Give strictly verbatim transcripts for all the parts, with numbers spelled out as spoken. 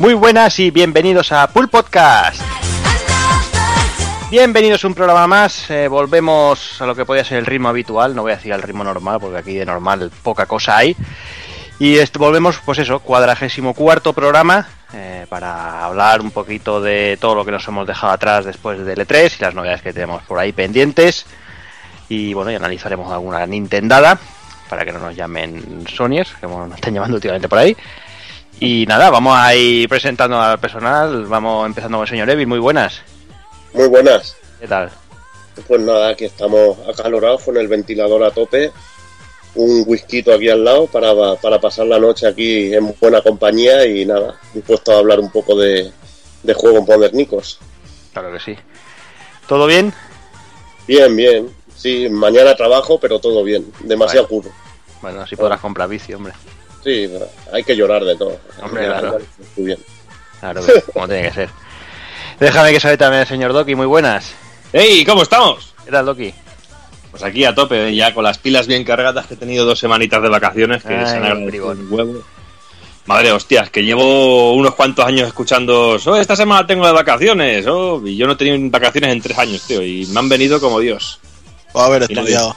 Muy buenas y bienvenidos a Pool Podcast. Bienvenidos a un programa más. Eh, volvemos a lo que podía ser el ritmo habitual. No voy a decir el ritmo normal porque aquí de normal poca cosa hay. Y esto, volvemos, pues eso, cuadragésimo cuarto programa eh, para hablar un poquito de todo lo que nos hemos dejado atrás después del E tres y las novedades que tenemos por ahí pendientes. Y bueno, y analizaremos alguna Nintendada para que no nos llamen Sonyers, que nos están llamando últimamente por ahí. Y nada, vamos a ir presentando al personal. Vamos empezando con el señor Evi. Muy buenas. Muy buenas. ¿Qué tal? Pues nada, aquí estamos acalorados con el ventilador a tope. Un whisky aquí al lado para, para pasar la noche aquí en buena compañía. Y nada, dispuesto a hablar un poco de, de juegos modernicos. Claro que sí. ¿Todo bien? Bien, bien. Sí, mañana trabajo, pero todo bien. Demasiado bueno. curro. Bueno, así podrás comprar vicio, hombre. Sí, hay que llorar de todo. Hombre, claro. Muy bien. Claro, que, como tiene que ser. Déjame que salte también el señor Doki. Muy buenas. ¡Hey! ¿Cómo estamos? ¿Qué tal, Doki? Pues aquí a tope, ya con las pilas bien cargadas, que he tenido dos semanitas de vacaciones que Ay, se han agradecido un huevo. Madre hostias, que llevo unos cuantos años escuchando oh, esta semana tengo de vacaciones, oh, y yo no he tenido vacaciones en tres años, tío, y me han venido como Dios. Puedo haber estudiado.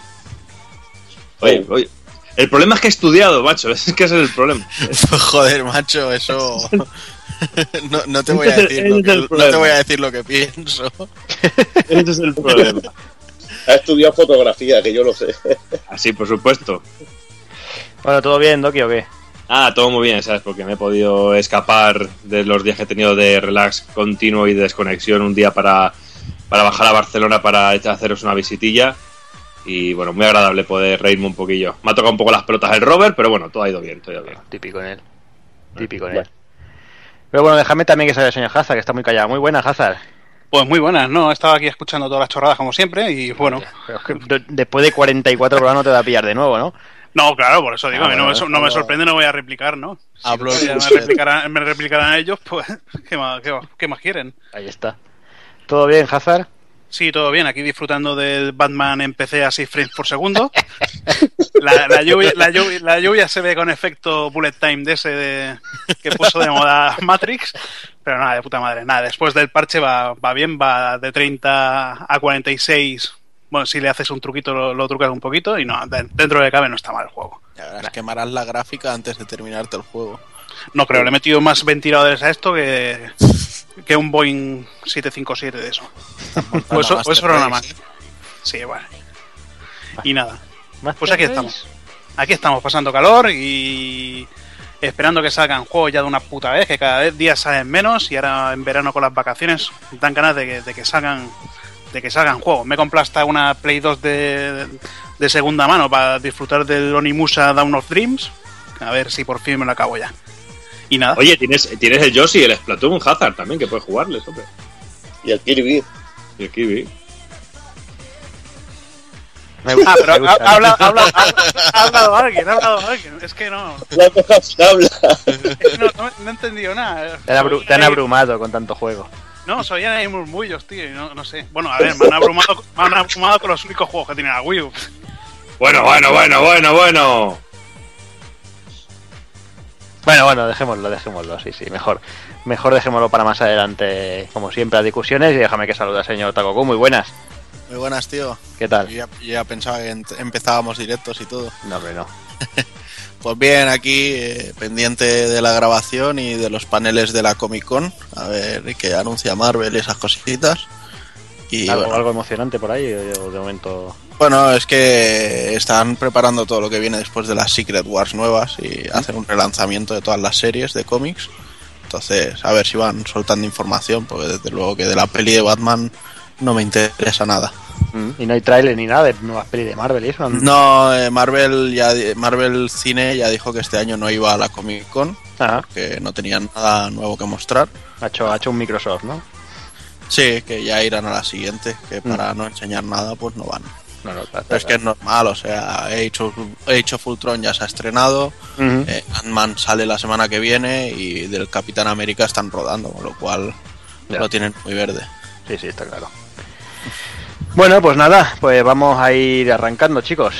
Oye, oye. El problema es que he estudiado, macho, es que ese es el problema. Joder, macho, eso... no, no, te voy a decir lo que, no te voy a decir lo que pienso. Ese es el problema. Ha estudiado fotografía, que yo lo sé. Así, por supuesto. Bueno, ¿todo bien, Doki, o qué? Ah, todo muy bien, ¿sabes? Porque me he podido escapar de los días que he tenido de relax continuo y de desconexión un día para, para bajar a Barcelona para haceros una visitilla. Y bueno, muy agradable poder reírme un poquillo. Me ha tocado un poco las pelotas el Robert, pero bueno, todo ha ido bien, todo ha ido bien. Típico en él. Típico en él. Pero bueno, déjame también que salga el señor Hazard, que está muy callado. Muy buena, Hazard. Pues muy buenas, ¿no? He estado aquí escuchando todas las chorradas como siempre y bueno... Pero es que después de cuarenta y cuatro programas no te va a pillar de nuevo, ¿no? No, claro, por eso digo, Ah, a mí no, bueno, me, no me sorprende, no voy a replicar, ¿no? Si Hablo me, replicarán, me replicarán a ellos, pues ¿qué más, qué, qué más quieren? Ahí está. ¿Todo bien, Hazard? Sí, todo bien, aquí disfrutando del Batman en P C a seis frames por segundo. La, la, lluvia, la, lluvia, la lluvia se ve con efecto bullet time de ese de, que puso de moda Matrix. Pero nada, de puta madre, nada, después del parche va, va bien, va de treinta a cuarenta y seis. Bueno, si le haces un truquito lo, lo trucas un poquito y no, dentro de cabe no está mal el juego. Ya verás, quemarás la gráfica antes de terminarte el juego. No creo, le he metido más ventiladores a esto que, que un Boeing siete cinco siete de eso. O eso, o eso era una más. Sí, bueno. Y nada, pues aquí estamos. Aquí estamos pasando calor y esperando que salgan juegos ya de una puta vez, que cada vez días salen menos y ahora en verano con las vacaciones dan ganas de que, de que salgan de que salgan juegos. Me he comprado hasta una Play dos de, de segunda mano para disfrutar del Onimusha Dawn of Dreams. A ver si por fin me lo acabo ya. Y nada. Oye, tienes, tienes el Yoshi y el Splatoon Hazard también, que puedes jugarles, hombre. Y el Kirby. Y el Kirby. Ah, pero ha, ha, hablado, ha, hablado, ha hablado alguien, ha hablado alguien. Es que no. La cosa sin habla. Es que no, no, no he entendido nada. Te han, abru- te han abrumado con tanto juego. No, se oían ahí murmullos, tío, y no, no sé. Bueno, a ver, me han, abrumado, me han abrumado con los únicos juegos que tiene la Wii U. Bueno, bueno, bueno, bueno, bueno. Bueno, bueno, dejémoslo, dejémoslo, sí, sí, mejor. Mejor dejémoslo para más adelante, como siempre, a discusiones. Y déjame que salude al señor Takoku. Muy buenas. Muy buenas, tío. ¿Qué tal? Yo ya, yo ya pensaba que ent- empezábamos directos y todo. No, hombre, no. Pues bien, aquí eh, pendiente de la grabación y de los paneles de la Comic Con. A ver qué anuncia Marvel y esas cositas. Y ¿Algo, bueno, algo emocionante por ahí o de momento? bueno, es que están preparando todo lo que viene después de las Secret Wars nuevas y hacen un relanzamiento de todas las series de cómics. Entonces, a ver si van soltando información, porque desde luego que de la peli de Batman no me interesa nada. Y no hay tráiler ni nada de nuevas pelis de Marvel y eso. No, eh, Marvel ya Marvel Cine ya dijo que este año no iba a la Comic Con, Ajá. porque no tenían nada nuevo que mostrar. Ha hecho, ha hecho un Microsoft, ¿no? Sí, que ya irán a la siguiente, que para mm. no enseñar nada pues no van. No, no, está, está, Pero es que es normal, o sea, Age of, Age of Ultron ya se ha estrenado, uh-huh. eh, Ant-Man sale la semana que viene y del Capitán América están rodando, con lo cual ya. Lo tienen muy verde. Sí, sí, está claro. Bueno, pues nada, pues vamos a ir arrancando, chicos.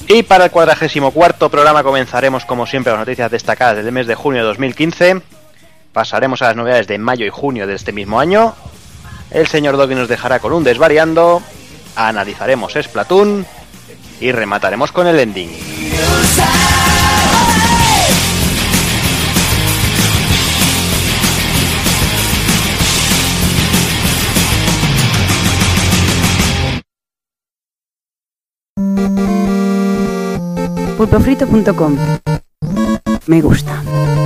Y para el cuadragésimo cuarto programa comenzaremos como siempre las noticias destacadas del mes de junio de dos mil quince. Pasaremos a las novedades de mayo y junio de este mismo año. El señor Doggy nos dejará con un desvariando. Analizaremos Splatoon. Y remataremos con el ending. pulpofrito punto com. Me gusta.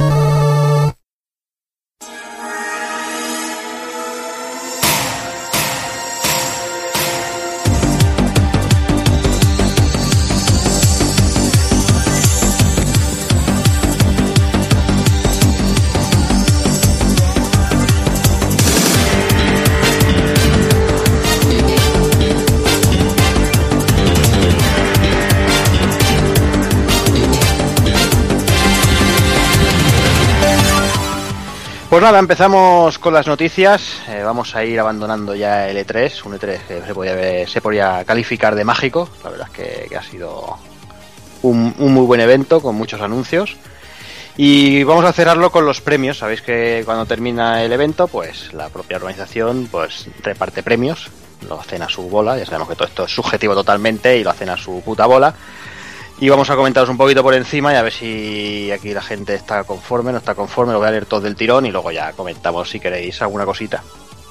Pues nada, empezamos con las noticias. Eh, vamos a ir abandonando ya el E tres, un E tres que se podía, ver, se podía calificar de mágico. La verdad es que, que ha sido un, un muy buen evento con muchos anuncios. Y vamos a cerrarlo con los premios. Sabéis que cuando termina el evento, pues la propia organización pues reparte premios. Lo hacen a su bola. Ya sabemos que todo esto es subjetivo totalmente y lo hacen a su puta bola. Y vamos a comentaros un poquito por encima y a ver si aquí la gente está conforme, no está conforme. Lo voy a leer todo del tirón y luego ya comentamos si queréis alguna cosita.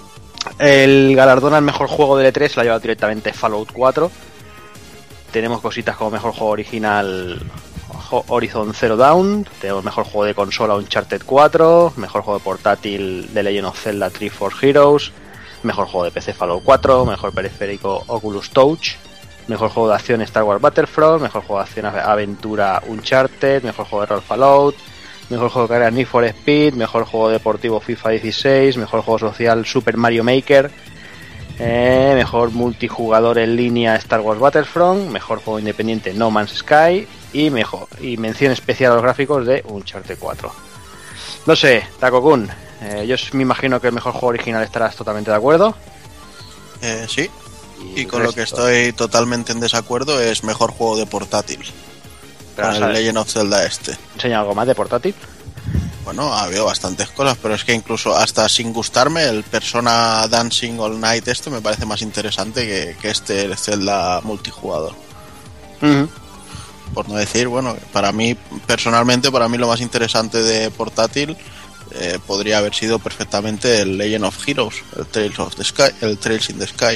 El galardón al mejor juego del E tres lo ha llevado directamente Fallout cuatro. Tenemos cositas como mejor juego original Horizon Zero Dawn. Tenemos mejor juego de consola Uncharted cuatro. Mejor juego de portátil The Legend of Zelda Three Force Heroes. Mejor juego de P C Fallout cuatro. Mejor periférico Oculus Touch. Mejor juego de acción Star Wars Battlefront, mejor juego de acción aventura Uncharted, mejor juego de rol Fallout, mejor juego de carrera Need for Speed, mejor juego deportivo FIFA dieciséis, mejor juego social Super Mario Maker, eh, mejor multijugador en línea Star Wars Battlefront, mejor juego independiente No Man's Sky y mejor y mención especial a los gráficos de Uncharted cuatro. No sé, Taco-kun, eh, yo me imagino que el mejor juego original estarás totalmente de acuerdo. Eh, sí. Y con lo que estoy totalmente en desacuerdo es mejor juego de portátil. Pero con el Legend of Zelda este. ¿Enseña algo más de portátil? Bueno, ha habido bastantes cosas, pero es que incluso hasta sin gustarme, el Persona Dancing All Night este me parece más interesante que, que este el Zelda multijugador. Uh-huh. Por no decir, bueno, para mí, personalmente, para mí lo más interesante de portátil eh, podría haber sido perfectamente el Legend of Heroes, el Trails of the Sky, el Trails in the Sky.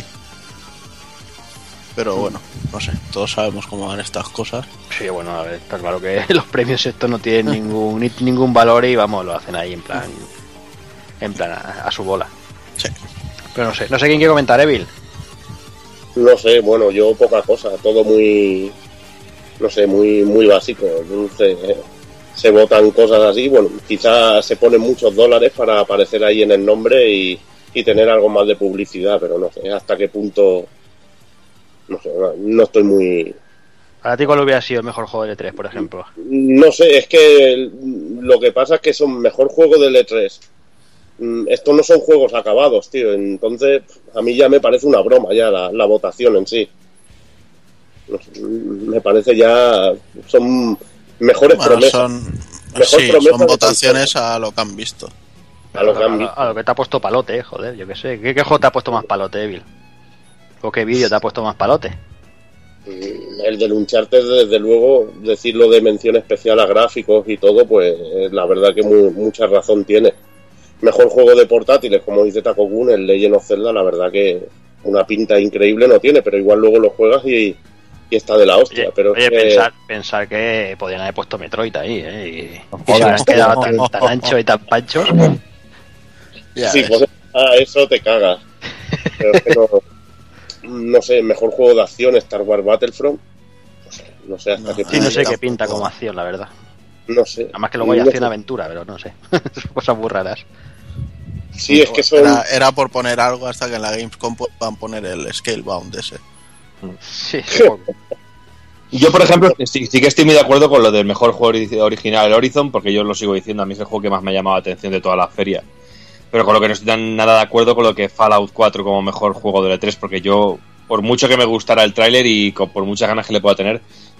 Pero bueno, no sé, todos sabemos cómo van estas cosas. Sí, bueno, a ver, está claro que los premios estos no tienen ningún ni, ningún valor y vamos, lo hacen ahí en plan en plan a, a su bola. Sí. Pero no sé, no sé quién quiere comentar, Evil. No sé, bueno, yo poca cosa, todo muy, no sé, muy muy básico. No sé, se votan cosas así, bueno, quizás se ponen muchos dólares para aparecer ahí en el nombre y, y tener algo más de publicidad, pero no sé hasta qué punto. No sé, no estoy muy... ¿Para ti cuál hubiera sido el mejor juego del E tres, por ejemplo? No sé, es que lo que pasa es que son mejor juego del E tres. Estos no son juegos acabados, tío. Entonces, a mí ya me parece una broma ya la, la votación en sí. No sé, me parece ya... Son mejores bueno, promesas. Son, mejor sí, promesa son votaciones a lo que han visto. A lo que han visto. A lo que te ha puesto palote, joder, yo qué sé. ¿Qué, qué juego te ha puesto más palote, Evil? ¿O qué vídeo te ha puesto más palote? El del Uncharted, desde luego, decirlo de mención especial a gráficos y todo, pues la verdad que muy, mucha razón tiene. Mejor juego de portátiles, como dice Taco-kun, el Legend of Zelda, la verdad que una pinta increíble no tiene, pero igual luego lo juegas y, y está de la hostia. Oye, pero oye es que... pensar, pensar que podían haber puesto Metroid ahí, ¿eh? Y, y se hubieran quedado tan, tan ancho y tan panchos. Sí, pues a eso te cagas. Pero es que no... No sé, mejor juego de acción Star Wars Battlefront. No sé, no sé hasta no, qué Sí, no sé tampoco. qué pinta como acción, la verdad. No sé. Además que luego hay No acción sé. aventura, pero no sé. Cosas muy raras. Sí, es que son... Era, era por poner algo hasta que en la Gamescom puedan poner el Scalebound ese. Sí, supongo. Yo, por ejemplo, sí, sí que estoy muy de acuerdo con lo del mejor juego original, el Horizon, porque yo lo sigo diciendo, a mí es el juego que más me ha llamado la atención de toda la feria. Pero con lo que no estoy tan nada de acuerdo con lo que Fallout cuatro como mejor juego del E tres, porque yo, por mucho que me gustara el tráiler y con, por muchas ganas que le pueda tener,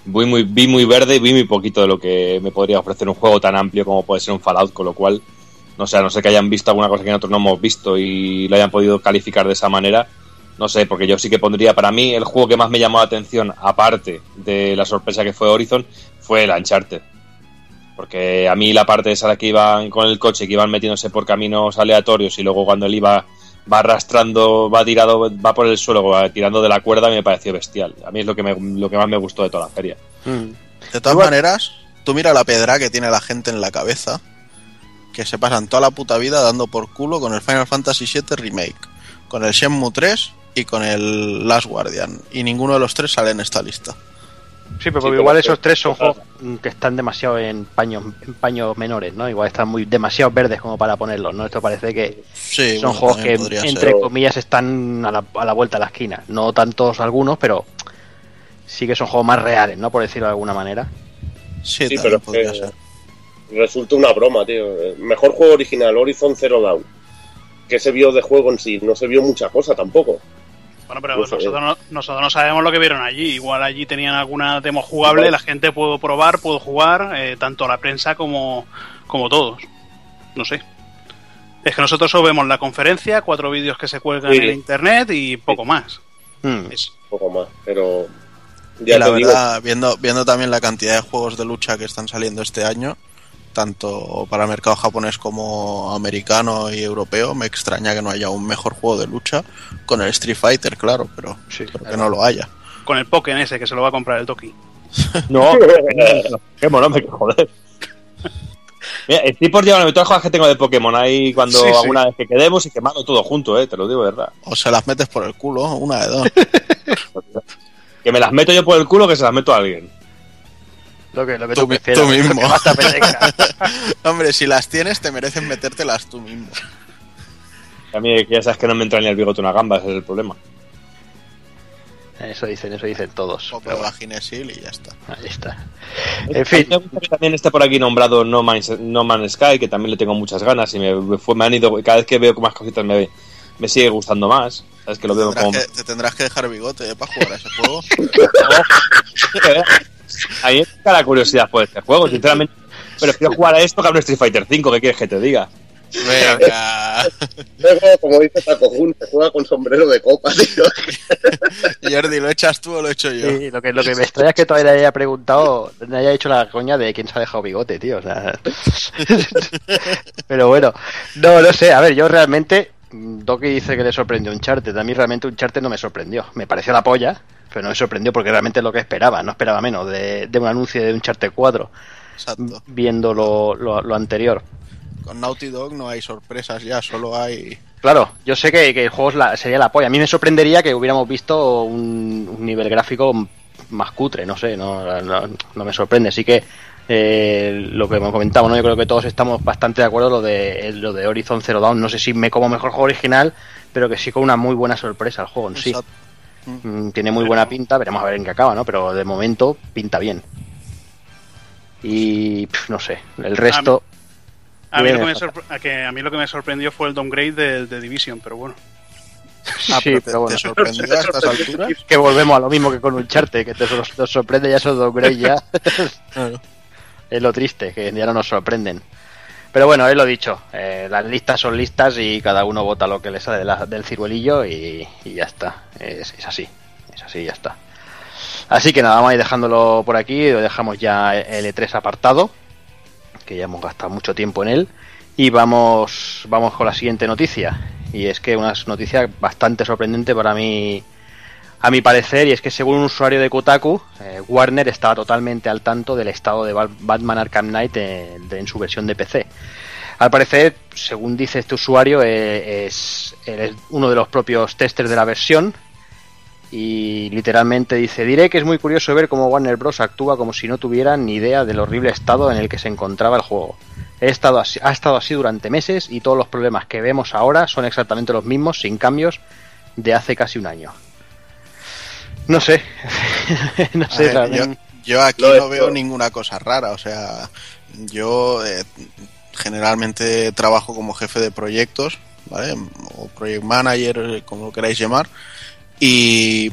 vi muy, vi muy verde y vi muy poquito de lo que me podría ofrecer un juego tan amplio como puede ser un Fallout, con lo cual, no sé, a no ser que hayan visto alguna cosa que nosotros no hemos visto y lo hayan podido calificar de esa manera, no sé, porque yo sí que pondría, para mí, el juego que más me llamó la atención, aparte de la sorpresa que fue Horizon, fue el Uncharted. Porque a mí la parte esa de que iban con el coche, que iban metiéndose por caminos aleatorios y luego cuando él iba va arrastrando, va tirado, va por el suelo, va tirando de la cuerda, me pareció bestial. A mí es lo que me, lo que más me gustó de toda la feria. Mm. De todas Igual. maneras, tú mira la pedra que tiene la gente en la cabeza, que se pasan toda la puta vida dando por culo con el Final Fantasy siete Remake, con el Shenmue tres y con el Last Guardian, y ninguno de los tres sale en esta lista. Sí, pero, sí, pero igual esos tres son juegos que están demasiado en paños, en paños menores, ¿no? Igual están muy demasiado verdes como para ponerlos, ¿no? Esto parece que sí, son bueno, juegos que, entre ser. comillas, están a la, a la vuelta de la esquina. No tantos algunos, pero sí que son juegos más reales, ¿no? Por decirlo de alguna manera. Sí, sí pero podría ser. Resulta una broma, tío. Mejor juego original, Horizon Zero Dawn. Que se vio de juego en sí, no se vio mucha cosa tampoco. Bueno, pero nosotros no, nosotros no sabemos lo que vieron allí. Igual allí tenían alguna demo jugable, la gente pudo probar, pudo jugar, eh, tanto la prensa como, como todos. No sé. Es que nosotros solo vemos la conferencia, cuatro vídeos que se cuelgan sí. en internet y poco sí. más. Hmm. Es poco más, pero... Ya y la verdad, digo... viendo, viendo también la cantidad de juegos de lucha que están saliendo este año, tanto para el mercado japonés como americano y europeo, me extraña que no haya un mejor juego de lucha con el Street Fighter, claro, pero, sí, pero claro. que no lo haya. Con el Pokémon ese que se lo va a comprar el Toki. No, qué mono, me joder. Mira, estoy por llevarme todas las cosas que tengo de Pokémon ahí cuando sí, alguna sí. vez que quedemos y quemarlo todo junto, eh, te lo digo de verdad. O se las metes por el culo, una de dos. Que me las meto yo por el culo o que se las meto a alguien. Lo que, lo que tú, tú, prefieras, tú mismo. Que Hombre, si las tienes, te merecen metértelas tú mismo. A mí ya sabes que no me entra ni el bigote una gamba, ese es el problema. Eso dicen, eso dicen todos. O pero Ginesil y ya está. Ahí está. En fin. Me gusta que también esté por aquí nombrado No Man's, No Man's Sky, que también le tengo muchas ganas y me, me, fue, me han ido, cada vez que veo más cositas me, me sigue gustando más. Sabes que lo veo como... que, te tendrás que dejar bigote ¿eh? para jugar a ese juego. Ahí está la curiosidad por este juego, sinceramente. Pero quiero jugar a esto que a un Street Fighter cinco, ¿qué quieres que te diga? Venga. Luego, como dice Taco Jun, se juega con sombrero de copa, tío. Jordi, ¿lo echas tú o lo echo yo? Sí, lo que, lo que me extraña es que todavía le haya preguntado, le haya hecho la coña de quién se ha dejado bigote, tío. O sea... Pero bueno, no, no sé, a ver, yo realmente... Doki dice que le sorprendió Uncharted. A mí realmente Uncharted no me sorprendió. Me pareció la polla, pero no me sorprendió porque realmente es lo que esperaba. No esperaba menos de, de un anuncio de Uncharted cuatro. Exacto. Viendo lo, lo, lo anterior. Con Naughty Dog no hay sorpresas ya, solo hay... Claro, yo sé que, que el juego es la, sería la polla. A mí me sorprendería que hubiéramos visto un, un nivel gráfico más cutre, no sé, no, no, no me sorprende. Así que eh, lo que hemos comentado, ¿no? Yo creo que todos estamos bastante de acuerdo lo de lo de Horizon Zero Dawn. No sé si me como mejor juego original, pero que sí con una muy buena sorpresa el juego en sí. Mm, tiene muy buena pinta, veremos a ver en qué acaba, ¿no? Pero de momento pinta bien. Y pff, no sé, el resto... A mí, a, mí lo que me sorpre- que a mí lo que me sorprendió fue el downgrade de, de Division, pero bueno. Ah, sí, pero bueno. ¿Te sorprendió a estas alturas? Que volvemos a lo mismo que con Uncharted, que te nos sorprende ya esos downgrades ya. Claro. Es lo triste, que ya no nos sorprenden. Pero bueno, es lo dicho, eh, las listas son listas y cada uno vota lo que le sale de la, del ciruelillo y, y ya está. Es, es así, es así, ya está. Así que nada, vamos a ir dejándolo por aquí, lo dejamos ya el E tres apartado, que ya hemos gastado mucho tiempo en él, y vamos, vamos con la siguiente noticia. Y es que una noticia bastante sorprendente para mí, a mi parecer, y es que según un usuario de Kotaku, eh, Warner estaba totalmente al tanto del estado de Batman Arkham Knight en, de, en su versión de P C. Al parecer, según dice este usuario, eh, es, es uno de los propios testers de la versión, y literalmente dice: diré que es muy curioso ver cómo Warner Bros. Actúa como si no tuviera ni idea del horrible estado en el que se encontraba el juego. He estado así, ha estado así durante meses y todos los problemas que vemos ahora son exactamente los mismos, sin cambios, de hace casi un año. No sé. no sé. Ver, yo, yo aquí no hecho. veo ninguna cosa rara. O sea, yo eh, generalmente trabajo como jefe de proyectos, ¿vale? O project manager, como lo queráis llamar. Y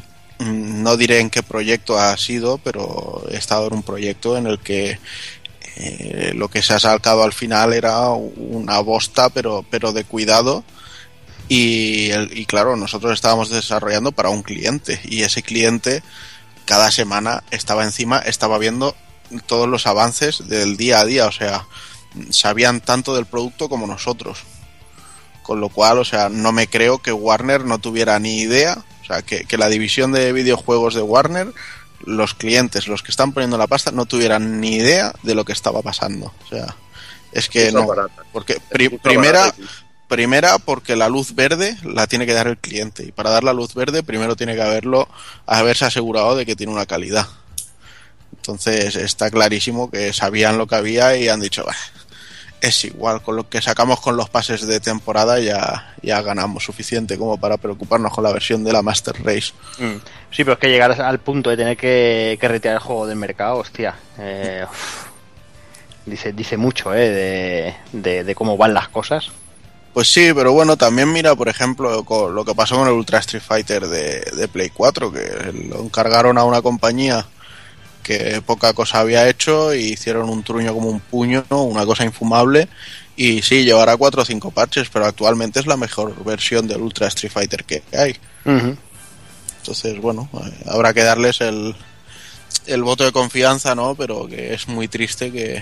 no diré en qué proyecto ha sido, pero he estado en un proyecto en el que eh, lo que se ha sacado al final era una bosta, pero, pero de cuidado. Y, el, y claro, nosotros estábamos desarrollando para un cliente, y ese cliente cada semana estaba encima, estaba viendo todos los avances del día a día, o sea, sabían tanto del producto como nosotros. Con lo cual, o sea, no me creo que Warner no tuviera ni idea, o sea, que, que la división de videojuegos de Warner, los clientes, los que están poniendo la pasta, no tuvieran ni idea de lo que estaba pasando. O sea, es que no, porque pri, primera... Primera, porque la luz verde la tiene que dar el cliente, y para dar la luz verde primero tiene que haberlo haberse asegurado de que tiene una calidad. Entonces está clarísimo que sabían lo que había y han dicho, bah, es igual, con lo que sacamos con los pases de temporada ya, ya ganamos suficiente como para preocuparnos con la versión de la Master Race. Mm. Sí, pero es que llegar al punto de tener que, que retirar el juego del mercado, hostia, eh, dice, dice mucho eh, de, de, de cómo van las cosas. Pues sí, pero bueno, también mira, por ejemplo, con lo que pasó con el Ultra Street Fighter de, de Play cuatro, que lo encargaron a una compañía que poca cosa había hecho y hicieron un truño como un puño, ¿no? Una cosa infumable, y sí, llevará cuatro o cinco parches, pero actualmente es la mejor versión del Ultra Street Fighter que hay. Uh-huh. Entonces, bueno, eh, habrá que darles el, el voto de confianza, ¿no? Pero que es muy triste que,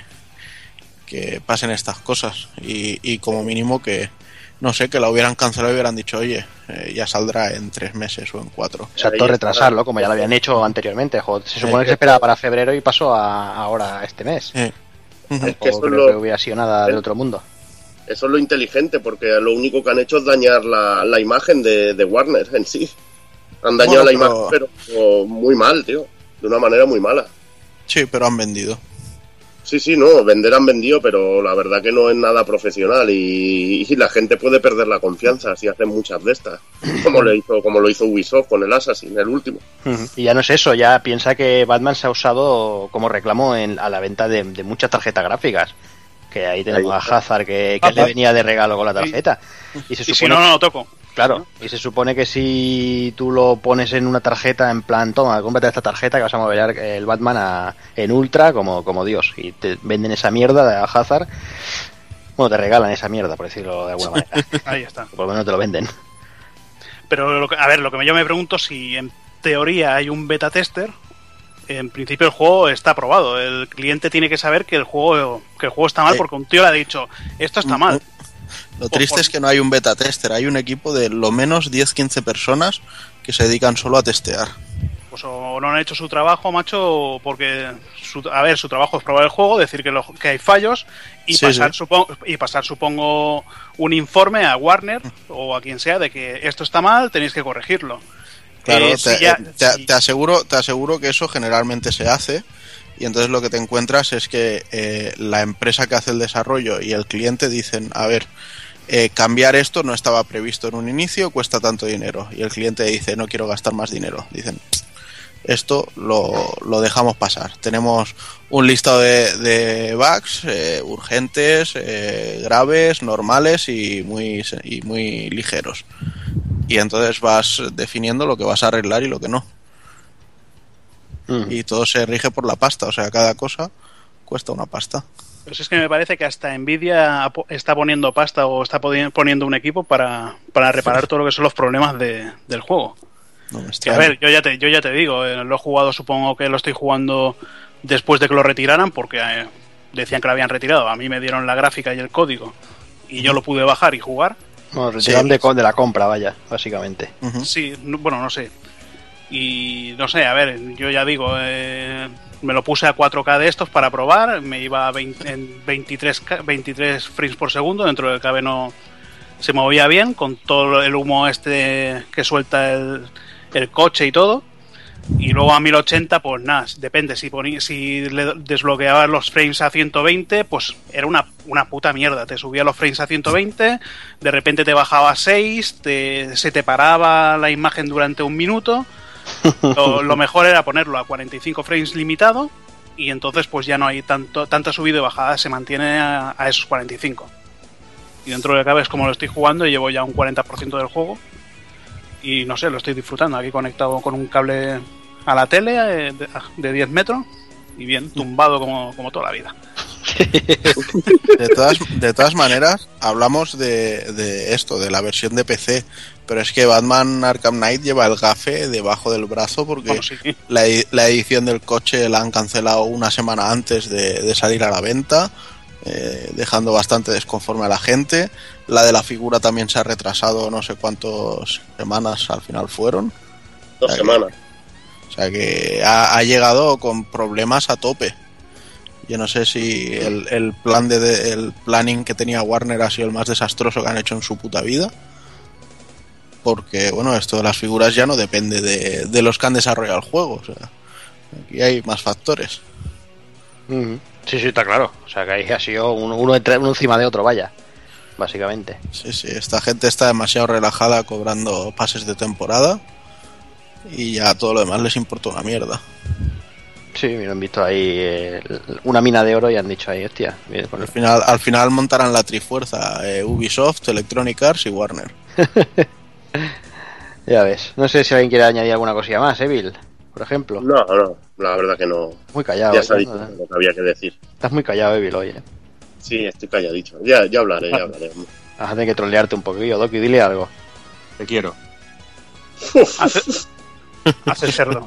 que pasen estas cosas, y, y como mínimo que no sé, que la hubieran cancelado y hubieran dicho, oye, eh, ya saldrá en tres meses o en cuatro. Exacto, retrasarlo, como ya lo habían hecho anteriormente. Joder, se supone eh, que se esperaba para febrero y pasó a ahora este mes. Eh. Es que eso creo lo... que hubiera sido nada del otro mundo. Eso es lo inteligente, porque lo único que han hecho es dañar la, la imagen de, de Warner en sí. Han dañado bueno, la pero... imagen, pero muy mal, tío. De una manera muy mala. Sí, pero han vendido. Sí, sí, no, vender han vendido, pero la verdad que no es nada profesional, y, y la gente puede perder la confianza si hacen muchas de estas, como lo hizo, como lo hizo Ubisoft con el Assassin, el último. Y ya no es eso, ya piensa que Batman se ha usado como reclamo en, a la venta de, de muchas tarjetas gráficas, que ahí tenemos ahí a Hazard que, que le venía de regalo con la tarjeta. Y, se supone, y si no, no lo toco. Claro, y se supone que si tú lo pones en una tarjeta, en plan, toma, cómprate esta tarjeta que vas a mover el Batman a, en Ultra como, como Dios, y te venden esa mierda de Hazard, bueno, te regalan esa mierda, por decirlo de alguna manera. Ahí está. Por lo menos te lo venden. Pero, lo que, a ver, lo que yo me pregunto, si en teoría hay un beta tester, en principio el juego está aprobado, el cliente tiene que saber que el juego, que el juego está mal, porque un tío le ha dicho, esto está mal. Lo triste por... es que no hay un beta tester, hay un equipo de lo menos diez a quince personas que se dedican solo a testear. Pues o no han hecho su trabajo, macho, porque, su, a ver, su trabajo es probar el juego, decir que, lo, que hay fallos y, sí, pasar, sí. Supongo, y pasar, supongo, un informe a Warner o a quien sea de que esto está mal, tenéis que corregirlo. Claro, eh, te, si ya, te, si... te, aseguro, te aseguro que eso generalmente se hace. Y entonces lo que te encuentras es que eh, la empresa que hace el desarrollo y el cliente dicen, a ver, eh, cambiar esto no estaba previsto en un inicio, cuesta tanto dinero. Y el cliente dice, no quiero gastar más dinero. Dicen, esto lo, lo dejamos pasar. Tenemos un listado de, de bugs eh, urgentes, eh, graves, normales y muy, y muy ligeros. Y entonces vas definiendo lo que vas a arreglar y lo que no. Y todo se rige por la pasta, o sea, cada cosa cuesta una pasta. Pero si es que me parece que hasta Nvidia está poniendo pasta o está poniendo un equipo para, para reparar todo lo que son los problemas de, del juego. No me a ver, yo ya te, yo ya te digo, eh, lo he jugado, supongo que lo estoy jugando después de que lo retiraran, porque eh, decían que lo habían retirado. A mí me dieron la gráfica y el código y yo lo pude bajar y jugar. Bueno, retiraron sí. de, de la compra, vaya, básicamente. Uh-huh. Sí, no, bueno, no sé. Y no sé, a ver, yo ya digo, eh, me lo puse a cuatro K de estos para probar, me iba a veinte, en veintitrés, veintitrés frames por segundo, dentro del cabe no se movía bien, con todo el humo este que suelta el, el coche y todo. Y luego a mil ochenta, pues nada, depende, si ponía, si le desbloqueabas los frames a ciento veinte, pues era una, una puta mierda, te subía los frames a ciento veinte, de repente te bajaba a seis, te, se te paraba la imagen durante un minuto. Lo, lo mejor era ponerlo a cuarenta y cinco frames limitado y entonces pues ya no hay tanto tanta subida y bajada, se mantiene a, a esos cuarenta y cinco. Y dentro de cabe es como lo estoy jugando y llevo ya un cuarenta por ciento del juego y no sé, lo estoy disfrutando. Aquí conectado con un cable a la tele eh, de, de diez metros y bien, tumbado como, como toda la vida. De todas, de todas maneras, hablamos de, de esto, de la versión de P C, pero es que Batman Arkham Knight lleva el gafe debajo del brazo porque Bueno, sí. la, la edición del coche la han cancelado una semana antes de, de salir a la venta, eh, dejando bastante desconforme a la gente. La de la figura también se ha retrasado no sé cuántas semanas al final fueron. Dos o sea semanas. Que, o sea que ha, ha llegado con problemas a tope. Yo no sé si el, el plan de, de el planning que tenía Warner ha sido el más desastroso que han hecho en su puta vida. Porque, bueno, esto de las figuras ya no depende de, de los que han desarrollado el juego. O sea, aquí hay más factores. Mm-hmm. Sí, sí, está claro. O sea, que ahí ha sido uno, uno, entre, uno encima de otro, vaya. Básicamente. Sí, sí, esta gente está demasiado relajada cobrando pases de temporada. Y ya todo lo demás les importa una mierda. Sí, me han visto ahí eh, una mina de oro y han dicho ahí, hostia. Al final, al final montarán la trifuerza, eh, Ubisoft, Electronic Arts y Warner. Ya ves. No sé si alguien quiere añadir alguna cosilla más, Evil, por ejemplo. No, no, la verdad que no. Muy callado. Ya se ha hoy, dicho ¿no? lo que había que decir. Estás muy callado, Evil, hoy, ¿eh? Sí, estoy calladito. Ya, ya hablaré, ya hablaré. Vas a tener que trolearte un poquillo, Doki, dile algo. Te quiero. Hace, hace cerdo.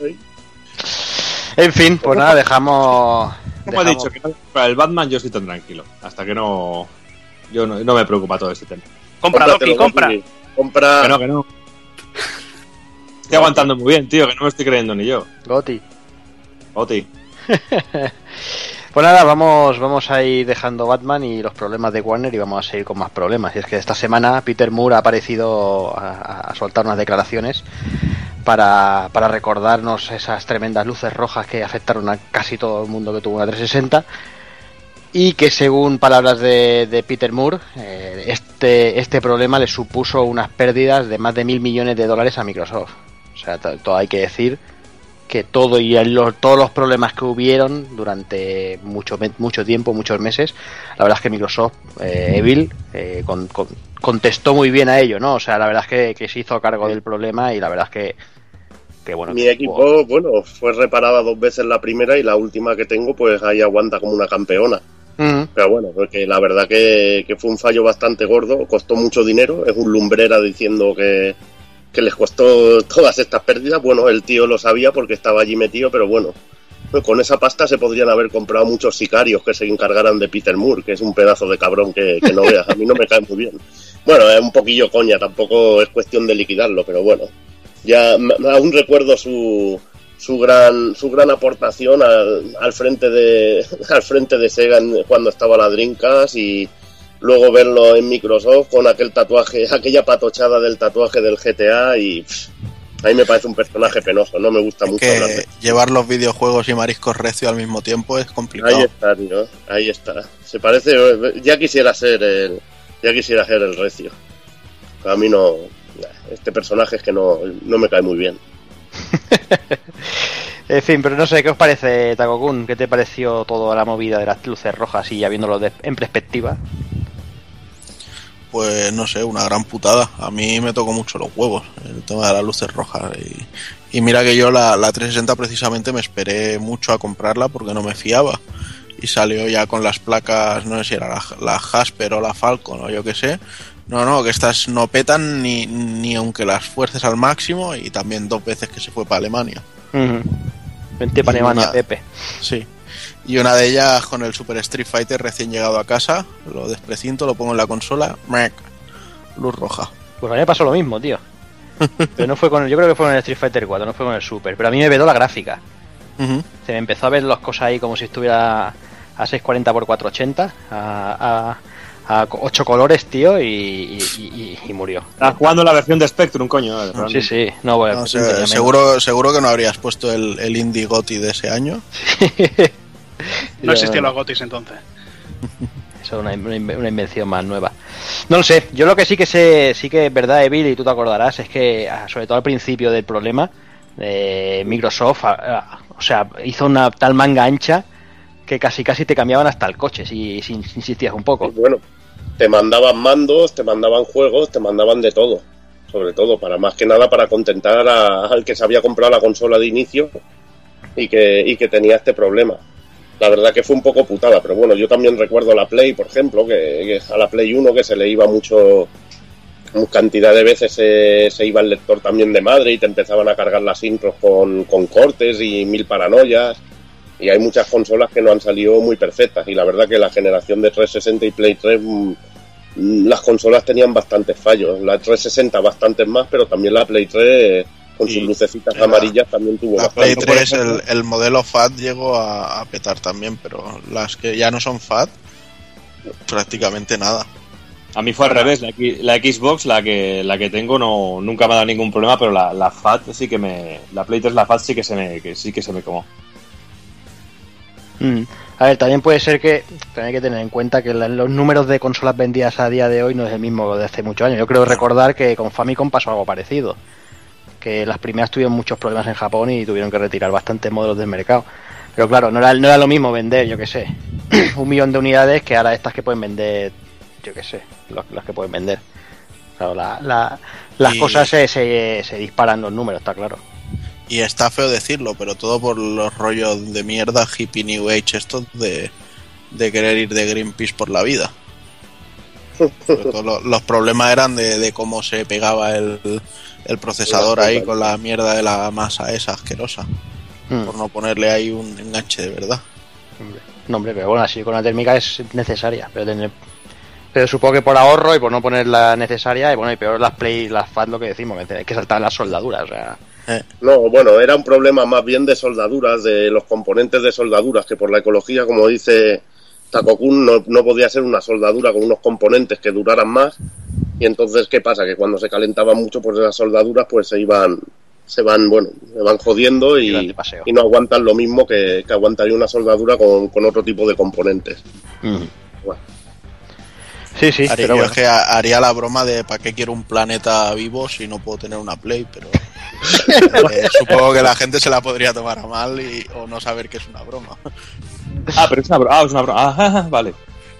En fin, pues nada, dejamos... Como he dejamos... dicho, que para el Batman yo estoy tan tranquilo. Hasta que no... Yo no, no me preocupa todo este tema. Compra, Doki, compra. Doki. Compra. Que no, que no. Estoy aguantando muy bien, tío, que no me estoy creyendo ni yo. Goti. Oti. Pues nada, vamos, vamos a ir dejando Batman y los problemas de Warner y vamos a seguir con más problemas. Y es que esta semana Peter Moore ha aparecido a, a soltar unas declaraciones para, para recordarnos esas tremendas luces rojas que afectaron a casi todo el mundo que tuvo una trescientos sesenta. Y que según palabras de, de Peter Moore, eh, este, este problema le supuso unas pérdidas de más de mil millones de dólares a Microsoft. O sea, todo hay que decir que todo y el, todos los problemas que hubieron durante mucho mucho tiempo, muchos meses, la verdad es que Microsoft, eh, Evil, eh, con, con, contestó muy bien a ello, ¿no? O sea, la verdad es que, que se hizo cargo del problema y la verdad es que, que bueno... Mi que, equipo, wow. bueno, fue reparada dos veces la primera y la última que tengo, pues ahí aguanta como una campeona. Uh-huh. Pero bueno, porque la verdad que, que fue un fallo bastante gordo, costó mucho dinero, es un lumbrera diciendo que... que les costó todas estas pérdidas. Bueno, el tío lo sabía porque estaba allí metido, pero bueno, pues con esa pasta se podrían haber comprado muchos sicarios que se encargaran de Peter Moore, que es un pedazo de cabrón que, que no veas, a mí no me cae muy bien. Bueno, es un poquillo coña, tampoco es cuestión de liquidarlo, pero bueno, ya aún recuerdo su su gran su gran aportación al, al frente de al frente de Sega cuando estaba la Dreamcast y luego verlo en Microsoft con aquel tatuaje, aquella patochada del tatuaje del G T A y pff, a mí me parece un personaje penoso, no me gusta es mucho que hablar de... llevar los videojuegos y mariscos recio al mismo tiempo es complicado. Ahí está, tío, ahí está. Se parece, ya quisiera ser el, ya quisiera ser el recio. A mí no, este personaje es que no, no me cae muy bien. En fin, pero no sé, ¿qué os parece, Takokun? ¿Qué te pareció toda la movida de las luces rojas y ya viéndolo de, en perspectiva? Pues no sé, una gran putada. A mí me tocó mucho los huevos el tema de las luces rojas. Y, y mira que yo la, la trescientos sesenta precisamente me esperé mucho a comprarla porque no me fiaba. Y salió ya con las placas, no sé si era la, la Jasper o la Falcon o yo qué sé. No, no, que estas no petan ni, ni aunque las fuerces al máximo y también dos veces que se fue para Alemania. Uh-huh. Vente para Alemania, una, Pepe. Sí. Y una de ellas con el Super Street Fighter recién llegado a casa, lo desprecinto, lo pongo en la consola, ¡mac! Luz roja. Pues a mí me pasó lo mismo, tío. Pero no fue con el, yo creo que fue con el Street Fighter cuatro, no fue con el Super. Pero a mí me vedó la gráfica. Uh-huh. Se me empezó a ver las cosas ahí como si estuviera a seiscientos cuarenta por cuatrocientos ochenta, a, a, a ocho colores, tío, y, y, y, y murió. Estás jugando la versión de Spectrum, coño. No, sí, sí. No, bueno, no, se, seguro, seguro que no habrías puesto el, el Indie Gotti de ese año. No existían los Gotis entonces. Eso es una, una invención más nueva. No lo sé. Yo lo que sí que sé, sí que es verdad, Evil, y tú te acordarás, es que sobre todo al principio del problema, eh, Microsoft, a, a, o sea, hizo una tal manga ancha que casi casi te cambiaban hasta el coche si, si, si insistías un poco. Bueno, te mandaban mandos, te mandaban juegos, te mandaban de todo. sobre todo, para más que nada para contentar a, al que se había comprado la consola de inicio y que, y que tenía este problema. La verdad que fue un poco putada, pero bueno, yo también recuerdo la Play, por ejemplo, que, que a la Play uno que se le iba mucho, cantidad de veces se, se iba el lector también de madre y te empezaban a cargar las intros con, con cortes y mil paranoias, y hay muchas consolas que no han salido muy perfectas, y la verdad que la generación de trescientos sesenta y Play tres, las consolas tenían bastantes fallos, la trescientos sesenta bastantes más, pero también la Play tres con sus lucecitas la, amarillas también tuvo la Play tres, el, el modelo F A T llegó a, a petar también, pero las que ya no son F A T prácticamente nada. A mí fue al revés, la, la Xbox, la que la que tengo, no nunca me ha dado ningún problema, pero la, la F A T sí que me, la Play tres, la F A T sí que se me que sí que se me comó. Mm. A ver, también puede ser que también hay que tener en cuenta que la, los números de consolas vendidas a día de hoy no es el mismo de hace muchos años. Yo creo recordar que con Famicom pasó algo parecido, que las primeras tuvieron muchos problemas en Japón y tuvieron que retirar bastantes modelos del mercado. Pero claro, no era, no era lo mismo vender, yo que sé, un millón de unidades que ahora estas que pueden vender, yo que sé, los, las que pueden vender. Claro, la, la, las y... cosas se, se, se disparan los números, está claro. Y está feo decirlo, pero todo por los rollos de mierda hippie new age estos de, de querer ir de Greenpeace por la vida. Los, los problemas eran de, de cómo se pegaba el, el procesador ahí con la mierda de la masa esa asquerosa. Hmm. Por no ponerle ahí un enganche de verdad. No, hombre, pero bueno, así con la térmica es necesaria. Pero, tener, pero supongo que por ahorro y por no ponerla necesaria, y bueno, y peor las Play, las F A T, lo que decimos, que hay que saltar las soldaduras, o sea... No, bueno, era un problema más bien de soldaduras, de los componentes de soldaduras, que por la ecología, como dice Takokun, no, no podía ser una soldadura con unos componentes que duraran más, y entonces, ¿qué pasa? Que cuando se calentaba mucho, pues esas soldaduras pues se iban, se van, bueno, se van jodiendo y, y no aguantan lo mismo que, que aguantaría una soldadura con, con otro tipo de componentes. Mm. Bueno. Sí, sí, haría, pero yo bueno. Es que haría la broma de ¿para qué quiero un planeta vivo si no puedo tener una Play? Pero... Eh, supongo que la gente se la podría tomar a mal y, o no saber que es una broma. Ah, pero es una broma. Ah, es una broma. Ah, vale.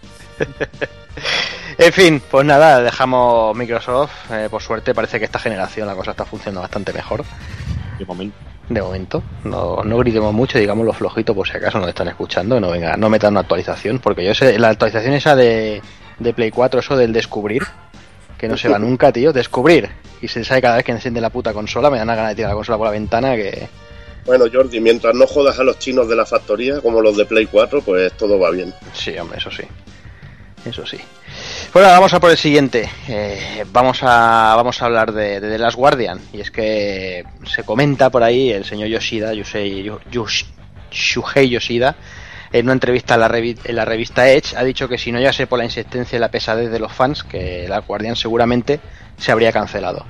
En fin, pues nada, dejamos Microsoft. Eh, por suerte parece que esta generación la cosa está funcionando bastante mejor. De momento. De momento. No, no gritemos mucho, digámoslo flojito por si acaso nos están escuchando. No venga, no metan una actualización, porque yo sé, la actualización esa de, de Play cuatro, eso del descubrir, que no se va nunca, tío, descubrir. Y se sabe cada vez que enciende la puta consola, me dan ganas de tirar la consola por la ventana que... Bueno, Jordi, mientras no jodas a los chinos de la factoría, como los de Play cuatro, pues todo va bien. Sí, hombre, eso sí. Eso sí. Bueno, vamos a por el siguiente. Eh, vamos a vamos a hablar de, de The Last Guardian. Y es que se comenta por ahí el señor Yoshida, Yusei, Yush, Shuhei Yoshida, en una entrevista en la, revi- en la revista Edge, ha dicho que si no llegase por la insistencia y la pesadez de los fans, que The Last Guardian seguramente se habría cancelado.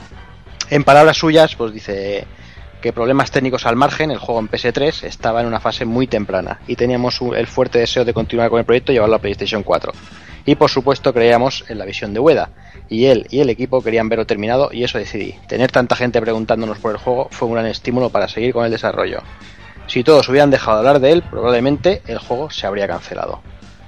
En palabras suyas, pues dice que problemas técnicos al margen, el juego en P S tres estaba en una fase muy temprana y teníamos el fuerte deseo de continuar con el proyecto y llevarlo a PlayStation cuatro. Y por supuesto creíamos en la visión de Ueda, y él y el equipo querían verlo terminado, y eso decidí. Tener tanta gente preguntándonos por el juego fue un gran estímulo para seguir con el desarrollo. Si todos hubieran dejado de hablar de él, probablemente el juego se habría cancelado.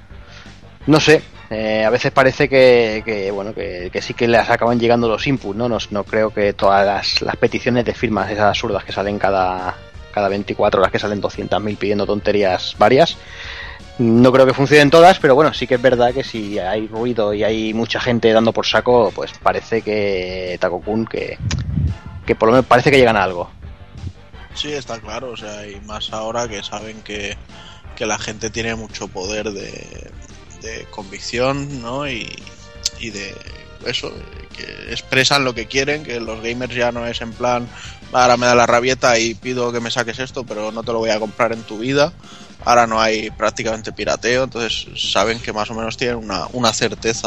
No sé, eh, a veces parece que, que bueno que, que sí que les acaban llegando los inputs, ¿no? No, no creo que todas las, las peticiones de firmas, esas absurdas que salen cada, cada veinticuatro horas, que salen doscientas mil pidiendo tonterías varias, no creo que funcionen todas, pero bueno, sí que es verdad que si hay ruido y hay mucha gente dando por saco, pues parece que Takokun, que, que por lo menos parece que llegan a algo. Sí, está claro, o sea, y más ahora que saben que, que la gente tiene mucho poder de, de convicción, ¿no? Y, y de eso, que expresan lo que quieren, que los gamers ya no es en plan, ahora me da la rabieta y pido que me saques esto, pero no te lo voy a comprar en tu vida. Ahora no hay prácticamente pirateo, entonces saben que más o menos tienen una, una certeza.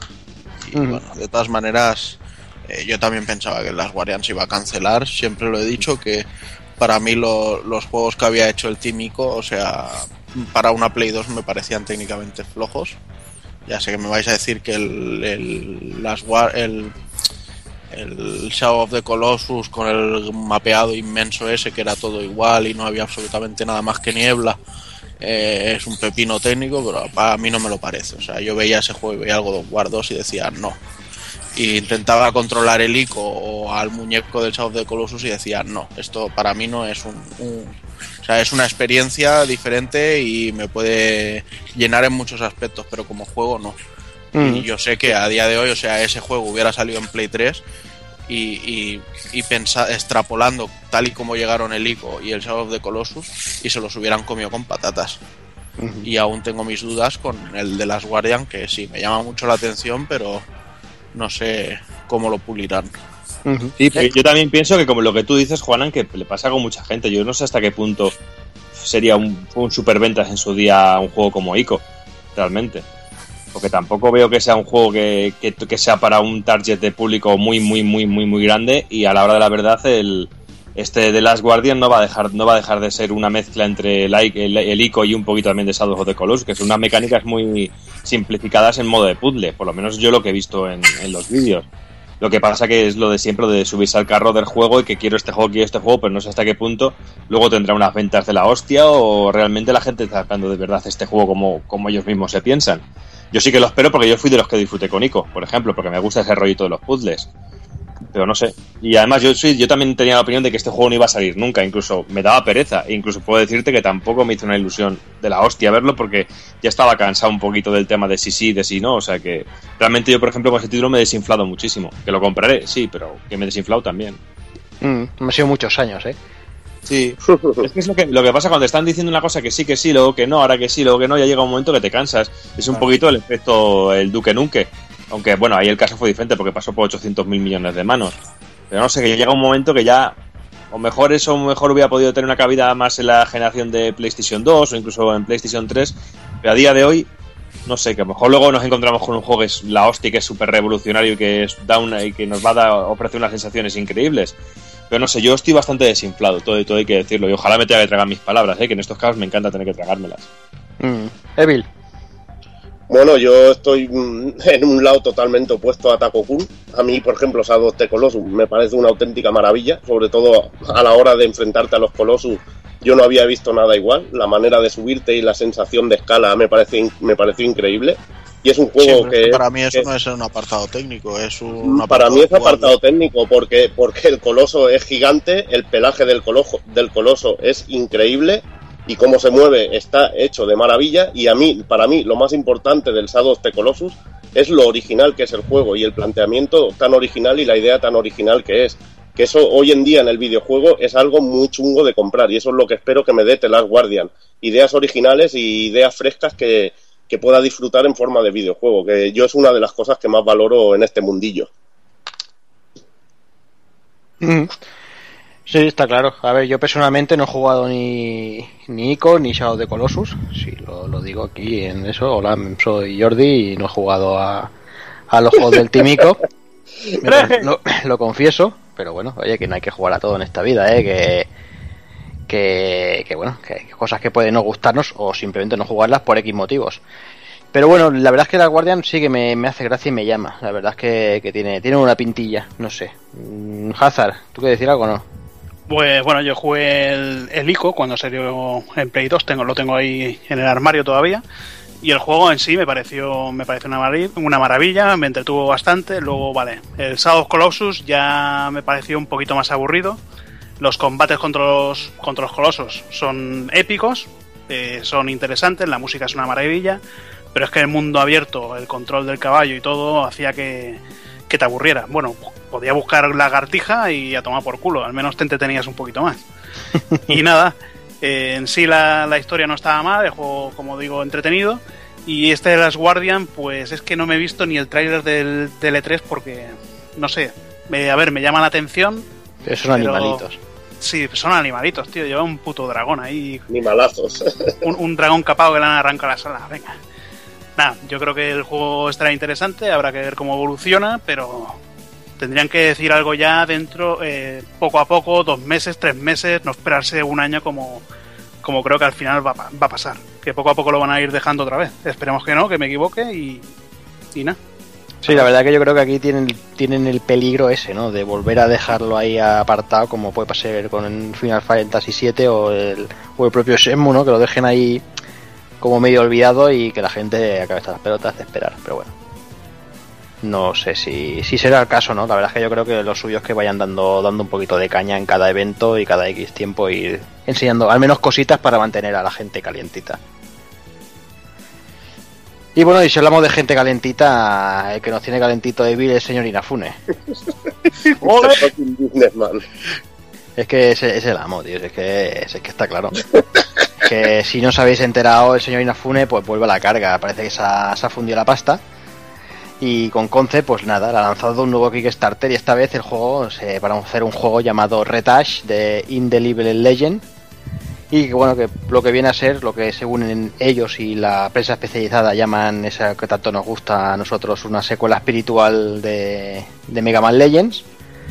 Y mm. bueno, de todas maneras, eh, yo también pensaba que Last Guardian se iba a cancelar, siempre lo he dicho, que para mí lo, los juegos que había hecho el Team Ico, o sea, para una Play dos me parecían técnicamente flojos. Ya sé que me vais a decir que el el, Last War, el, el Shadow of the Colossus con el mapeado inmenso ese, que era todo igual y no había absolutamente nada más que niebla, eh, es un pepino técnico, pero a mí no me lo parece. O sea, yo veía ese juego y veía algo de God of War dos y decía no. y intentaba controlar el Ico o al muñeco del Shadow of the Colossus y decía, no, esto para mí no es un, un... O sea, es una experiencia diferente y me puede llenar en muchos aspectos, pero como juego no. Mm. Y yo sé que a día de hoy, o sea, ese juego hubiera salido en Play tres y, y, y pensa, extrapolando tal y como llegaron el Ico y el Shadow of the Colossus y se los hubieran comido con patatas. Uh-huh. Y aún tengo mis dudas con el de Last Guardian, que sí, me llama mucho la atención, pero no sé cómo lo pulirán. Uh-huh. Sí, pero yo también pienso que como lo que tú dices, Juanan, que le pasa con mucha gente. Yo no sé hasta qué punto sería un, un superventas en su día un juego como Ico, realmente. Porque tampoco veo que sea un juego que, que, que sea para un target de público muy, muy, muy, muy, muy grande. Y a la hora de la verdad, el este The Last Guardian no va a dejar, no va a dejar de ser una mezcla entre el, el, el Ico y un poquito también de Shadow of the Colossus, que son unas mecánicas muy simplificadas en modo de puzzle. Por lo menos yo lo que he visto en, en los vídeos. Lo que pasa que es lo de siempre de subirse al carro del juego y que quiero este juego, quiero este juego, pero no sé hasta qué punto luego tendrá unas ventas de la hostia o realmente la gente está sacando de verdad este juego como, como ellos mismos se piensan. Yo sí que lo espero porque yo fui de los que disfruté con Ico, por ejemplo, porque me gusta ese rollito de los puzzles. Pero no sé. Y además yo sí, yo también tenía la opinión de que este juego no iba a salir nunca. Incluso me daba pereza. E incluso puedo decirte que tampoco me hizo una ilusión de la hostia verlo porque ya estaba cansado un poquito del tema de sí sí, de sí no. O sea que realmente yo, por ejemplo, con ese título me he desinflado muchísimo. Que lo compraré, sí, pero que me he desinflado también. Mm, me han sido muchos años, ¿eh? Sí. Es que es lo que, lo que pasa cuando están diciendo una cosa que sí, que sí, luego que no, ahora que sí, luego que no, ya llega un momento que te cansas. Es un poquito el efecto el Duke Nukem. Aunque, bueno, ahí el caso fue diferente porque pasó por ochocientos mil millones de manos. Pero no sé, que llega un momento que ya, o mejor eso, mejor hubiera podido tener una cabida más en la generación de PlayStation dos o incluso en PlayStation tres. Pero a día de hoy, no sé, que a lo mejor luego nos encontramos con un juego que es la hostia, que es súper revolucionario y que, es, da una, y que nos va a dar, ofrecer unas sensaciones increíbles. Pero no sé, yo estoy bastante desinflado, todo, todo hay que decirlo. Y ojalá me tenga que tragar mis palabras, ¿eh? Que en estos casos me encanta tener que tragármelas. Mm. Evil. Bueno, yo estoy en un lado totalmente opuesto a Taco-kun. A mí, por ejemplo, Shadow of the Colossus me parece una auténtica maravilla, sobre todo a la hora de enfrentarte a los Colossus. Yo no había visto nada igual. La manera de subirte y la sensación de escala me parece me pareció increíble. Y es un juego sí, que... Para mí eso que, no es un apartado técnico, es un... Para mí es apartado técnico porque, porque el coloso es gigante, el pelaje del coloso, del coloso es increíble y cómo se mueve está hecho de maravilla. Y a mí, para mí, lo más importante del Shadow of the Colossus es lo original que es el juego y el planteamiento tan original y la idea tan original que es. Que eso hoy en día en el videojuego es algo muy chungo de comprar y eso es lo que espero que me dé The Last Guardian. Ideas originales y ideas frescas que... que pueda disfrutar en forma de videojuego, que yo es una de las cosas que más valoro en este mundillo. Mm. Sí, está claro. A ver, yo personalmente no he jugado ni, ni Ico ni Shadow of the Colossus, sí, lo, lo digo aquí en eso. Hola, soy Jordi y no he jugado a, a los juegos del Team Ico. Me, lo, lo confieso, pero bueno, oye, que no hay que jugar a todo en esta vida, ¿eh? Que... Que, que bueno, que hay cosas que pueden no gustarnos o simplemente no jugarlas por X motivos. Pero bueno, la verdad es que la Guardian sí que me, me hace gracia y me llama. La verdad es que, que tiene, tiene una pintilla, no sé. Hazard, ¿tú quieres decir algo o no? Pues bueno, yo jugué el, el Ico cuando salió en Play dos, tengo, lo tengo ahí en el armario todavía. Y el juego en sí me pareció me pareció una, marav- una maravilla, me entretuvo bastante. Luego, vale, el Shadow of Colossus ya me pareció un poquito más aburrido. Los combates contra los, contra los colosos son épicos, eh, son interesantes, la música es una maravilla, pero es que el mundo abierto, el control del caballo y todo hacía que, que te aburriera. Bueno, podía buscar lagartija y a tomar por culo, al menos te entretenías un poquito más. Y nada, eh, en sí la, la historia no estaba mal, el juego, como digo, entretenido. Y este de Last Guardian, pues es que no me he visto ni el tráiler del, del E tres porque, no sé, me, a ver, me llama la atención. Pero son pero... animalitos. Sí, son animalitos, tío. Lleva un puto dragón ahí. Animalazos. Un, un dragón capado que le han arrancado las alas. Venga. Nada, yo creo que el juego estará interesante. Habrá que ver cómo evoluciona, pero tendrían que decir algo ya dentro, eh, poco a poco, dos meses, tres meses, no esperarse un año como, como creo que al final va, va a pasar. Que poco a poco lo van a ir dejando otra vez. Esperemos que no, que me equivoque y, y nada. Sí, la verdad que yo creo que aquí tienen, tienen el peligro ese, ¿no? De volver a dejarlo ahí apartado, como puede pasar con Final Fantasy siete o el, o el propio Shenmue, ¿no? Que lo dejen ahí como medio olvidado y que la gente acabe hasta las pelotas de esperar, pero bueno. no sé si, si será el caso, ¿no? La verdad es que yo creo que lo suyo es que vayan dando, dando un poquito de caña en cada evento y cada X tiempo ir enseñando al menos cositas para mantener a la gente calientita. Y bueno, y si hablamos de gente calentita, el que nos tiene calentito de Bill es el señor Inafune. Es que es, es el amo, tío, es que, es que está claro. Que si no os habéis enterado, el señor Inafune pues vuelve a la carga, parece que se ha, se ha fundido la pasta. Y con Conce, pues nada, le ha lanzado un nuevo Kickstarter y esta vez el juego, se, para hacer un juego llamado Retash de Indelible Legend. Y que bueno, que lo que viene a ser, lo que según ellos y la prensa especializada llaman, esa que tanto nos gusta a nosotros, una secuela espiritual de, de Mega Man Legends.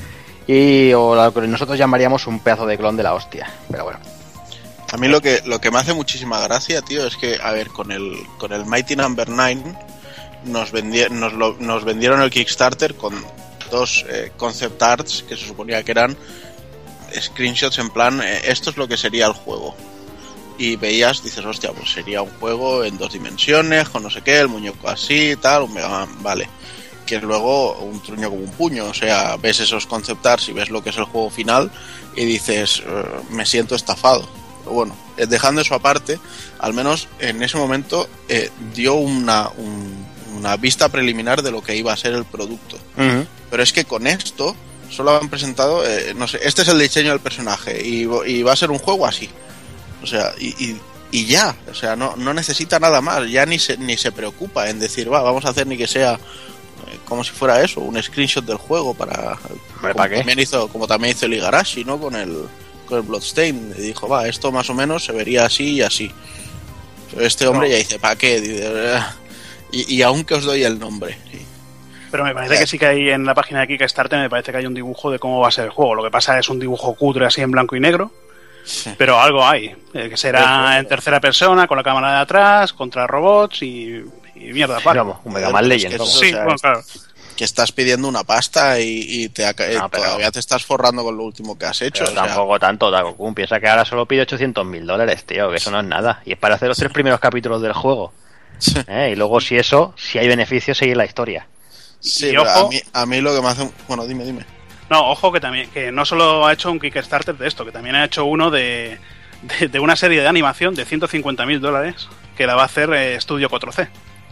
Y o lo que nosotros llamaríamos un pedazo de clon de la hostia, pero bueno. A mí lo que lo que me hace muchísima gracia, tío, es que, a ver, con el con el Mighty Number nueve nos, vendi- nos, lo, nos vendieron el Kickstarter con dos eh, concept arts que se suponía que eran screenshots en plan, eh, esto es lo que sería el juego. Y veías, dices, hostia, pues sería un juego en dos dimensiones, con no sé qué, el muñeco así, tal, un Mega Man, vale. Que luego un truño como un puño, o sea, ves esos concept arts y ves lo que es el juego final y dices, uh, me siento estafado. Pero bueno, eh, dejando eso aparte, al menos en ese momento eh, dio una, un, una vista preliminar de lo que iba a ser el producto. Uh-huh. Pero es que con esto solo han presentado, eh, no sé, este es el diseño del personaje y, y va a ser un juego así. O sea, y, y, y ya, o sea, no, no necesita nada más, ya ni se, ni se preocupa en decir, va, vamos a hacer ni que sea como si fuera eso, un screenshot del juego para... ¿Para como qué? También hizo, como también hizo el Igarashi, ¿no? Con el, con el Bloodstain. Y dijo, va, esto más o menos se vería así y así. Pero este hombre no. Ya dice, ¿para qué? Y, y aún que os doy el nombre. Sí. Pero me parece que sí que hay en la página de Kickstarter, me parece que hay un dibujo de cómo va a ser el juego. Lo que pasa es un dibujo cutre así en blanco y negro. Sí. Pero algo hay, eh, que será en tercera persona, con la cámara de atrás, contra robots y... Y mierda, para. Vamos, un Mega Man Legend. Es que eso, sí, o sea, bueno, claro. Que estás pidiendo una pasta y, y te, no, pero, todavía te estás forrando con lo último que has hecho. Pero o tampoco sea... tanto, Dagoku. Piensa que ahora solo pide ochocientos mil dólares, tío, que eso no es nada. Y es para hacer los tres primeros capítulos del juego. Sí. ¿Eh? Y luego, si eso, si hay beneficio, seguir la historia. Sí, pero ojo, a, mí, a mí lo que me hace... Bueno, dime, dime. No, ojo, que también que no solo ha hecho un Kickstarter de esto, que también ha hecho uno de, de, de una serie de animación de ciento cincuenta mil dólares que la va a hacer eh, Studio cuatro C.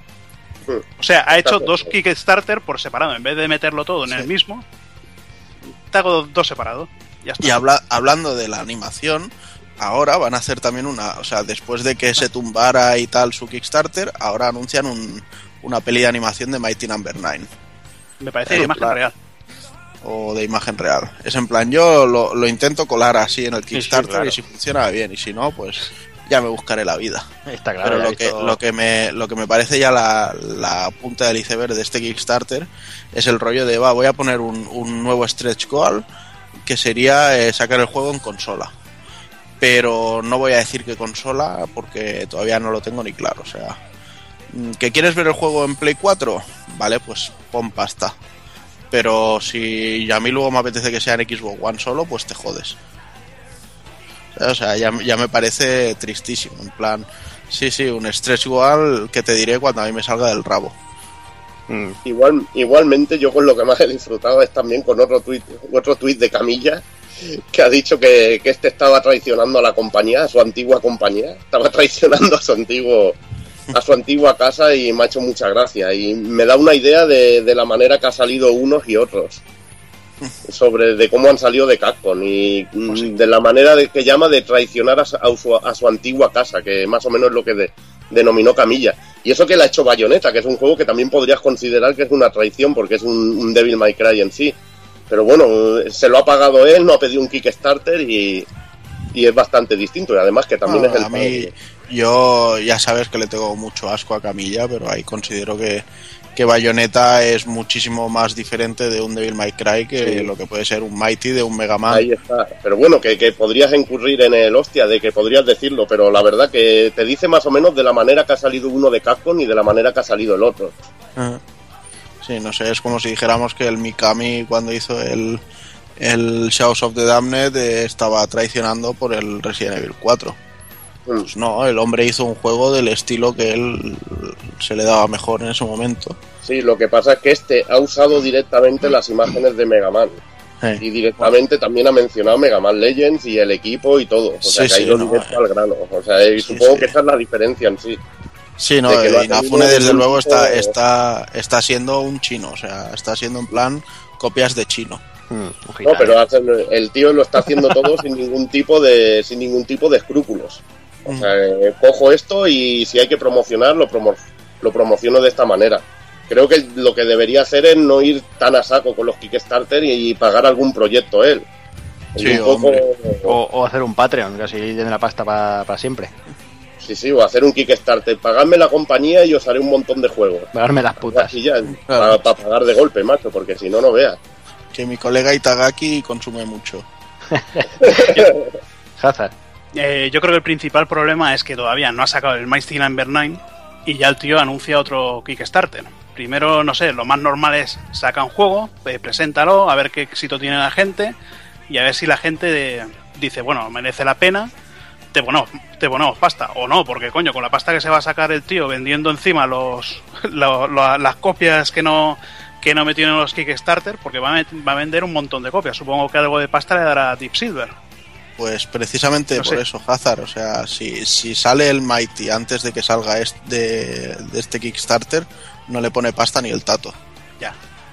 O sea, ha hecho dos Kickstarter por separado. En vez de meterlo todo en sí. el mismo, te hago dos separados. Ya está. Y habla, hablando de la animación, ahora van a hacer también una... O sea, después de que se tumbara y tal su Kickstarter, ahora anuncian un, una peli de animación de Mighty Number nueve. Me parece de imagen plan, real. O de imagen real. Es en plan, yo lo, lo intento colar así en el Kickstarter, sí, sí, claro. Y si funciona bien, y si no, pues... ya me buscaré la vida. Está claro. Pero lo que, visto... lo que me lo que me parece ya la, la punta del iceberg de este Kickstarter es el rollo de, va, voy a poner un, un nuevo stretch goal que sería eh, sacar el juego en consola. Pero no voy a decir qué consola porque todavía no lo tengo ni claro. O sea, ¿que quieres ver el juego en Play cuatro? Vale, pues pon pasta. Pero si a mí luego me apetece que sea en Xbox One solo, pues te jodes. O sea, ya, ya me parece tristísimo. En plan, sí, sí, un stretch goal que te diré cuando a mí me salga del rabo. Mm. Igual, igualmente, yo con lo que más he disfrutado es también con otro tuit, otro tuit de Camilla, que ha dicho que, que este estaba traicionando a la compañía, a su antigua compañía. Estaba traicionando a su antiguo, a su antigua casa y me ha hecho mucha gracia. Y me da una idea de, de la manera que ha salido unos y otros. Sobre de cómo han salido de Capcom y pues sí. de la manera de que llama de traicionar a su, a, su, a su antigua casa, que más o menos es lo que de, denominó Camilla. Y eso que le ha hecho Bayonetta, que es un juego que también podrías considerar que es una traición porque es un, un Devil May Cry en sí. Pero bueno, se lo ha pagado él, no ha pedido un Kickstarter y, y es bastante distinto. Y además que también no, es el... A mí, yo ya sabes que le tengo mucho asco a Camilla, pero ahí considero que que Bayonetta es muchísimo más diferente de un Devil May Cry que sí. lo que puede ser un Mighty de un Mega Man. Ahí está. Pero bueno, que, que podrías incurrir en el hostia de que podrías decirlo, pero la verdad que te dice más o menos de la manera que ha salido uno de Capcom y de la manera que ha salido el otro. Uh-huh. Sí, no sé, es como si dijéramos que el Mikami cuando hizo el, el Shadows of the Damned eh, estaba traicionando por el Resident Evil cuatro. Mm. Pues no, el hombre hizo un juego del estilo que él se le daba mejor en ese momento. Sí, lo que pasa es que este ha usado directamente las imágenes de Mega Man. Sí. Y directamente también ha mencionado Mega Man Legends y el equipo y todo. O sea, sí, que ha ido sí, directo no, al grano. O sea, sí, supongo sí. que esa es la diferencia en sí. Sí, no, Inafune desde luego está, está, está siendo un chino. O sea, está siendo en plan copias de chino. Hmm, no, pero el tío lo está haciendo todo sin ningún tipo de sin ningún tipo de escrúpulos. O sea, eh, cojo esto y si hay que promocionar, lo, promo lo promociono de esta manera. Creo que lo que debería hacer es no ir tan a saco con los Kickstarter y, y pagar algún proyecto él. Sí, un poco... o, o hacer un Patreon, que así tiene la pasta para pa siempre. Sí, sí, o hacer un Kickstarter. Pagadme la compañía y os haré un montón de juegos. Pagarme las putas. Así ya, claro. Para pa pagar de golpe, macho, porque si no, no veas. Que mi colega Itagaki consume mucho. Hazard. Eh, yo creo que el principal problema es que todavía no ha sacado el Mighty Number nueve y ya el tío anuncia otro Kickstarter. Primero, no sé, lo más normal es saca un juego, eh, preséntalo, a ver qué éxito tiene la gente y a ver si la gente de, dice, bueno, merece la pena, te ponemos, te ponemos pasta o no, porque coño, con la pasta que se va a sacar el tío vendiendo encima los, lo, lo, las copias que no que no metió en los Kickstarter, porque va a, va a vender un montón de copias. Supongo que algo de pasta le dará a Deep Silver. Pues precisamente no por sé. eso, Hazard, o sea, si, si sale el Mighty antes de que salga este, de, de este Kickstarter, no le pone pasta ni el tato. Ya.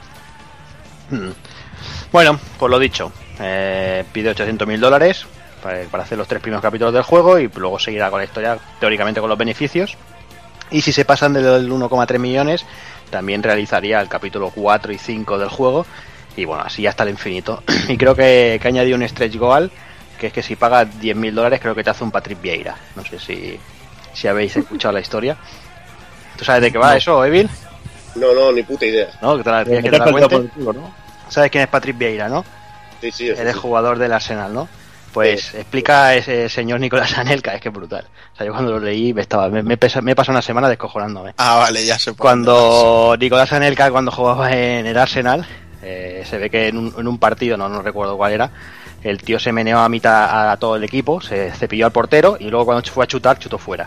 Hmm. Bueno, pues lo dicho, eh, pide ochocientos mil dólares para, para hacer los tres primeros capítulos del juego y luego seguirá con la historia, teóricamente con los beneficios. Y si se pasan del uno coma tres millones, también realizaría el capítulo cuatro y cinco del juego. Y bueno, así hasta el infinito. Y creo que, que añadió un stretch goal, que es que si pagas diez mil dólares creo que te hace un Patrick Vieira. No sé si, si habéis escuchado la historia. ¿Tú sabes de qué va no. eso, Evil? No, no, ni puta idea. No, que te la, que te la cuente. Culo, ¿no? ¿Sabes quién es Patrick Vieira, no? Sí, sí. Eres sí. jugador del Arsenal, ¿no? Pues sí. Explica a ese señor Nicolás Anelka, es que es brutal. O sea, yo cuando lo leí me estaba me, me, pesa, me pasó una semana descojonándome. Ah, vale, ya sé. Cuando Nicolás Anelka, cuando jugaba en el Arsenal, eh, se ve que en un, en un partido, no, no recuerdo cuál era, el tío se meneó a mitad a, a todo el equipo, se cepilló al portero y luego cuando fue a chutar, chutó fuera.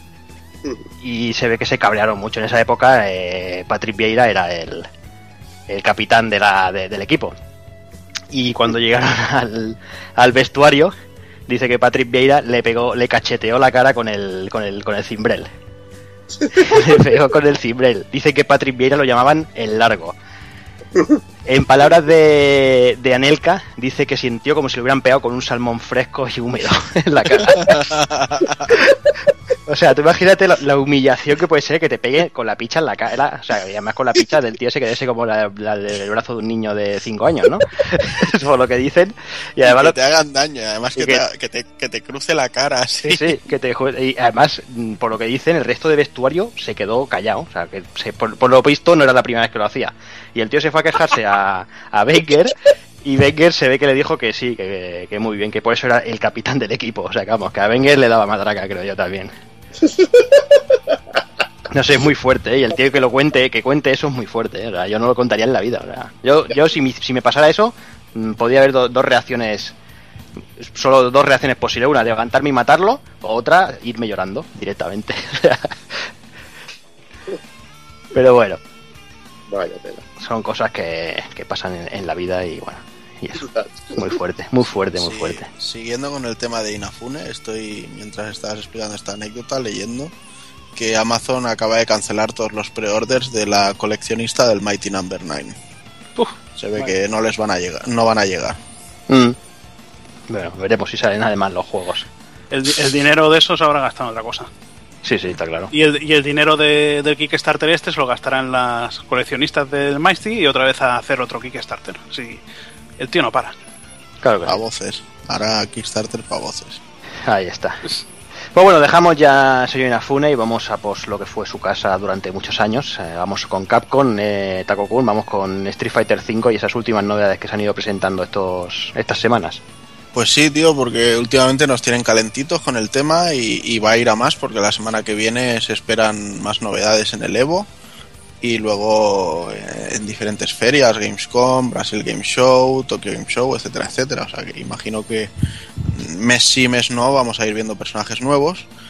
Y se ve que se cabrearon mucho. En esa época eh, Patrick Vieira era el, el capitán de la, de, del equipo. Y cuando llegaron al, al vestuario, dice que Patrick Vieira le pegó, le cacheteó la cara con el, con el, con el cimbrel. Le pegó con el cimbrel. Dice que Patrick Vieira lo llamaban el largo. En palabras de, de Anelka, dice que sintió como si le hubieran pegado con un salmón fresco y húmedo en la cara. O sea, tú imagínate la, la humillación que puede ser que te pegue con la picha en la cara. O sea, y además con la picha del tío se quedase como la, la del brazo de un niño de cinco años, ¿no? Es por lo que dicen. Y además y que lo, te hagan daño, además que, que, te, que, te, que te cruce la cara así. Sí, sí, que te, y además, por lo que dicen, el resto de vestuario se quedó callado. O sea, que se, por, por lo visto no era la primera vez que lo hacía. Y el tío se fue a quejarse a, a Baker. Y Wenger se ve que le dijo que sí, que, que muy bien, que por eso era el capitán del equipo. O sea, que vamos, que a Wenger le daba matraca, creo yo también. No sé, es muy fuerte, ¿eh? Y el tío que lo cuente, que cuente eso es muy fuerte, ¿eh? O sea, yo no lo contaría en la vida. O sea, yo, yo si, mi, si me pasara eso, mmm, podría haber do, dos reacciones, solo dos reacciones posibles. Una, levantarme y matarlo, o otra, irme llorando directamente. Pero bueno. Vaya tela. Son cosas que, que pasan en, en la vida y bueno, y eso. Muy fuerte, muy fuerte, muy sí, fuerte. Siguiendo con el tema de Inafune, estoy, mientras estabas explicando esta anécdota, leyendo que Amazon acaba de cancelar todos los pre-orders de la coleccionista del Mighty Number nueve. Uf, Se ve vale. que no les van a llegar, no van a llegar. Mm. Bueno, veremos si salen además los juegos. El, el dinero de eso se habrá gastado en otra cosa. Sí, sí, está claro. Y el, y el dinero de, del Kickstarter este se lo gastarán las coleccionistas del Mighty y otra vez a hacer otro Kickstarter. Sí, el tío no para. Claro que pa' voces. Hará Kickstarter para voces. Ahí está. Pues bueno, dejamos ya Seiyuu Inafune y vamos a pues lo que fue su casa durante muchos años. Eh, vamos con Capcom, eh, Tako-kun, vamos con Street Fighter cinco y esas últimas novedades que se han ido presentando estos estas semanas. Pues sí, tío, porque últimamente nos tienen calentitos con el tema y, y va a ir a más porque la semana que viene se esperan más novedades en el Evo y luego eh, en diferentes ferias, Gamescom, Brasil Game Show, Tokyo Game Show, etcétera, etcétera. O sea que imagino que mes sí, mes no vamos a ir viendo personajes nuevos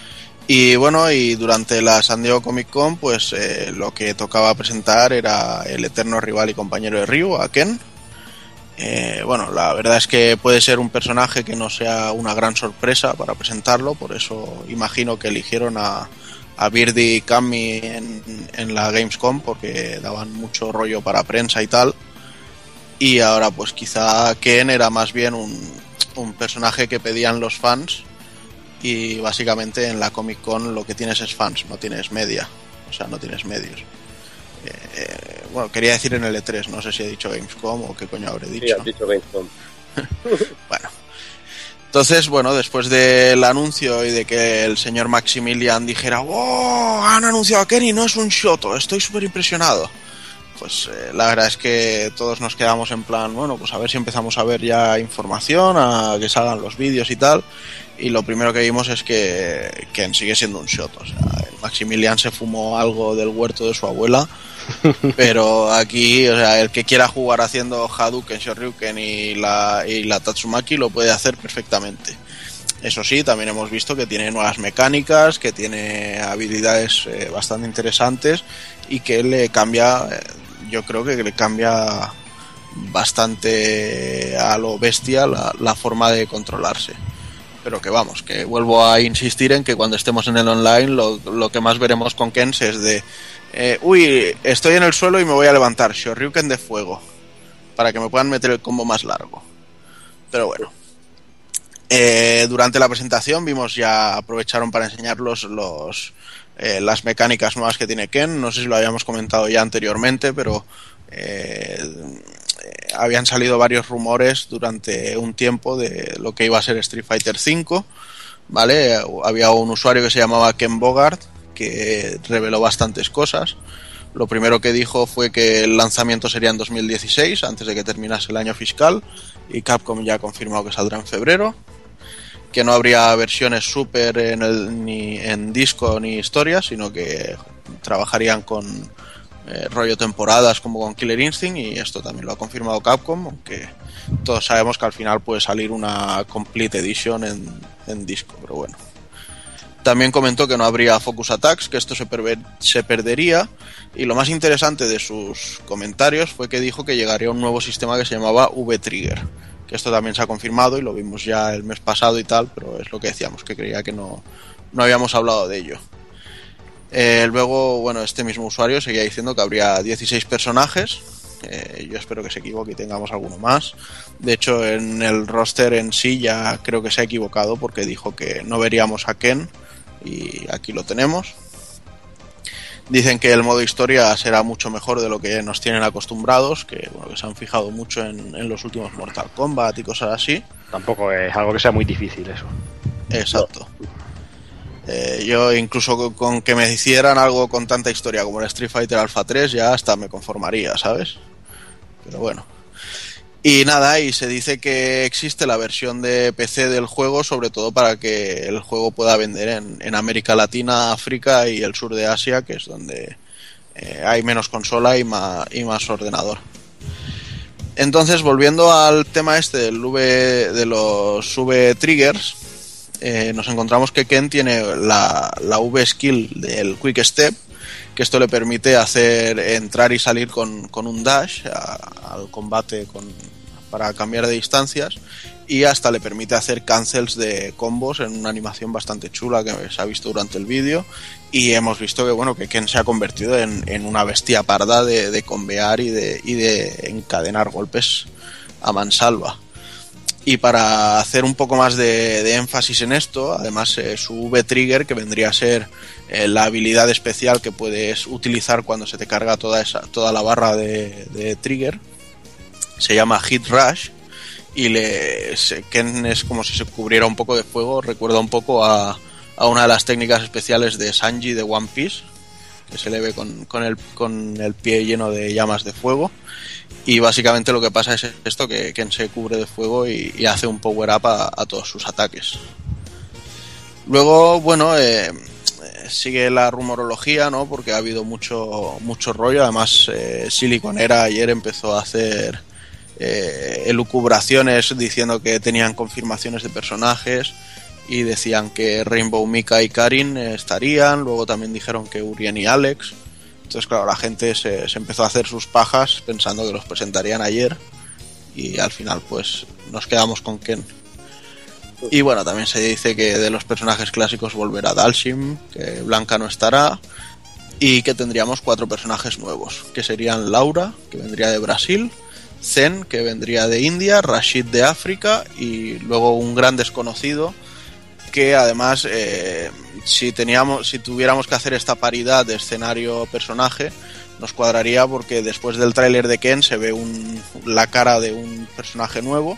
Y bueno, y durante la San Diego Comic Con, pues eh, lo que tocaba presentar era el eterno rival y compañero de Ryu, a Ken. Eh, bueno, la verdad es que puede ser un personaje que no sea una gran sorpresa para presentarlo, por eso imagino que eligieron a, a Birdie y Cammy en, en la Gamescom, porque daban mucho rollo para prensa y tal. Y ahora pues quizá Ken era más bien un, un personaje que pedían los fans. Y básicamente en la Comic Con lo que tienes es fans, no tienes media, o sea, no tienes medios. Eh, eh, bueno, quería decir en el E tres, no sé si he dicho Gamescom o qué coño habré dicho. Sí, has dicho Gamescom. Bueno, entonces, bueno, después del anuncio y de que el señor Maximilian dijera ¡oh! Han anunciado a Kenny, no es un shoto, estoy súper impresionado. Pues eh, la verdad es que todos nos quedamos en plan, bueno, pues a ver si empezamos a ver ya información, a que salgan los vídeos y tal. Y lo primero que vimos es que Ken sigue siendo un shot. O sea, el Maximilian se fumó algo del huerto de su abuela. Pero aquí, o sea, el que quiera jugar haciendo Hadouken, Shoryuken y la, y la Tatsumaki lo puede hacer perfectamente. Eso sí, también hemos visto que tiene nuevas mecánicas, que tiene habilidades eh, bastante interesantes y que le cambia, eh, yo creo que le cambia bastante a lo bestia la, la forma de controlarse. Pero que vamos, que vuelvo a insistir en que cuando estemos en el online lo, lo que más veremos con Ken es de eh, uy, estoy en el suelo y me voy a levantar, Shoryuken de fuego, para que me puedan meter el combo más largo. Pero bueno, eh, durante la presentación vimos ya, aprovecharon para enseñar los, los, eh, las mecánicas nuevas que tiene Ken. No sé si lo habíamos comentado ya anteriormente, pero eh, habían salido varios rumores durante un tiempo de lo que iba a ser Street Fighter cinco, ¿vale? Había un usuario que se llamaba Ken Bogart que reveló bastantes cosas. Lo primero que dijo fue que el lanzamiento sería en dos mil dieciséis, antes de que terminase el año fiscal, y Capcom ya ha confirmado que saldrá en febrero, que no habría versiones Super en el, ni en disco ni historia, sino que trabajarían con Eh, rollo temporadas como con Killer Instinct, y esto también lo ha confirmado Capcom, aunque todos sabemos que al final puede salir una Complete Edition en, en disco, pero bueno. También comentó que no habría Focus Attacks, que esto se, perver- se perdería, y lo más interesante de sus comentarios fue que dijo que llegaría un nuevo sistema que se llamaba V-Trigger, que esto también se ha confirmado y lo vimos ya el mes pasado y tal, pero es lo que decíamos, que creía que no, no habíamos hablado de ello. Eh, luego, bueno, este mismo usuario seguía diciendo que habría dieciséis personajes. Eh, yo espero que se equivoque y tengamos alguno más. De hecho, en el roster en sí ya creo que se ha equivocado, porque dijo que no veríamos a Ken, y aquí lo tenemos. Dicen que el modo historia será mucho mejor de lo que nos tienen acostumbrados, que, bueno, que se han fijado mucho en, en los últimos Mortal Kombat y cosas así. Tampoco es algo que sea muy difícil eso. Exacto. No. Eh, yo incluso con, con que me hicieran algo con tanta historia como el Street Fighter Alpha tres ya hasta me conformaría, ¿sabes? Pero bueno. Y nada, y se dice que existe la versión de P C del juego, sobre todo para que el juego pueda vender en, en América Latina, África y el sur de Asia, que es donde eh, hay menos consola y más, y más ordenador. Entonces, volviendo al tema este del V, de los V-Triggers, Eh, nos encontramos que Ken tiene la, la V-Skill del Quick Step, que esto le permite hacer entrar y salir con, con un dash a, al combate con, para cambiar de distancias, y hasta le permite hacer cancels de combos en una animación bastante chula que se ha visto durante el vídeo, y hemos visto que bueno que Ken se ha convertido en, en una bestia parda de, de combear y de, y de encadenar golpes a mansalva. Y para hacer un poco más de, de énfasis en esto, además eh, su V-Trigger, que vendría a ser eh, la habilidad especial que puedes utilizar cuando se te carga toda esa toda la barra de, de trigger, se llama Hit Rush, y le, se, Ken es como si se cubriera un poco de fuego. Recuerda un poco a, a una de las técnicas especiales de Sanji de One Piece, que se le ve con, con, el, con el pie lleno de llamas de fuego. Y básicamente lo que pasa es esto, que Ken se cubre de fuego y, y hace un power up a, a todos sus ataques. Luego, bueno, eh, sigue la rumorología, ¿no? Porque ha habido mucho mucho rollo. Además, eh, Siliconera ayer empezó a hacer eh, elucubraciones diciendo que tenían confirmaciones de personajes, y decían que Rainbow, Mika y Karin estarían, luego también dijeron que Urien y Alex. Entonces claro, la gente se, se empezó a hacer sus pajas pensando que los presentarían ayer y al final pues nos quedamos con Ken. Y bueno, también se dice que de los personajes clásicos volverá Dalsim, que Blanca no estará y que tendríamos cuatro personajes nuevos, que serían Laura, que vendría de Brasil, Zen, que vendría de India, Rashid de África y luego un gran desconocido que además eh, si teníamos si tuviéramos que hacer esta paridad de escenario-personaje nos cuadraría porque después del tráiler de Ken se ve un, la cara de un personaje nuevo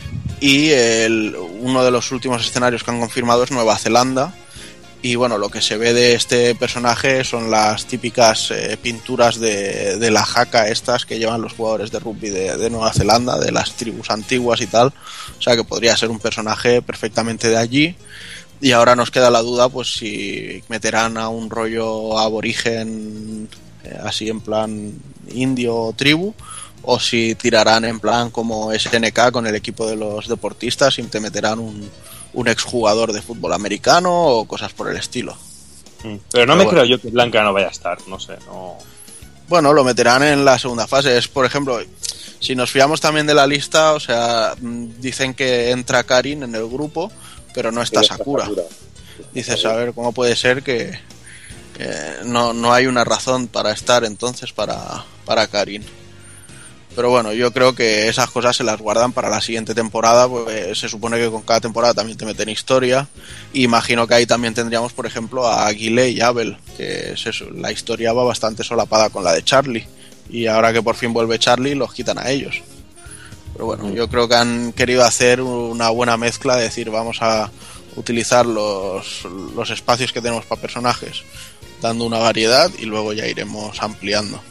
y el, uno de los últimos escenarios que han confirmado es Nueva Zelanda. Y bueno, lo que se ve de este personaje son las típicas eh, pinturas de, de la jaca estas que llevan los jugadores de rugby de, de Nueva Zelanda, de las tribus antiguas y tal. O sea que podría ser un personaje perfectamente de allí. Y ahora nos queda la duda pues si meterán a un rollo aborigen eh, así en plan indio o tribu, o si tirarán en plan como S N K con el equipo de los deportistas y te meterán un... un exjugador de fútbol americano o cosas por el estilo. Pero no Pero me bueno. creo yo que Blanca no vaya a estar, no sé, no... Bueno, lo meterán en la segunda fase. Es, por ejemplo, si nos fiamos también de la lista, o sea, dicen que entra Karin en el grupo, pero no está Sakura. Dices, a ver, ¿cómo puede ser que eh, no, no hay una razón para estar entonces para, para Karin? Pero bueno, yo creo que esas cosas se las guardan para la siguiente temporada, pues se supone que con cada temporada también te meten historia. Y imagino que ahí también tendríamos, por ejemplo, a Aguile y Abel, que es eso, la historia va bastante solapada con la de Charlie. Y ahora que por fin vuelve Charlie, los quitan a ellos. Pero bueno, yo creo que han querido hacer una buena mezcla, de decir, vamos a utilizar los, los espacios que tenemos para personajes, dando una variedad y luego ya iremos ampliando.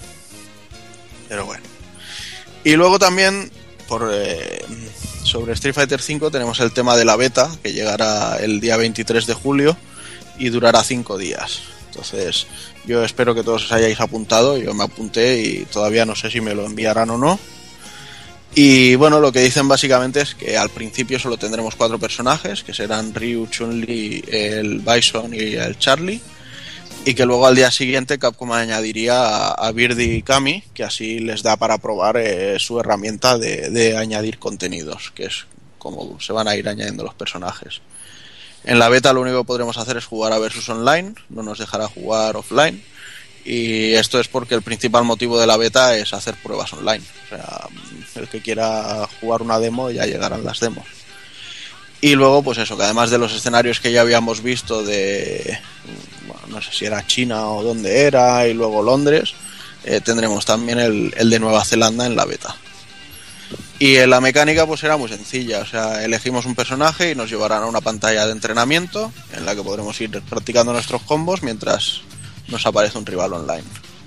Pero bueno. Y luego también por eh, sobre Street Fighter cinco tenemos el tema de la beta, que llegará el día veintitrés de julio y durará cinco días. Entonces yo espero que todos os hayáis apuntado. Yo me apunté y todavía no sé si me lo enviarán o no. Y bueno, lo que dicen básicamente es que al principio solo tendremos cuatro personajes, que serán Ryu, Chun-Li, el Bison y el Charlie. Y que luego al día siguiente Capcom añadiría a Birdie y Kami, que así les da para probar eh, su herramienta de, de añadir contenidos, que es como se van a ir añadiendo los personajes. En la beta lo único que podremos hacer es jugar a versus online, no nos dejará jugar offline. Y esto es porque el principal motivo de la beta es hacer pruebas online. O sea, el que quiera jugar una demo ya llegarán las demos. Y luego pues eso, que además de los escenarios que ya habíamos visto de... Bueno, no sé si era China o dónde era, y luego Londres, eh, tendremos también el, el de Nueva Zelanda en la beta. Y en la mecánica pues era muy sencilla, o sea, elegimos un personaje y nos llevarán a una pantalla de entrenamiento en la que podremos ir practicando nuestros combos mientras nos aparece un rival online.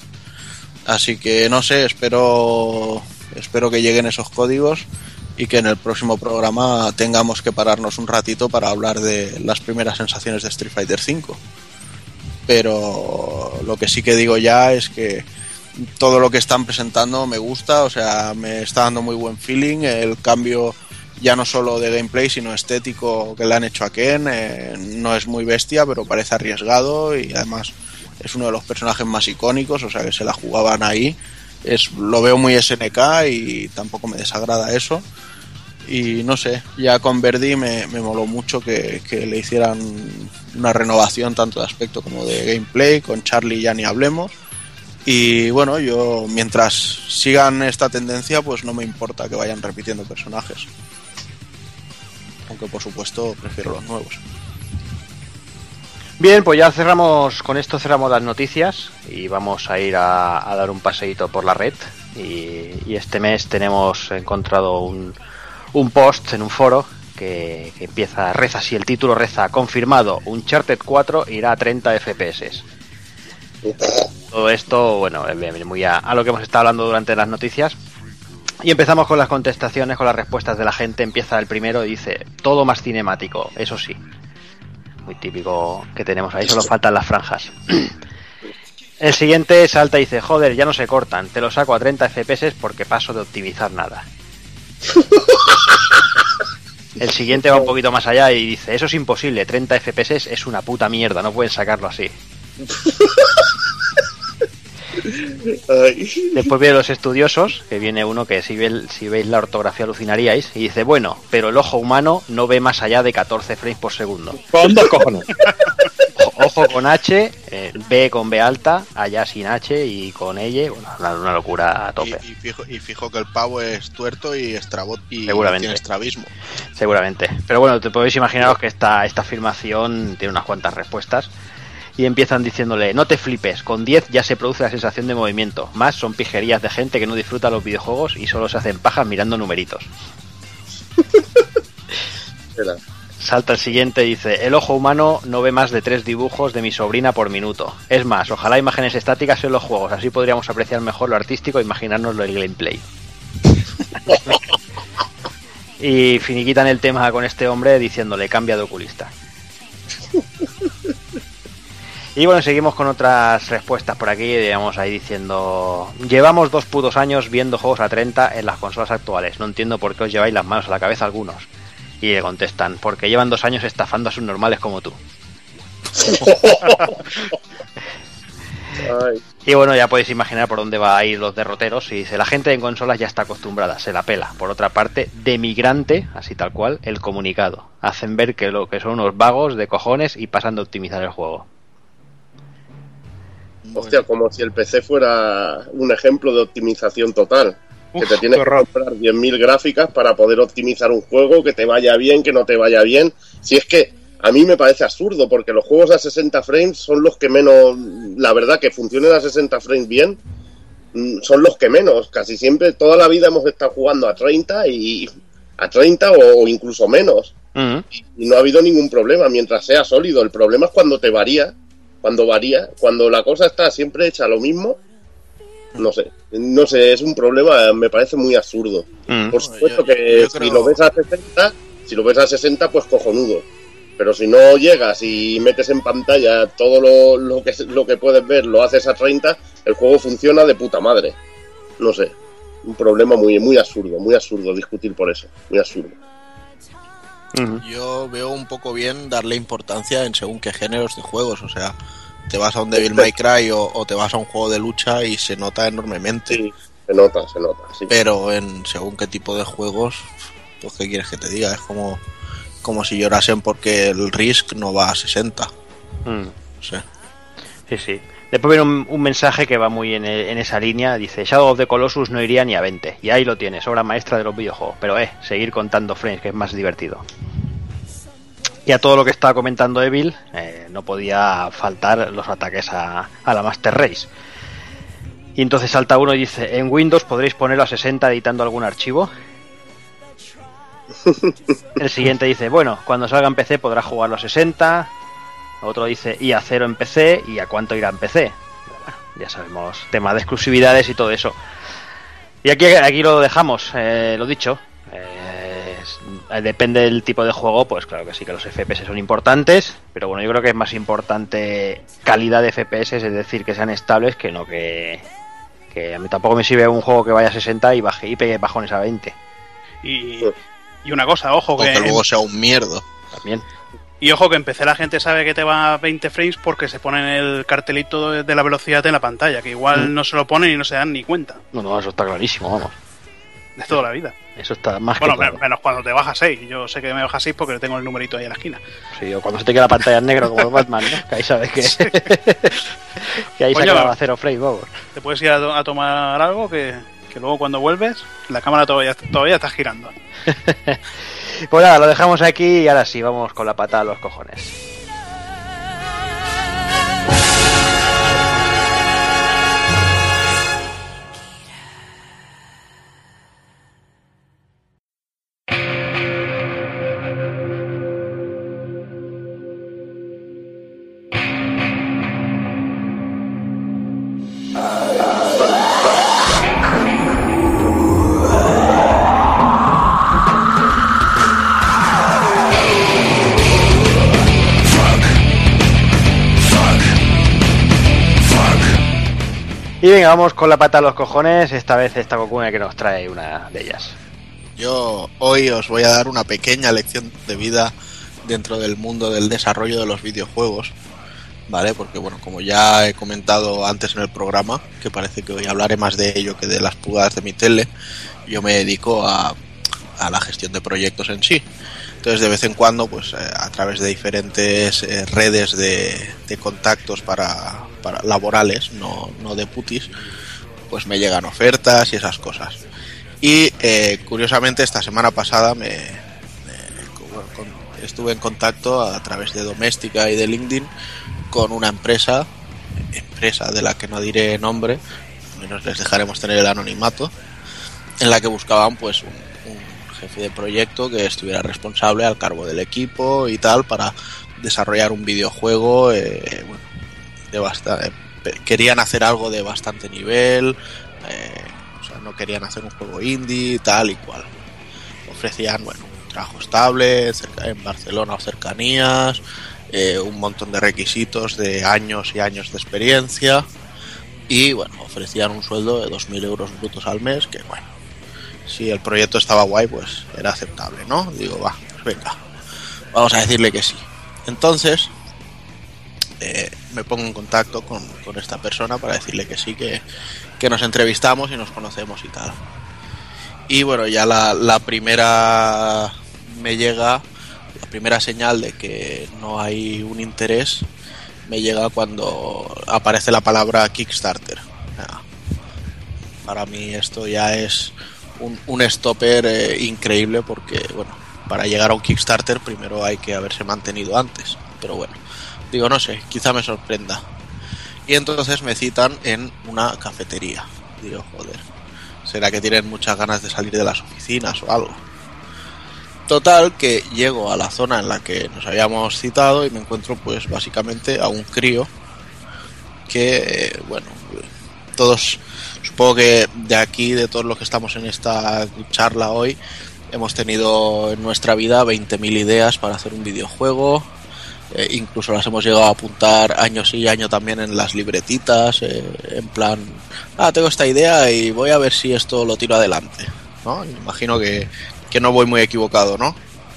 Así que no sé, espero espero que lleguen esos códigos y que en el próximo programa tengamos que pararnos un ratito para hablar de las primeras sensaciones de Street Fighter cinco. Pero lo que sí que digo ya es que todo lo que están presentando me gusta, o sea, me está dando muy buen feeling. El cambio ya no solo de gameplay, sino estético que le han hecho a Ken, eh, no es muy bestia, pero parece arriesgado y además es uno de los personajes más icónicos, o sea que se la jugaban ahí. Es, lo veo muy S N K y tampoco me desagrada eso. Y no sé, ya con Verdi me, me moló mucho que, que le hicieran una renovación tanto de aspecto como de gameplay. Con Charlie ya ni hablemos. Y bueno, yo mientras sigan esta tendencia pues no me importa que vayan repitiendo personajes, aunque por supuesto prefiero los nuevos. Bien, pues ya cerramos, con esto cerramos las noticias y vamos a ir a, a dar un paseíto por la red. Y, y este mes tenemos encontrado un, un post en un foro que, que empieza, reza así, el título reza: confirmado, Uncharted cuatro irá a treinta F P S. Todo esto, bueno, viene muy a, a lo que hemos estado hablando durante las noticias. Y empezamos con las contestaciones, con las respuestas de la gente. Empieza el primero y dice: todo más cinemático, eso sí. Muy típico que tenemos ahí, solo faltan las franjas. El siguiente salta y dice: joder, ya no se cortan, te lo saco a treinta F P S porque paso de optimizar nada. El siguiente va un poquito más allá y dice, eso es imposible, treinta F P S es una puta mierda, no pueden sacarlo así. Después vienen los estudiosos, que viene uno que si, ve, si veis la ortografía alucinaríais, y dice, bueno, pero el ojo humano no ve más allá de catorce frames por segundo. Con dos cojones. Ojo con H, eh, B con B alta, allá sin H y con L, bueno, una, una locura a tope. Y, y, fijo, y fijo que el pavo es tuerto y estrabot y seguramente tiene estrabismo. Seguramente. Pero bueno, te podéis imaginaros que esta, esta afirmación tiene unas cuantas respuestas. Y empiezan diciéndole, no te flipes, con diez ya se produce la sensación de movimiento. Más son pijerías de gente que no disfruta los videojuegos y solo se hacen pajas mirando numeritos. Salta el siguiente y dice, el ojo humano no ve más de tres dibujos de mi sobrina por minuto. Es más, ojalá imágenes estáticas en los juegos, así podríamos apreciar mejor lo artístico e imaginárnoslo el gameplay. Y finiquitan el tema con este hombre diciéndole, cambia de oculista. Y bueno, seguimos con otras respuestas por aquí, digamos ahí diciendo, llevamos dos putos años viendo juegos a treinta en las consolas actuales, no entiendo por qué os lleváis las manos a la cabeza algunos. Y le contestan, porque llevan dos años estafando a sus normales como tú. Y bueno, ya podéis imaginar por dónde va a ir los derroteros. Y dice, la gente en consolas ya está acostumbrada, se la pela. Por otra parte, de migrante, así tal cual, el comunicado. Hacen ver que lo que son unos vagos de cojones y pasan de optimizar el juego. Hostia, como si el P C fuera un ejemplo de optimización total. Uf, que te tienes que comprar diez mil gráficas para poder optimizar un juego, que te vaya bien, que no te vaya bien. Si es que a mí me parece absurdo, porque los juegos a sesenta frames son los que menos... La verdad, que funcionen a sesenta frames bien, son los que menos. Casi siempre, toda la vida hemos estado jugando a treinta y a treinta o, o incluso menos. Uh-huh. y, y no ha habido ningún problema, mientras sea sólido. El problema es cuando te varía. Cuando varía, cuando la cosa está siempre hecha lo mismo, no sé, no sé, es un problema, me parece muy absurdo. Mm. Por supuesto yo, que yo si creo... lo ves a sesenta, si lo ves a sesenta, pues cojonudo. Pero si no llegas y metes en pantalla todo lo, lo que lo que puedes ver, lo haces a treinta, el juego funciona de puta madre. No sé, un problema muy muy absurdo, muy absurdo discutir por eso, muy absurdo. Yo veo un poco bien darle importancia en según qué géneros de juegos, o sea, te vas a un Devil May Cry o, o te vas a un juego de lucha y se nota enormemente. Sí, se nota, se nota, sí. Pero en según qué tipo de juegos, pues qué quieres que te diga, es como, como si llorasen porque el Risk no va a sesenta. Mm. No sé. Sí, sí. Después viene un, un mensaje que va muy en, en esa línea, dice, Shadow of the Colossus no iría ni a veinte, y ahí lo tienes, obra maestra de los videojuegos, pero eh, seguir contando frames, que es más divertido. Y a todo lo que estaba comentando Evil, eh, no podía faltar los ataques a, a la Master Race. Y entonces salta uno y dice, en Windows podréis ponerlo a sesenta editando algún archivo. El siguiente dice, bueno, cuando salga en P C podrás jugarlo a sesenta. Otro dice, y a cero en P C, y a cuánto irá en P C. Bueno, ya sabemos, tema de exclusividades y todo eso. Y aquí, aquí lo dejamos, eh, lo dicho. Eh, depende del tipo de juego, pues claro que sí que los F P S son importantes, pero bueno, yo creo que es más importante calidad de F P S, es decir, que sean estables, que no que... que a mí tampoco me sirve un juego que vaya a sesenta y baje y pegue bajones a veinte. Y, y una cosa, ojo, o que... que luego sea un mierdo. También. Y ojo que en P C la gente sabe que te va a veinte frames porque se ponen el cartelito de la velocidad en la pantalla, que igual mm. no se lo ponen y no se dan ni cuenta. No, no, eso está clarísimo, vamos. De toda la vida. Eso está más bueno, que claro. Menos cuando te baja seis. Yo sé que me baja seis porque tengo el numerito ahí en la esquina. Sí, o cuando se te queda la pantalla en negro como el Batman, ¿no? Que ahí sabes que... Sí. que ahí se acaba cero frames, vamos. Te puedes ir a, to- a tomar algo que, que luego cuando vuelves la cámara todavía, todavía está girando. Pues nada, lo dejamos aquí y ahora sí, vamos con la patada a los cojones. Y venga, vamos con la pata a los cojones. Esta vez esta Kokuna que nos trae una de ellas. Yo hoy os voy a dar una pequeña lección de vida dentro del mundo del desarrollo de los videojuegos, ¿vale? Porque, bueno, como ya he comentado antes en el programa, que parece que hoy hablaré más de ello que de las pulgadas de mi tele, yo me dedico a, a la gestión de proyectos en sí. Entonces, de vez en cuando, pues eh, a través de diferentes eh, redes de, de contactos para, para laborales, no, no de putis, pues me llegan ofertas y esas cosas. Y eh, curiosamente esta semana pasada me, me con, estuve en contacto a través de Doméstica y de LinkedIn con una empresa, empresa de la que no diré nombre, al menos les dejaremos tener el anonimato, en la que buscaban pues un, un jefe de proyecto que estuviera responsable al cargo del equipo y tal para desarrollar un videojuego. Eh, bueno, de bastante, querían hacer algo de bastante nivel. Eh, no querían hacer un juego indie, tal y cual. Ofrecían, bueno, un trabajo estable cerca, en Barcelona o cercanías, eh, un montón de requisitos de años y años de experiencia y, bueno, ofrecían un sueldo de dos mil euros brutos al mes, que, bueno, si el proyecto estaba guay, pues era aceptable, ¿no? Digo, va, pues venga, vamos a decirle que sí. Entonces, eh, me pongo en contacto con, con esta persona para decirle que sí, que que nos entrevistamos y nos conocemos y tal. Y bueno, ya la, la primera me llega, la primera señal de que no hay un interés me llega cuando aparece la palabra Kickstarter. Para mí esto ya es un, un stopper eh, increíble porque, bueno, para llegar a un Kickstarter primero hay que haberse mantenido antes. Pero bueno, digo, no sé, quizá me sorprenda. Y entonces me citan en una cafetería. Digo, joder, ¿será que tienen muchas ganas de salir de las oficinas o algo? Total, que llego a la zona en la que nos habíamos citado y me encuentro pues básicamente a un crío que, eh, bueno, todos, supongo que de aquí, de todos los que estamos en esta charla hoy, hemos tenido en nuestra vida veinte mil ideas para hacer un videojuego. Eh, incluso las hemos llegado a apuntar año sí y año también en las libretitas, eh, en plan, ah, tengo esta idea y voy a ver si esto lo tiro adelante, ¿no? Imagino que, que no voy muy equivocado, ¿no?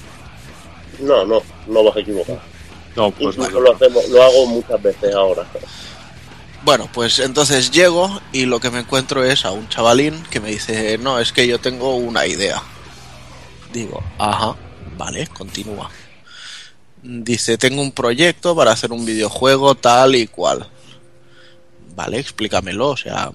No, no, no vas a equivocar. No, pues incluso lo hacemos, lo hago muchas veces ahora. Bueno, pues entonces llego y lo que me encuentro es a un chavalín que me dice, no, es que yo tengo una idea. Digo, ajá, vale, continúa. Dice, tengo un proyecto para hacer un videojuego tal y cual. Vale, explícamelo, o sea,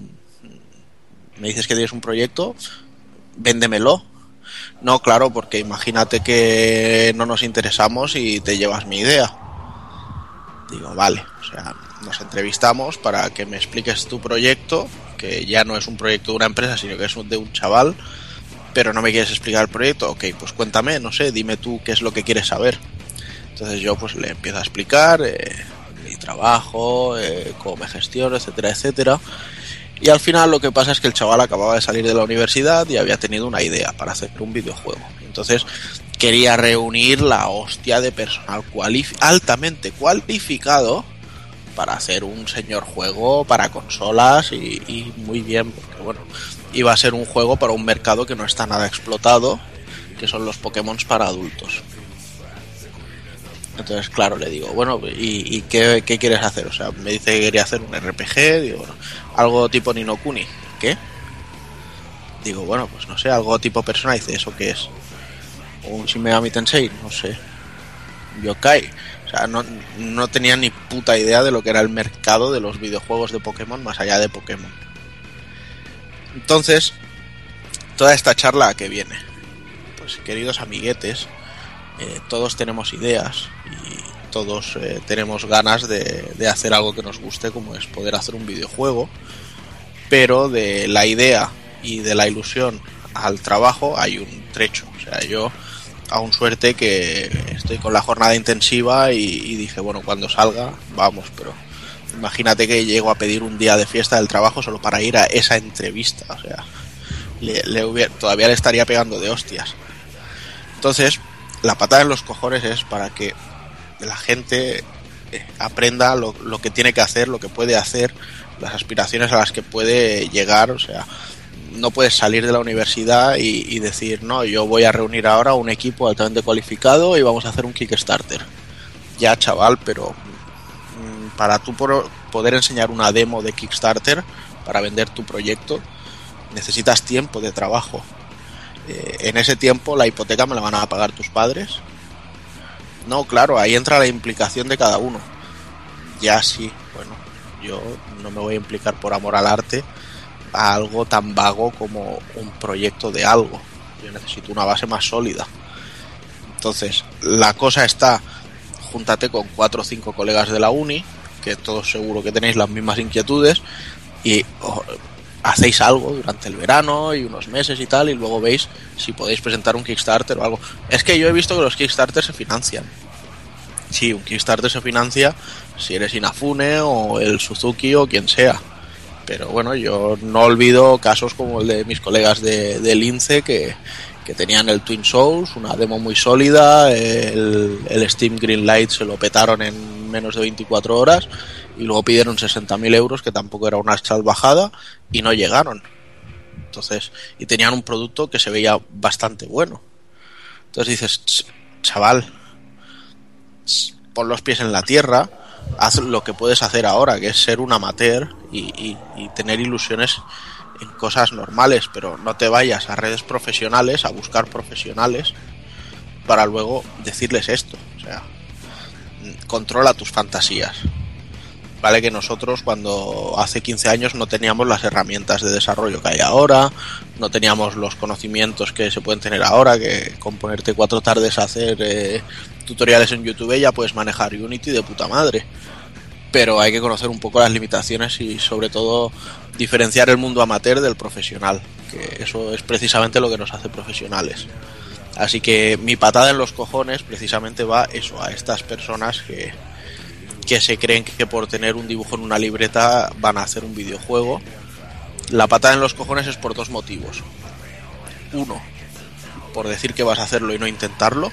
me dices que tienes un proyecto, véndemelo. No, claro, porque imagínate que no nos interesamos y te llevas mi idea. Digo, vale, o sea, nos entrevistamos para que me expliques tu proyecto, que ya no es un proyecto de una empresa, sino que es de un chaval, pero no me quieres explicar el proyecto. Ok, pues cuéntame, no sé, dime tú qué es lo que quieres saber. Entonces yo pues le empiezo a explicar eh, mi trabajo, eh, cómo me gestiono, etcétera, etcétera. Y al final lo que pasa es que el chaval acababa de salir de la universidad y había tenido una idea para hacer un videojuego. Entonces quería reunir la hostia de personal cualif- altamente cualificado para hacer un señor juego para consolas y, y muy bien, porque bueno, iba a ser un juego para un mercado que no está nada explotado, que son los Pokémon para adultos. Entonces, claro, le digo, bueno, ¿y, y qué, qué quieres hacer? O sea, me dice que quería hacer un R P G, digo, bueno, algo tipo Ni no Kuni. ¿Qué? Digo, bueno, pues no sé, algo tipo Persona. Dice, ¿eso qué es? ¿Un Shin Megami Tensei? No sé. Yokai. O sea, no, no tenía ni puta idea de lo que era el mercado de los videojuegos de Pokémon más allá de Pokémon. Entonces, toda esta charla ¿a qué viene? Pues, queridos amiguetes, eh, todos tenemos ideas y todos eh, tenemos ganas de, de hacer algo que nos guste, como es poder hacer un videojuego, pero de la idea y de la ilusión al trabajo hay un trecho. O sea, yo aún suerte que estoy con la jornada intensiva y, y dije, bueno, cuando salga, vamos, pero imagínate que llego a pedir un día de fiesta del trabajo solo para ir a esa entrevista. O sea, le, le hubiera, todavía le estaría pegando de hostias. Entonces, la patada en los cojones es para que la gente aprenda lo, lo que tiene que hacer, lo que puede hacer, las aspiraciones a las que puede llegar. O sea, no puedes salir de la universidad y, y decir, no, yo voy a reunir ahora un equipo altamente cualificado y vamos a hacer un Kickstarter. Ya, chaval, pero mmm, para tú por, poder enseñar una demo de Kickstarter para vender tu proyecto necesitas tiempo de trabajo. Eh, en ese tiempo la hipoteca me la van a pagar tus padres. No, claro, ahí entra la implicación de cada uno. Ya sí, bueno, yo no me voy a implicar por amor al arte a algo tan vago como un proyecto de algo. Yo necesito una base más sólida. Entonces, la cosa está, júntate con cuatro o cinco colegas de la uni, que todos seguro que tenéis las mismas inquietudes, y oh, hacéis algo durante el verano y unos meses y tal, y luego veis si podéis presentar un Kickstarter o algo. Es que yo he visto que los Kickstarter se financian. Sí, un Kickstarter se financia si eres Inafune o el Suzuki o quien sea. Pero bueno, yo no olvido casos como el de mis colegas de, de Lince que, que tenían el Twin Souls, una demo muy sólida, el, el Steam Greenlight se lo petaron en menos de veinticuatro horas y luego pidieron sesenta mil euros, que tampoco era una salvajada, y no llegaron. Entonces, y tenían un producto que se veía bastante bueno. Entonces dices, chaval, pon los pies en la tierra, haz lo que puedes hacer ahora, que es ser un amateur y, y, y tener ilusiones en cosas normales, pero no te vayas a redes profesionales a buscar profesionales para luego decirles esto. O sea, controla tus fantasías. Vale, que nosotros cuando hace quince años no teníamos las herramientas de desarrollo que hay ahora, no teníamos los conocimientos que se pueden tener ahora, que con ponerte cuatro tardes a hacer eh, tutoriales en YouTube ya puedes manejar Unity de puta madre. Pero hay que conocer un poco las limitaciones y sobre todo diferenciar el mundo amateur del profesional, que eso es precisamente lo que nos hace profesionales. Así que mi patada en los cojones precisamente va eso, a estas personas que, que se creen que por tener un dibujo en una libreta van a hacer un videojuego. La patada en los cojones es por dos motivos. Uno, por decir que vas a hacerlo y no intentarlo.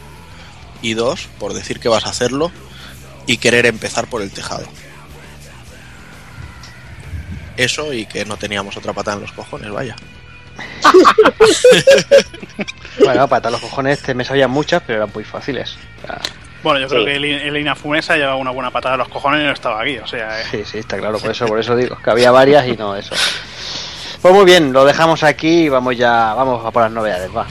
Y dos, por decir que vas a hacerlo y querer empezar por el tejado. Eso y que no teníamos otra patada en los cojones, vaya. Bueno, patada en los cojones te me sabían muchas, pero eran muy fáciles. O sea, bueno, yo sí. creo que el, el Inafune se ha llevado una buena patada en los cojones y no estaba aquí, o sea... Eh. Sí, sí, está claro, por eso, por eso digo, que había varias y no eso. Pues muy bien, lo dejamos aquí y vamos ya, vamos a por las novedades, va.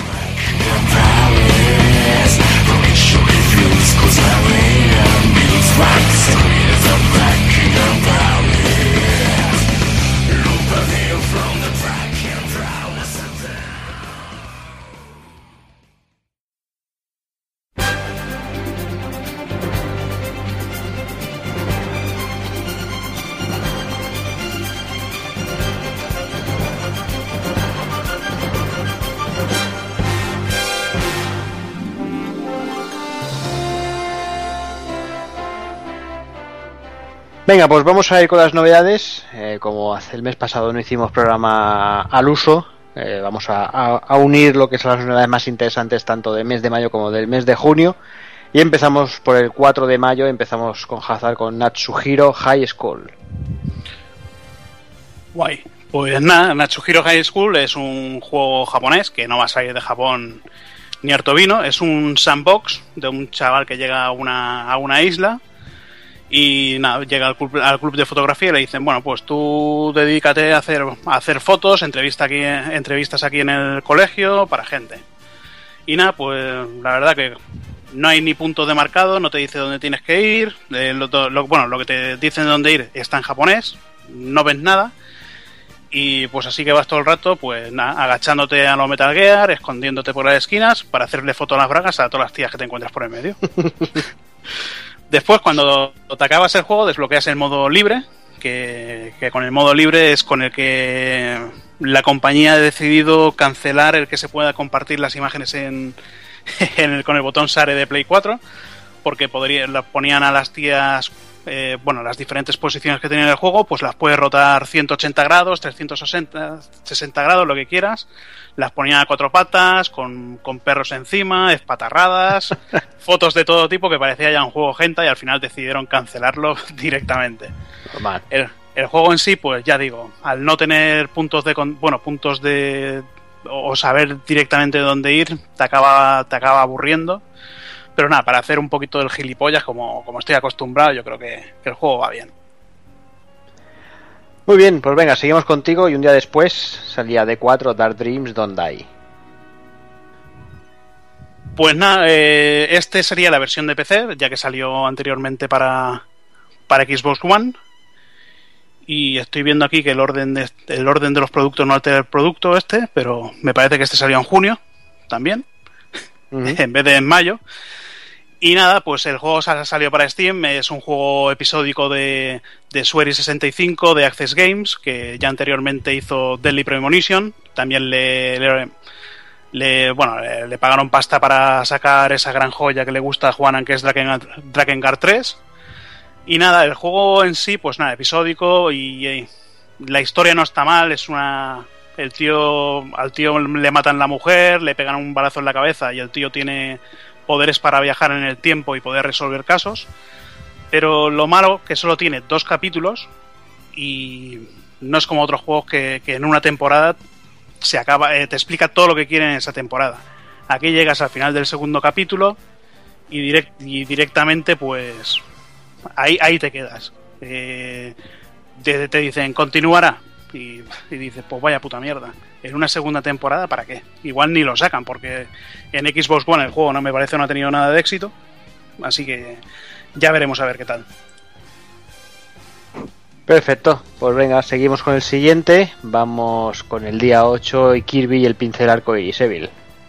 Venga, pues vamos a ir con las novedades. Eh, como hace el mes pasado no hicimos programa al uso, eh, vamos a, a, a unir lo que son las novedades más interesantes tanto del mes de mayo como del mes de junio. Y empezamos por el cuatro de mayo, empezamos con Hazard con Natsuhiro High School. Guay. Pues nada, Natsuhiro High School es un juego japonés que no va a salir de Japón ni harto vino. Es un sandbox de un chaval que llega a una, a una isla. Y nada, llega al club, al club de fotografía y le dicen, bueno, pues tú dedícate a hacer, a hacer fotos, entrevista aquí, entrevistas aquí en el colegio para gente. Y nada, pues la verdad que no hay ni punto de marcado, no te dice dónde tienes que ir, eh, lo, lo, bueno, lo que te dicen dónde ir está en japonés, no ves nada. Y pues así que vas todo el rato, pues nada, agachándote a lo Metal Gear, escondiéndote por las esquinas para hacerle foto a las bragas a todas las tías que te encuentras por el medio. Después, cuando te acabas el juego, desbloqueas el modo libre, que, que con el modo libre es con el que la compañía ha decidido cancelar el que se pueda compartir las imágenes en, en el, con el botón Share de Play cuatro, porque podría, las ponían a las tías, eh, bueno, las diferentes posiciones que tenía en el juego, pues las puedes rotar ciento ochenta grados, trescientos sesenta grados, lo que quieras. Las ponían a cuatro patas, con, con perros encima, espatarradas, fotos de todo tipo que parecía ya un juego hentai y al final decidieron cancelarlo directamente. Normal. El, El juego en sí, pues ya digo, al no tener puntos de bueno puntos de o saber directamente dónde ir, te acaba te acaba aburriendo. Pero nada, para hacer un poquito del gilipollas, como, como estoy acostumbrado, yo creo que, que el juego va bien. Muy bien, pues venga, seguimos contigo. Y un día después salía D cuatro, Dark Dreams Don't Die. Pues nada, eh, este sería la versión de P C, ya que salió anteriormente para, para Xbox One. Y estoy viendo aquí que el orden de, el orden de los productos no altera el producto este, pero me parece que este salió en junio también, uh-huh. en vez de en mayo. Y nada, pues el juego salió para Steam, es un juego episódico de, de Swery sesenta y cinco, de Access Games, que ya anteriormente hizo Deadly Premonition. También le, le, le bueno le, le pagaron pasta para sacar esa gran joya que le gusta a Juanan, que es Drakengard tres. Y nada, el juego en sí, pues nada, episódico y, y la historia no está mal, es una... El tío, al tío le matan la mujer, le pegan un balazo en la cabeza y el tío tiene poderes para viajar en el tiempo y poder resolver casos. Pero lo malo que solo tiene dos capítulos y no es como otros juegos que, que en una temporada se acaba, eh, te explica todo lo que quiere en esa temporada. Aquí llegas al final del segundo capítulo y, direct, y directamente pues... Ahí, ahí te quedas. Eh, te, te dicen, continuará. Y, y dices, pues vaya puta mierda. En una segunda temporada, ¿para qué? Igual ni lo sacan, porque en Xbox One el juego no me parece no ha tenido nada de éxito. Así que ya veremos a ver qué tal. Perfecto, pues venga, seguimos con el siguiente. Vamos con el día ocho y Kirby y el pincel arcoíris, Evil.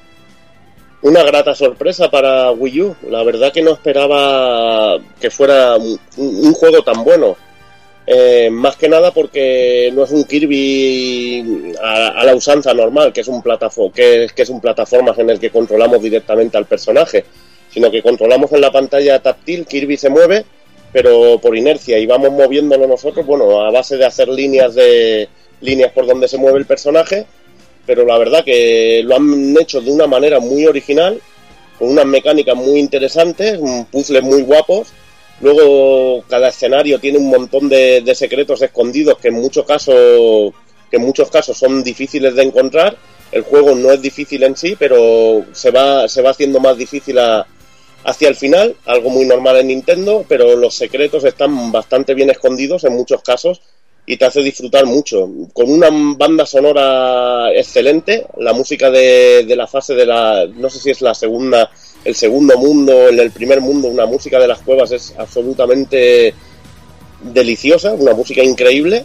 Una grata sorpresa para Wii U. La verdad que no esperaba que fuera un, un juego tan bueno. Eh, más que nada porque no es un Kirby a, a la usanza normal, que es un plataforma, que, que es un plataformas en el que controlamos directamente al personaje, sino que controlamos en la pantalla táctil. Kirby se mueve, pero por inercia, y vamos moviéndolo nosotros, bueno, a base de hacer líneas de líneas por donde se mueve el personaje. Pero la verdad que lo han hecho de una manera muy original, con unas mecánicas muy interesantes, puzzles muy guapos. Luego cada escenario tiene un montón de, de secretos escondidos que en muchos casos que en muchos casos son difíciles de encontrar. El juego no es difícil en sí, pero se va se va haciendo más difícil a, hacia el final, algo muy normal en Nintendo, pero los secretos están bastante bien escondidos en muchos casos y te hace disfrutar mucho, con una banda sonora excelente. La música de, de la fase de la, no sé si es la segunda, el segundo mundo, en el primer mundo, una música de las cuevas es absolutamente deliciosa, una música increíble.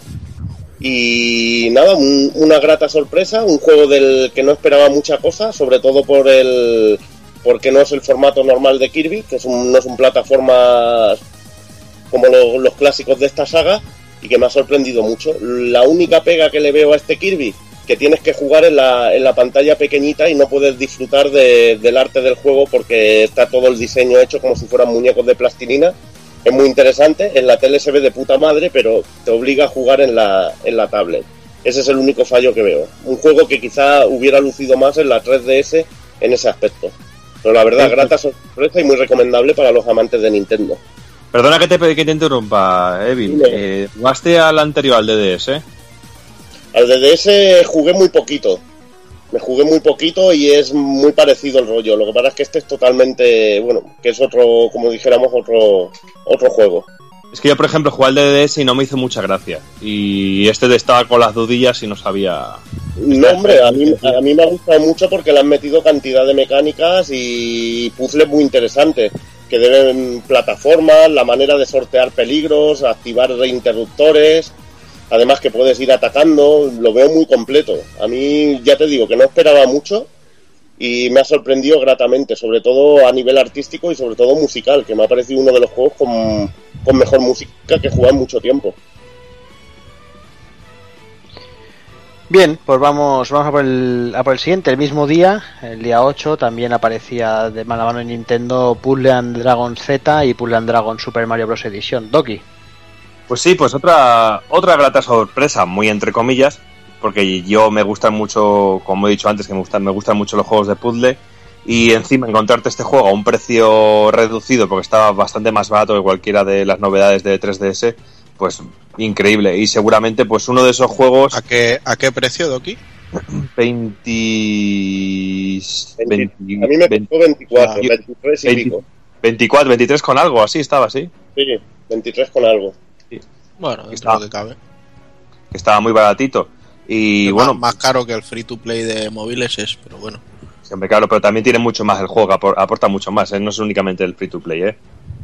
Y nada, un, una grata sorpresa, un juego del que no esperaba mucha cosa, sobre todo por el porque no es el formato normal de Kirby, que es un, no es un plataforma como lo, los clásicos de esta saga, y que me ha sorprendido mucho. La única pega que le veo a este Kirby, que tienes que jugar en la, en la pantalla pequeñita y no puedes disfrutar de, del arte del juego porque está todo el diseño hecho como si fueran muñecos de plastilina. Es muy interesante, en la tele se ve de puta madre, pero te obliga a jugar en la, en la tablet. Ese es el único fallo que veo. Un juego que quizá hubiera lucido más en la tres D S en ese aspecto. Pero la verdad, grata sorpresa y muy recomendable para los amantes de Nintendo. Perdona que te, que te interrumpa, Evil. Eh, ¿Jugaste al anterior, al D D S? Al D D S jugué muy poquito. Me jugué muy poquito y es muy parecido el rollo. Lo que pasa es que este es totalmente, bueno, que es otro, como dijéramos, otro otro juego. Es que yo, por ejemplo, jugué al D D S y no me hizo mucha gracia. Y este estaba con las dudillas y no sabía... No, hombre, a mí, a mí me ha gustado mucho porque le han metido cantidad de mecánicas y puzzles muy interesantes, que deben plataformas, la manera de sortear peligros, activar reinterruptores, además que puedes ir atacando. Lo veo muy completo. A mí, ya te digo, que no esperaba mucho y me ha sorprendido gratamente, sobre todo a nivel artístico y sobre todo musical, que me ha parecido uno de los juegos con, con mejor música que he jugado en mucho tiempo. Bien, pues vamos vamos a por, el, a por el siguiente. El mismo día, el día ocho, también aparecía de mala mano en Nintendo Puzzle and Dragon Z y Puzzle and Dragon Super Mario Bros. Edition. Doki. Pues sí, pues otra otra grata sorpresa, muy entre comillas, porque yo me gustan mucho, como he dicho antes, que me gustan, me gustan mucho los juegos de puzzle, y encima encontrarte este juego a un precio reducido, porque estaba bastante más barato que cualquiera de las novedades de tres D S, pues increíble. Y seguramente pues uno de esos juegos... ¿A qué, a qué precio, Doki? veinte... veinte... A mí me costó veinticuatro, ah, veintitrés y veinte, pico. veinticuatro, veintitrés con algo, así estaba, ¿sí? Sí, veintitrés con algo. Sí. Bueno, dentro estaba, de lo que cabe. Que estaba muy baratito. Y es bueno... Más, más caro que el free to play de móviles es, pero bueno. Siempre claro, pero también tiene mucho más el juego, aporta mucho más, ¿eh? No es únicamente el free to play, ¿eh?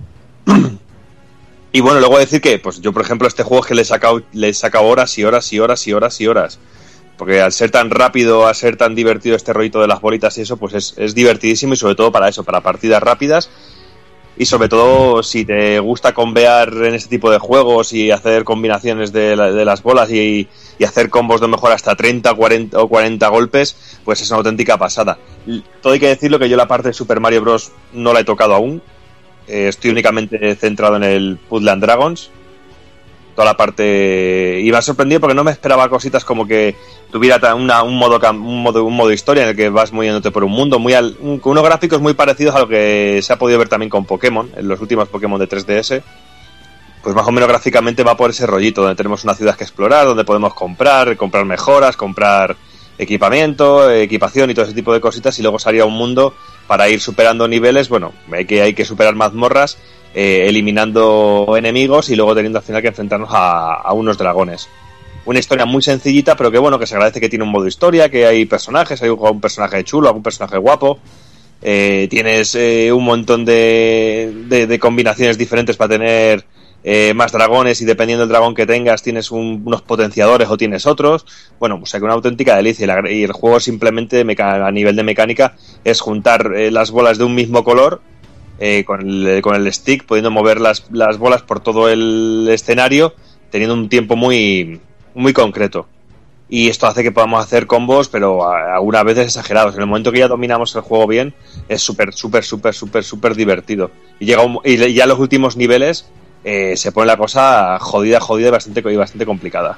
Y bueno, luego decir que, pues yo por ejemplo este juego es que le he sacado, le he sacado horas y horas y horas y horas y horas. Porque al ser tan rápido, al ser tan divertido este rollito de las bolitas y eso, pues es, es divertidísimo y sobre todo para eso, para partidas rápidas. Y sobre todo si te gusta convear en este tipo de juegos y hacer combinaciones de, la, de las bolas y, y hacer combos de mejor hasta treinta, cuarenta o cuarenta golpes, pues es una auténtica pasada. Todo hay que decirlo que yo la parte de Super Mario Bros. No la he tocado aún. Eh, estoy únicamente centrado en el Puzzle and Dragons. Toda la parte... Y me ha sorprendido porque no me esperaba cositas como que tuviera una, un, modo, un, modo, un modo historia en el que vas moviéndote por un mundo, muy al, un, con unos gráficos muy parecidos a lo que se ha podido ver también con Pokémon, en los últimos Pokémon de tres D S. Pues más o menos gráficamente va por ese rollito, donde tenemos una ciudad que explorar, donde podemos comprar, comprar mejoras, comprar equipamiento, equipación y todo ese tipo de cositas, y luego salía un mundo para ir superando niveles. Bueno, hay que, hay que superar mazmorras, eh, eliminando enemigos y luego teniendo al final que enfrentarnos a, a unos dragones. Una historia muy sencillita, pero que bueno, que se agradece que tiene un modo historia, que hay personajes, hay un personaje chulo, algún personaje guapo, eh, tienes eh, un montón de, de, de combinaciones diferentes para tener eh, más dragones, y dependiendo del dragón que tengas tienes un, unos potenciadores o tienes otros. Bueno, pues hay una auténtica delicia, y, la, y el juego simplemente meca, a nivel de mecánica es juntar eh, las bolas de un mismo color eh, con, el, con el stick, pudiendo mover las, las bolas por todo el escenario, teniendo un tiempo muy, muy concreto. Y esto hace que podamos hacer combos, pero algunas veces exagerados. En el momento que ya dominamos el juego bien, es súper, súper, súper, súper, súper divertido. Y, llega un, y ya en los últimos niveles eh, se pone la cosa jodida, jodida y bastante, y bastante complicada.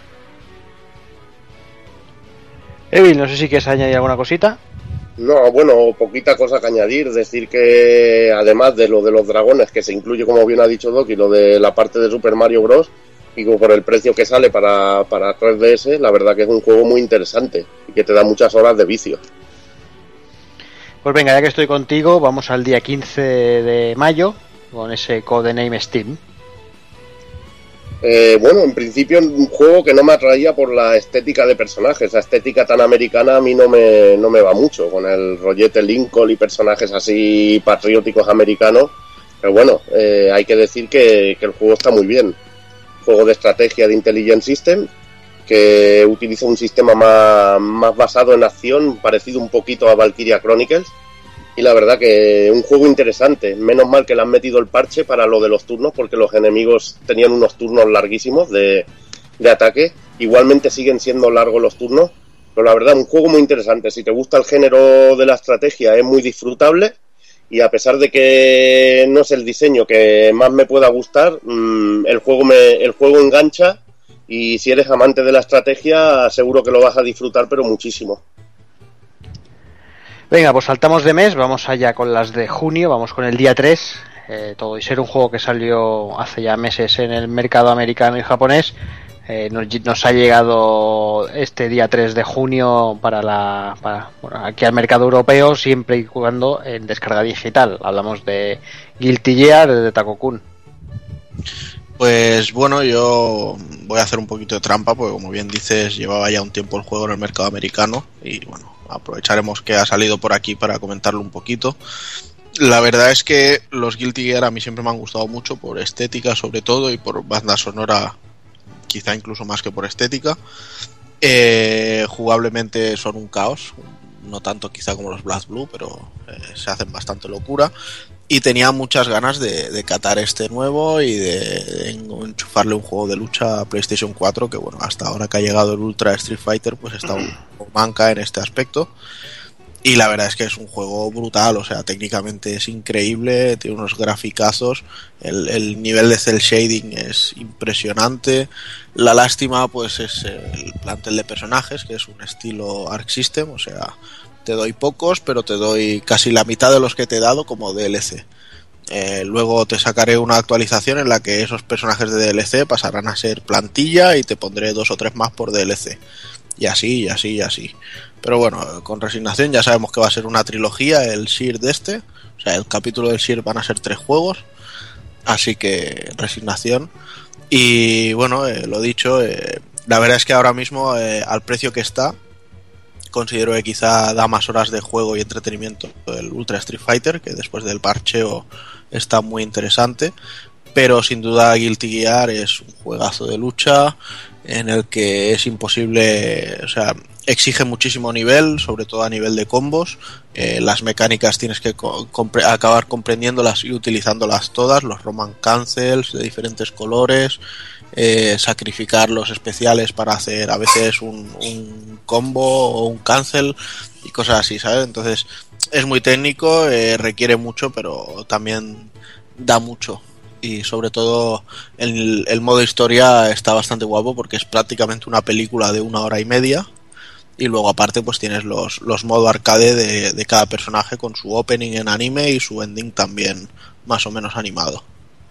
Evil, no sé si quieres añadir alguna cosita. No, bueno, poquita cosa que añadir. Decir que además de lo de los dragones, que se incluye, como bien ha dicho Doki, lo de la parte de Super Mario Bros., y por el precio que sale para, para tres D S, la verdad que es un juego muy interesante y que te da muchas horas de vicio. Pues venga, ya que estoy contigo, vamos al día quince de mayo con ese Codename Steam. Eh, bueno, en principio un juego que no me atraía por la estética de personajes. La estética tan americana a mí no me, no me va mucho, con el rollete Lincoln y personajes así patrióticos americanos. Pero bueno, eh, hay que decir que, que el juego está muy bien. Juego de estrategia de Intelligent System, que utiliza un sistema más, más basado en acción, parecido un poquito a Valkyria Chronicles, y la verdad que un juego interesante. Menos mal que le han metido el parche para lo de los turnos, porque los enemigos tenían unos turnos larguísimos de, de ataque. Igualmente siguen siendo largos los turnos, pero la verdad un juego muy interesante. Si te gusta el género de la estrategia, es muy disfrutable. Y a pesar de que no es el diseño que más me pueda gustar, mmm, el juego me, el juego engancha, y si eres amante de la estrategia seguro que lo vas a disfrutar, pero muchísimo. Venga, pues saltamos de mes, vamos allá con las de junio, vamos con el día tres. Eh, todo y ser un juego que salió hace ya meses en el mercado americano y japonés, eh, nos, nos ha llegado este día tres de junio para la para, bueno, aquí al mercado europeo, siempre y cuando en descarga digital. Hablamos de Guilty Gear de Takokun. Pues bueno, yo voy a hacer un poquito de trampa, porque como bien dices, llevaba ya un tiempo el juego en el mercado americano, y bueno, aprovecharemos que ha salido por aquí para comentarlo un poquito. La verdad es que los Guilty Gear a mí siempre me han gustado mucho, por estética sobre todo, y por banda sonora quizá incluso más que por estética. Eh, jugablemente son un caos, no tanto quizá como los Black Blue, pero eh, se hacen bastante locura. Y tenía muchas ganas de, de catar este nuevo y de, de enchufarle un juego de lucha a PlayStation cuatro, que bueno, hasta ahora que ha llegado el Ultra Street Fighter, pues está un poco manca en este aspecto. Y la verdad es que es un juego brutal, o sea, técnicamente es increíble, tiene unos graficazos, el, el nivel de cel shading es impresionante. La lástima pues es el plantel de personajes, que es un estilo Arc System, o sea, te doy pocos, pero te doy casi la mitad de los que te he dado como D L C. Eh, luego te sacaré una actualización en la que esos personajes de D L C pasarán a ser plantilla y te pondré dos o tres más por D L C. Y así, y así, y así. Pero bueno, con resignación ya sabemos que va a ser una trilogía, el S I R de este. O sea, el capítulo del S I R van a ser tres juegos. Así que resignación. Y bueno, eh, lo dicho, eh, la verdad es que ahora mismo, eh, al precio que está, considero que quizá da más horas de juego y entretenimiento el Ultra Street Fighter, que después del parcheo está muy interesante. Pero sin duda Guilty Gear es un juegazo de lucha en el que es imposible, o sea, exige muchísimo nivel, sobre todo a nivel de combos. Eh, las mecánicas tienes que co- compre- acabar comprendiéndolas y utilizándolas todas, los Roman Cancels de diferentes colores, eh, sacrificar los especiales para hacer a veces un, un combo o un cancel y cosas así, ¿sabes? Entonces es muy técnico, eh, requiere mucho, pero también da mucho. Y sobre todo el, el modo historia está bastante guapo porque es prácticamente una película de una hora y media. Y luego aparte pues tienes los, los modos arcade de, de cada personaje con su opening en anime y su ending también más o menos animado.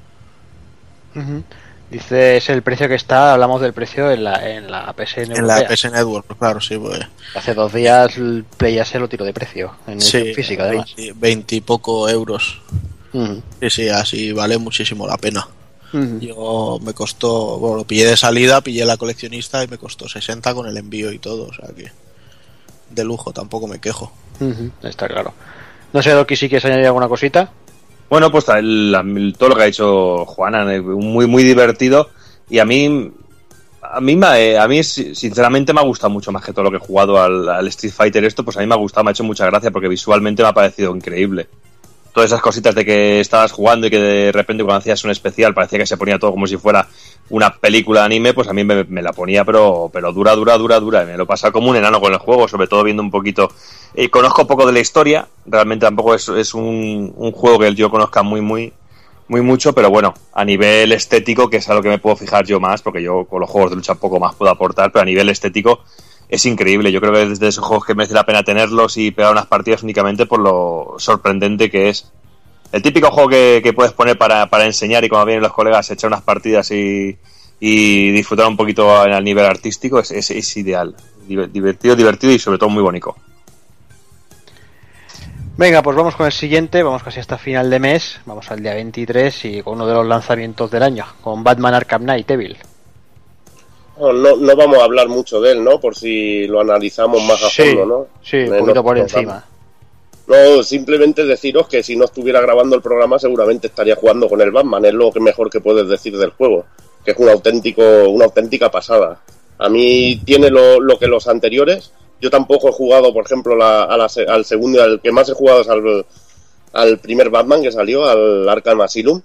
Uh-huh. Dices el precio que está, hablamos del precio en la, en la P S N. En la P S N Network, claro, sí. Pues. Hace dos días el Play ya se lo tiró de precio, en sí, física además. veinte y poco euros. Uh-huh. Sí, sí, así vale muchísimo la pena. Uh-huh. Yo me costó, bueno, lo pillé de salida, pillé la coleccionista y me costó sesenta con el envío y todo, o sea que de lujo, tampoco me quejo. Uh-huh. Está claro. No sé, Doki, si quieres añadir alguna cosita. Bueno, pues el, el, todo lo que ha dicho Juana, muy muy divertido, y a mí a mí me, a mí sinceramente me ha gustado mucho más que todo lo que he jugado al, al Street Fighter. Esto pues a mí me ha gustado, me ha hecho mucha gracia porque visualmente me ha parecido increíble. Todas esas cositas de que estabas jugando y que de repente cuando hacías un especial parecía que se ponía todo como si fuera una película de anime, pues a mí me, me la ponía pero pero dura, dura, dura, dura. Y me lo pasaba como un enano con el juego, sobre todo viendo un poquito. Eh, conozco poco de la historia, realmente tampoco es, es un, un juego que yo conozca muy, muy, muy mucho, pero bueno, a nivel estético, que es a lo que me puedo fijar yo más, porque yo con los juegos de lucha poco más puedo aportar, pero a nivel estético es increíble. Yo creo que es desde esos juegos que merece la pena tenerlos y pegar unas partidas únicamente por lo sorprendente que es. El típico juego que, que puedes poner para, para enseñar y cuando vienen los colegas echar unas partidas y, y disfrutar un poquito al nivel artístico es, es, es ideal. Divertido, divertido y sobre todo muy bonito. Venga, pues vamos con el siguiente, vamos casi hasta final de mes, vamos al día veintitrés y con uno de los lanzamientos del año, con Batman Arkham Knight Evil. No, no, no vamos a hablar mucho de él, ¿no? Por si lo analizamos más a sí, fondo, ¿no? Sí, un poquito no, por no, encima. No, simplemente deciros que si no estuviera grabando el programa seguramente estaría jugando con el Batman, es lo que mejor que puedes decir del juego, que es un auténtico, una auténtica pasada. A mí tiene lo, lo que los anteriores. Yo tampoco he jugado, por ejemplo, la, a la, al segundo, al que más he jugado es al, al primer Batman que salió, al Arkham Asylum.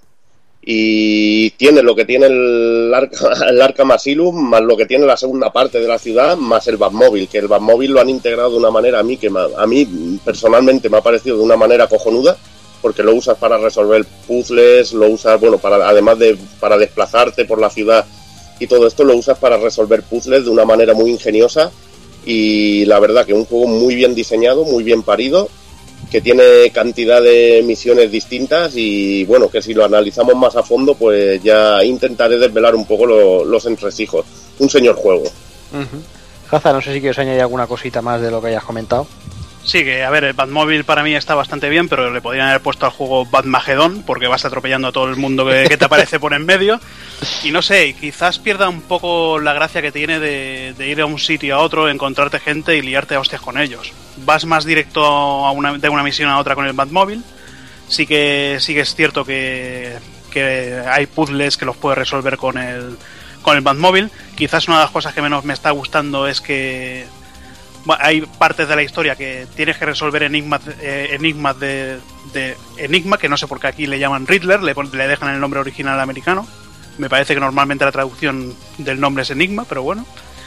Y tiene lo que tiene el, Arca, el Arkham Asylum, más lo que tiene la segunda parte de la ciudad, más el Batmóvil, que el Batmóvil lo han integrado de una manera a mí que me, a mí personalmente me ha parecido de una manera cojonuda, porque lo usas para resolver puzzles, lo usas, bueno, para además de para desplazarte por la ciudad y todo esto lo usas para resolver puzzles de una manera muy ingeniosa. Y la verdad que un juego muy bien diseñado, muy bien parido, que tiene cantidad de misiones distintas y bueno, que si lo analizamos más a fondo pues ya intentaré desvelar un poco lo, los entresijos. Un señor juego. Uh-huh. Jaza, no sé si quieres añadir alguna cosita más de lo que hayas comentado. Sí, que a ver, el Batmóvil para mí está bastante bien, pero le podrían haber puesto al juego Batmagedón, porque vas atropellando a todo el mundo que, que te aparece por en medio. Y no sé, quizás pierda un poco la gracia que tiene de, de ir a un sitio a otro, encontrarte gente y liarte a hostias con ellos. Vas más directo a una, de una misión a otra con el Batmóvil. Sí que, sí que es cierto que, que hay puzzles que los puedes resolver con el, con el Batmóvil. Quizás una de las cosas que menos me está gustando es que hay partes de la historia que tienes que resolver enigmas, eh, enigmas de, de Enigma, que no sé por qué aquí le llaman Riddler, le, le dejan el nombre original americano. Me parece que normalmente la traducción del nombre es Enigma, pero bueno.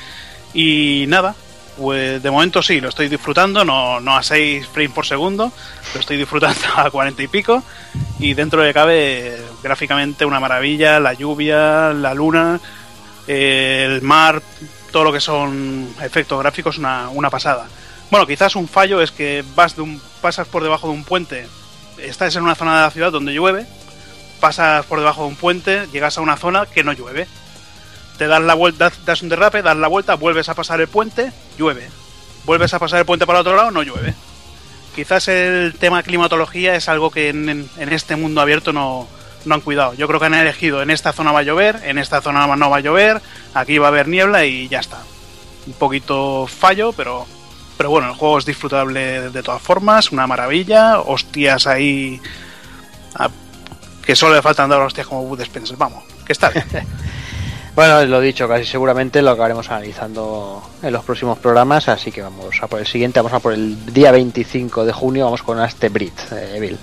Y nada, pues de momento sí, lo estoy disfrutando, no, no a seis frames por segundo, lo estoy disfrutando a cuarenta y pico. Y dentro de cabe, gráficamente una maravilla, la lluvia, la luna, eh, el mar, todo lo que son efectos gráficos, una, una pasada. Bueno, quizás un fallo es que vas de un, pasas por debajo de un puente estás en una zona de la ciudad donde llueve, pasas por debajo de un puente, llegas a una zona que no llueve. Te das la vuelta, das un derrape, das la vuelta, vuelves a pasar el puente, llueve. Vuelves a pasar el puente para el otro lado, no llueve. Quizás el tema climatología es algo que en, en este mundo abierto no, no han cuidado. Yo creo que han elegido, en esta zona va a llover, en esta zona no va a llover, aquí va a haber niebla y ya está. Un poquito fallo, pero, pero bueno, el juego es disfrutable de todas formas, una maravilla, hostias ahí, a, que solo le faltan dar hostias como Bud Spencer, vamos, que está bien. Bueno, lo dicho, casi seguramente lo acabaremos analizando en los próximos programas, así que vamos a por el siguiente, vamos a por el día veinticinco de junio, vamos con Aste Brit, eh, Evil.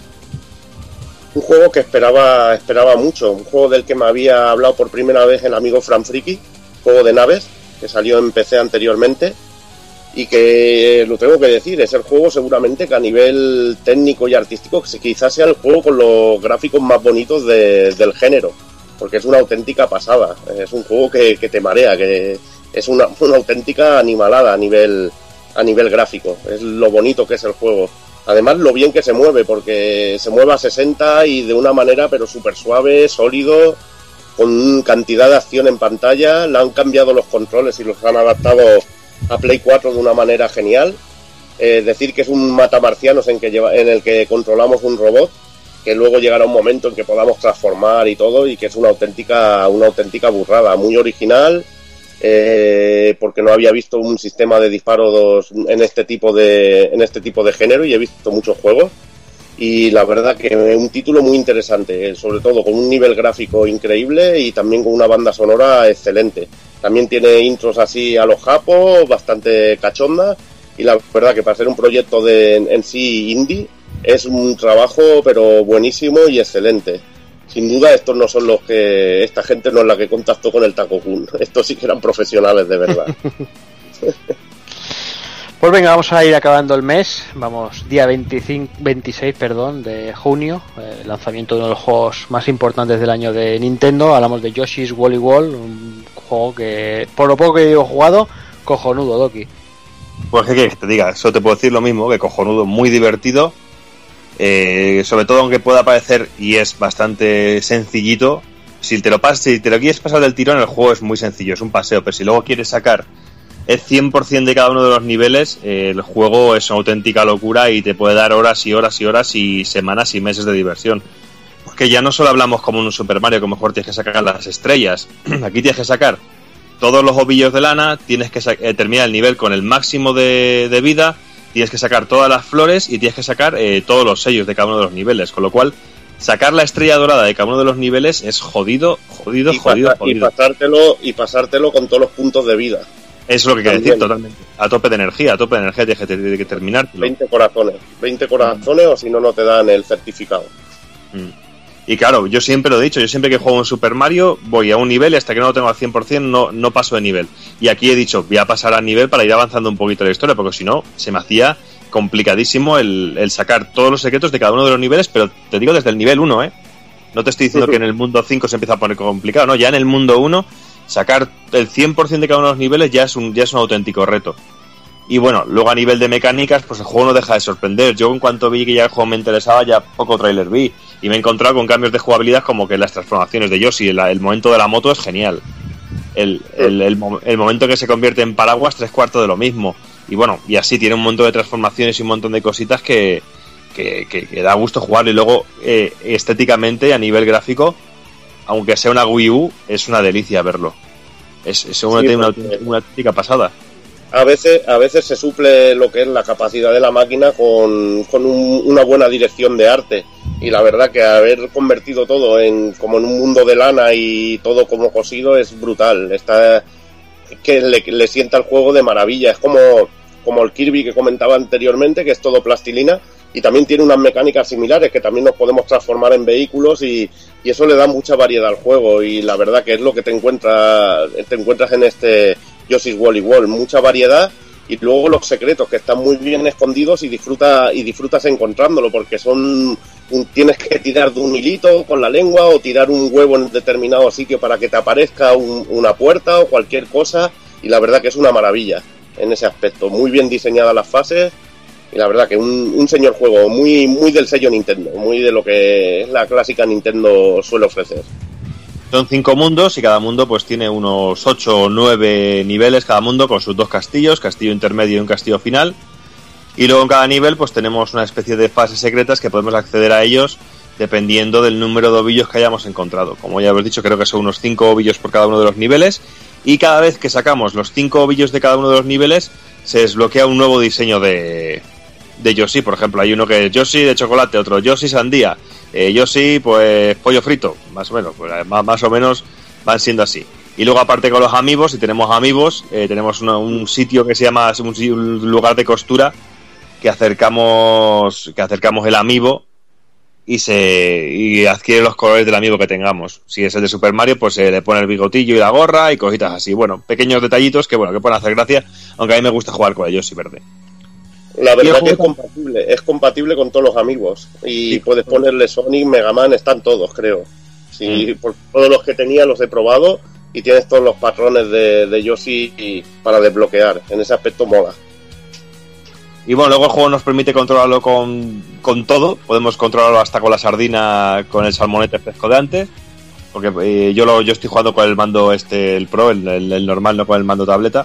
Un juego que esperaba esperaba mucho, un juego del que me había hablado por primera vez el amigo Fran Friki, juego de naves, que salió en P C anteriormente, y que, lo tengo que decir, es el juego seguramente que a nivel técnico y artístico quizás sea el juego con los gráficos más bonitos de, del género, porque es una auténtica pasada, es un juego que, que te marea, que es una, una auténtica animalada a nivel, a nivel gráfico, es lo bonito que es el juego. Además lo bien que se mueve, porque se mueve a sesenta y de una manera pero súper suave, sólido, con cantidad de acción en pantalla. Le han cambiado los controles y los han adaptado a Play cuatro de una manera genial. Eh, decir que es un matamarcianos en, que lleva, en el que controlamos un robot, que luego llegará un momento en que podamos transformar y todo, y que es una auténtica, una auténtica burrada, muy original, eh, porque no había visto un sistema de disparos en este tipo de, en este tipo de género, y he visto muchos juegos, y la verdad que es un título muy interesante, sobre todo con un nivel gráfico increíble y también con una banda sonora excelente. También tiene intros así a los japos, bastante cachondas, y la verdad que para ser un proyecto de en sí indie es un trabajo pero buenísimo y excelente. Sin duda estos no son los que, esta gente no es la que contactó con el Taco-kun, estos sí que eran profesionales de verdad. Pues venga, vamos a ir acabando el mes. Vamos, día veinticinco, veintiséis perdón, de junio, eh, lanzamiento de uno de los juegos más importantes del año de Nintendo. Hablamos de Yoshi's Woolly World, un juego que, por lo poco que he jugado, cojonudo, Doki. Pues qué quieres que te diga, eso te puedo decir lo mismo, que cojonudo, muy divertido, eh, sobre todo aunque pueda parecer, y es bastante sencillito, si te lo pasas, si te lo quieres pasar del tirón, el juego es muy sencillo, es un paseo, pero si luego quieres sacar el cien por ciento de cada uno de los niveles, eh, el juego es una auténtica locura y te puede dar horas y horas y horas y semanas y meses de diversión. Porque ya no solo hablamos como en un Super Mario, que mejor tienes que sacar las estrellas, aquí tienes que sacar todos los ovillos de lana, tienes que eh, terminar el nivel con el máximo de, de vida, tienes que sacar todas las flores y tienes que sacar eh, todos los sellos de cada uno de los niveles, con lo cual sacar la estrella dorada de cada uno de los niveles es jodido, jodido, y jodido, pasa, jodido. Y pasártelo, y pasártelo con todos los puntos de vida. Eso es lo que quiero decir, totalmente. A tope de energía, a tope de energía tienes que, tienes que terminar. veinte corazones, veinte corazones mm. o si no, no te dan el certificado. Mm. Y claro, yo siempre lo he dicho, yo siempre que juego en Super Mario voy a un nivel y hasta que no lo tengo al cien por ciento no, no paso de nivel. Y aquí he dicho, voy a pasar a nivel para ir avanzando un poquito la historia, porque si no, se me hacía complicadísimo el, el sacar todos los secretos de cada uno de los niveles, pero te digo desde el nivel uno, ¿eh? No te estoy diciendo uh-huh. que en el mundo cinco se empieza a poner complicado, no, ya en el mundo uno sacar el cien por ciento de cada uno de los niveles ya es un ya es un auténtico reto. Y bueno, luego a nivel de mecánicas, pues el juego no deja de sorprender. Yo en cuanto vi que ya el juego me interesaba, ya poco tráiler vi. Y me he encontrado con cambios de jugabilidad como que las transformaciones de Yoshi, el, el momento de la moto es genial. El, el, el, el momento que se convierte en paraguas, tres cuartos de lo mismo. Y bueno, y así tiene un montón de transformaciones y un montón de cositas que, que, que, que da gusto jugarlo. Y luego, eh, estéticamente, a nivel gráfico, aunque sea una Wii U, es una delicia verlo. Es, es una, sí, una, una, una auténtica pasada. A veces, a veces se suple lo que es la capacidad de la máquina con, con un, una buena dirección de arte. Y la verdad que haber convertido todo en como en un mundo de lana y todo como cosido es brutal. Está que le, le sienta el juego de maravilla. Es como, como el Kirby que comentaba anteriormente, que es todo plastilina. Y también tiene unas mecánicas similares, que también nos podemos transformar en vehículos y, y eso le da mucha variedad al juego. Y la verdad que es lo que te encuentras, te encuentras en este Yoshi's Woolly World, mucha variedad, y luego los secretos que están muy bien escondidos y disfruta y disfrutas encontrándolo, porque son un, tienes que tirar de un hilito con la lengua o tirar un huevo en determinado sitio para que te aparezca un, una puerta o cualquier cosa, y la verdad que es una maravilla en ese aspecto. Muy bien diseñadas las fases Y la verdad que un, un señor juego, muy, muy del sello Nintendo, muy de lo que la clásica Nintendo suele ofrecer. Son cinco mundos y cada mundo pues tiene unos ocho o nueve niveles cada mundo con sus dos castillos, castillo intermedio y un castillo final. Y luego en cada nivel pues tenemos una especie de fases secretas que podemos acceder a ellos dependiendo del número de ovillos que hayamos encontrado. Como ya hemos dicho, creo que son unos cinco ovillos por cada uno de los niveles. Y cada vez que sacamos los cinco ovillos de cada uno de los niveles se desbloquea un nuevo diseño de, de Yoshi. Por ejemplo, hay uno que es Yoshi de chocolate, otro Yoshi sandía, eh, Yoshi pues pollo frito, más o menos, pues, más, más o menos van siendo así. Y luego aparte con los amigos, si tenemos amigos, eh, tenemos una, un sitio que se llama un, un lugar de costura que acercamos que acercamos el amiibo y se y adquiere los colores del amiibo que tengamos. Si es el de Super Mario, pues se le pone el bigotillo y la gorra y cositas así. Bueno, pequeños detallitos que bueno que pueden hacer gracia, aunque a mí me gusta jugar con el Yoshi verde. La verdad que es compatible, es compatible con todos los amigos. Y sí, puedes ponerle Sonic, Mega Man, están todos, creo. Sí, mm. Por todos los que tenía los he probado y tienes todos los patrones de, de Yoshi para desbloquear. En ese aspecto mola. Y bueno, luego el juego nos permite controlarlo con, con todo. Podemos controlarlo hasta con la sardina, con el salmonete fresco de antes. Porque eh, yo lo yo estoy jugando con el mando este, el Pro, el, el, el normal, no con el mando tableta.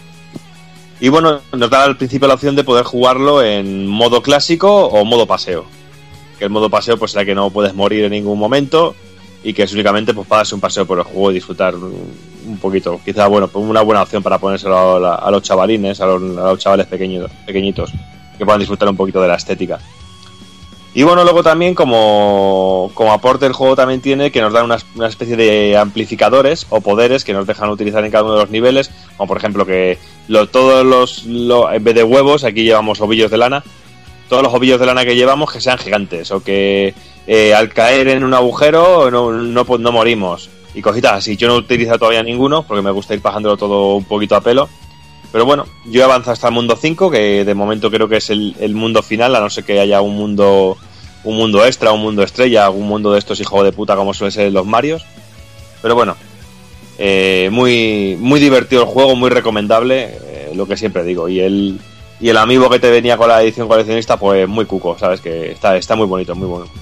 Y bueno, nos da al principio la opción de poder jugarlo en modo clásico o modo paseo. Que el modo paseo pues será que no puedes morir en ningún momento y que es únicamente pues para darse un paseo por el juego y disfrutar un poquito. Quizá bueno, una buena opción para ponérselo a, a los chavalines, a los, a los chavales pequeños, pequeñitos, que puedan disfrutar un poquito de la estética. Y bueno, luego también como, como aporte el juego también tiene que nos dan una, una especie de amplificadores o poderes que nos dejan utilizar en cada uno de los niveles, como por ejemplo que lo, todos los, lo, en vez de huevos, aquí llevamos ovillos de lana, todos los ovillos de lana que llevamos que sean gigantes, o que eh, al caer en un agujero no, no, no morimos, y cositas así. Yo no utilizo todavía ninguno, porque me gusta ir pasándolo todo un poquito a pelo. Pero bueno, yo he avanzado hasta el mundo cinco, que de momento creo que es el, el mundo final, a no ser que haya un mundo un mundo extra, un mundo estrella, algún mundo de estos hijos de puta como suele ser los Marios. Pero bueno, eh, muy muy divertido el juego, muy recomendable, eh, lo que siempre digo. Y el y el amiibo que te venía con la edición coleccionista, pues muy cuco, ¿sabes? Que está, está muy bonito, muy bonito.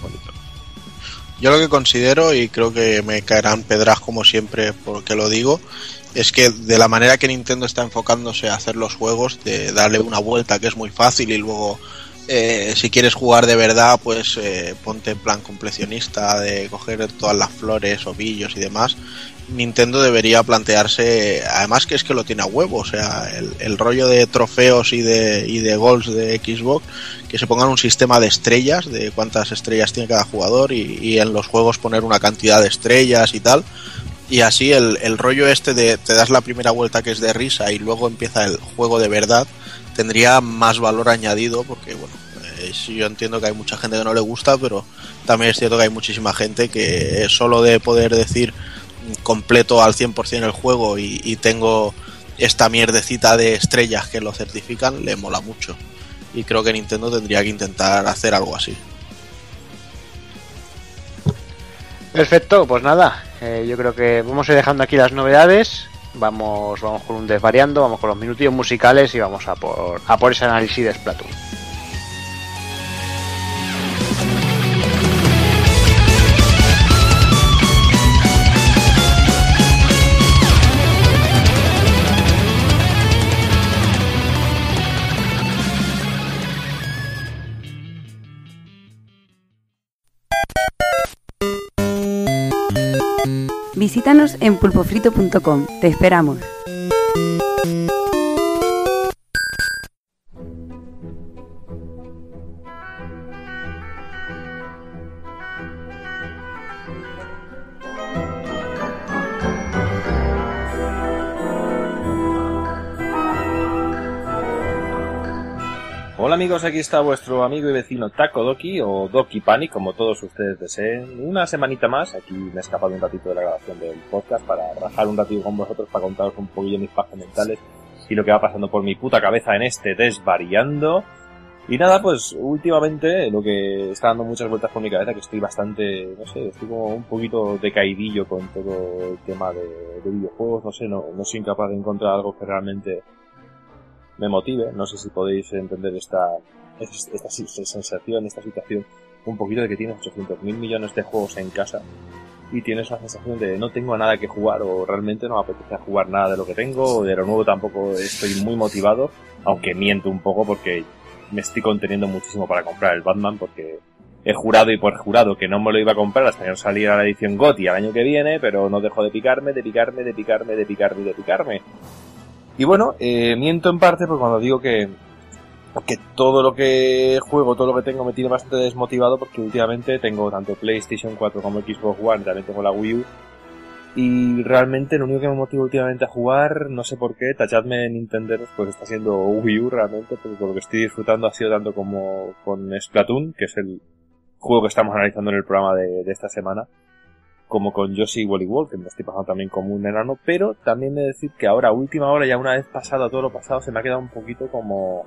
Yo lo que considero, y creo que me caerán pedras como siempre porque lo digo, es que de la manera que Nintendo está enfocándose a hacer los juegos, de darle una vuelta que es muy fácil y luego eh, si quieres jugar de verdad, pues eh, ponte en plan completionista de coger todas las flores, ovillos y demás. Nintendo debería plantearse, además que es que lo tiene a huevo, o sea, el, el rollo de trofeos y de, y de gols de Xbox, que se pongan un sistema de estrellas, de cuántas estrellas tiene cada jugador y, y en los juegos poner una cantidad de estrellas y tal. Y así el, el rollo este de te das la primera vuelta que es de risa y luego empieza el juego de verdad, tendría más valor añadido porque, bueno, eh, sí, yo entiendo que hay mucha gente que no le gusta, pero también es cierto que hay muchísima gente que solo de poder decir completo al cien por ciento el juego y, y tengo esta mierdecita de estrellas que lo certifican, le mola mucho. Y creo que Nintendo tendría que intentar hacer algo así. Perfecto, pues nada, eh, yo creo que vamos a ir dejando aquí las novedades, vamos vamos con un desvariando, vamos con los minutillos musicales y vamos a por, a por ese análisis de Splatoon. Visítanos en pulpofrito punto com. Te esperamos. Hola amigos, aquí está vuestro amigo y vecino Taco Doki, o Doki Panic, como todos ustedes deseen. Una semanita más, aquí me he escapado un ratito de la grabación del podcast para rajar un ratito con vosotros, para contaros un poquillo mis pajes mentales y lo que va pasando por mi puta cabeza en este desvariando. Y nada, pues últimamente lo que está dando muchas vueltas por mi cabeza, que estoy bastante, no sé, estoy como un poquito decaidillo con todo el tema de, de videojuegos, no sé, no, no soy incapaz de encontrar algo que realmente me motive. No sé si podéis entender esta es esta sensación, esta situación, un poquito de que tienes ochocientos mil millones de juegos en casa y tienes la sensación de no tengo nada que jugar o realmente no me apetece jugar nada de lo que tengo, o de lo nuevo tampoco estoy muy motivado, aunque miento un poco porque me estoy conteniendo muchísimo para comprar el Batman, porque he jurado y por jurado que no me lo iba a comprar hasta que no saliera la edición G O T Y al año que viene, pero no dejo de picarme, de picarme, de picarme, de picarme y de picarme. Y bueno, eh, miento en parte porque cuando digo que que todo lo que juego, todo lo que tengo me tiene bastante desmotivado, porque últimamente tengo tanto PlayStation cuatro como Xbox One, también tengo la Wii U, y realmente lo único que me motiva últimamente a jugar, no sé por qué, tachadme Nintendo, pues está siendo Wii U realmente, porque con lo que estoy disfrutando ha sido tanto como con Splatoon, que es el juego que estamos analizando en el programa de, de esta semana, como con Yoshi Woolly World, que me estoy pasando también como un enano, pero también he de decir que ahora, a última hora, ya una vez pasado todo lo pasado, se me ha quedado un poquito como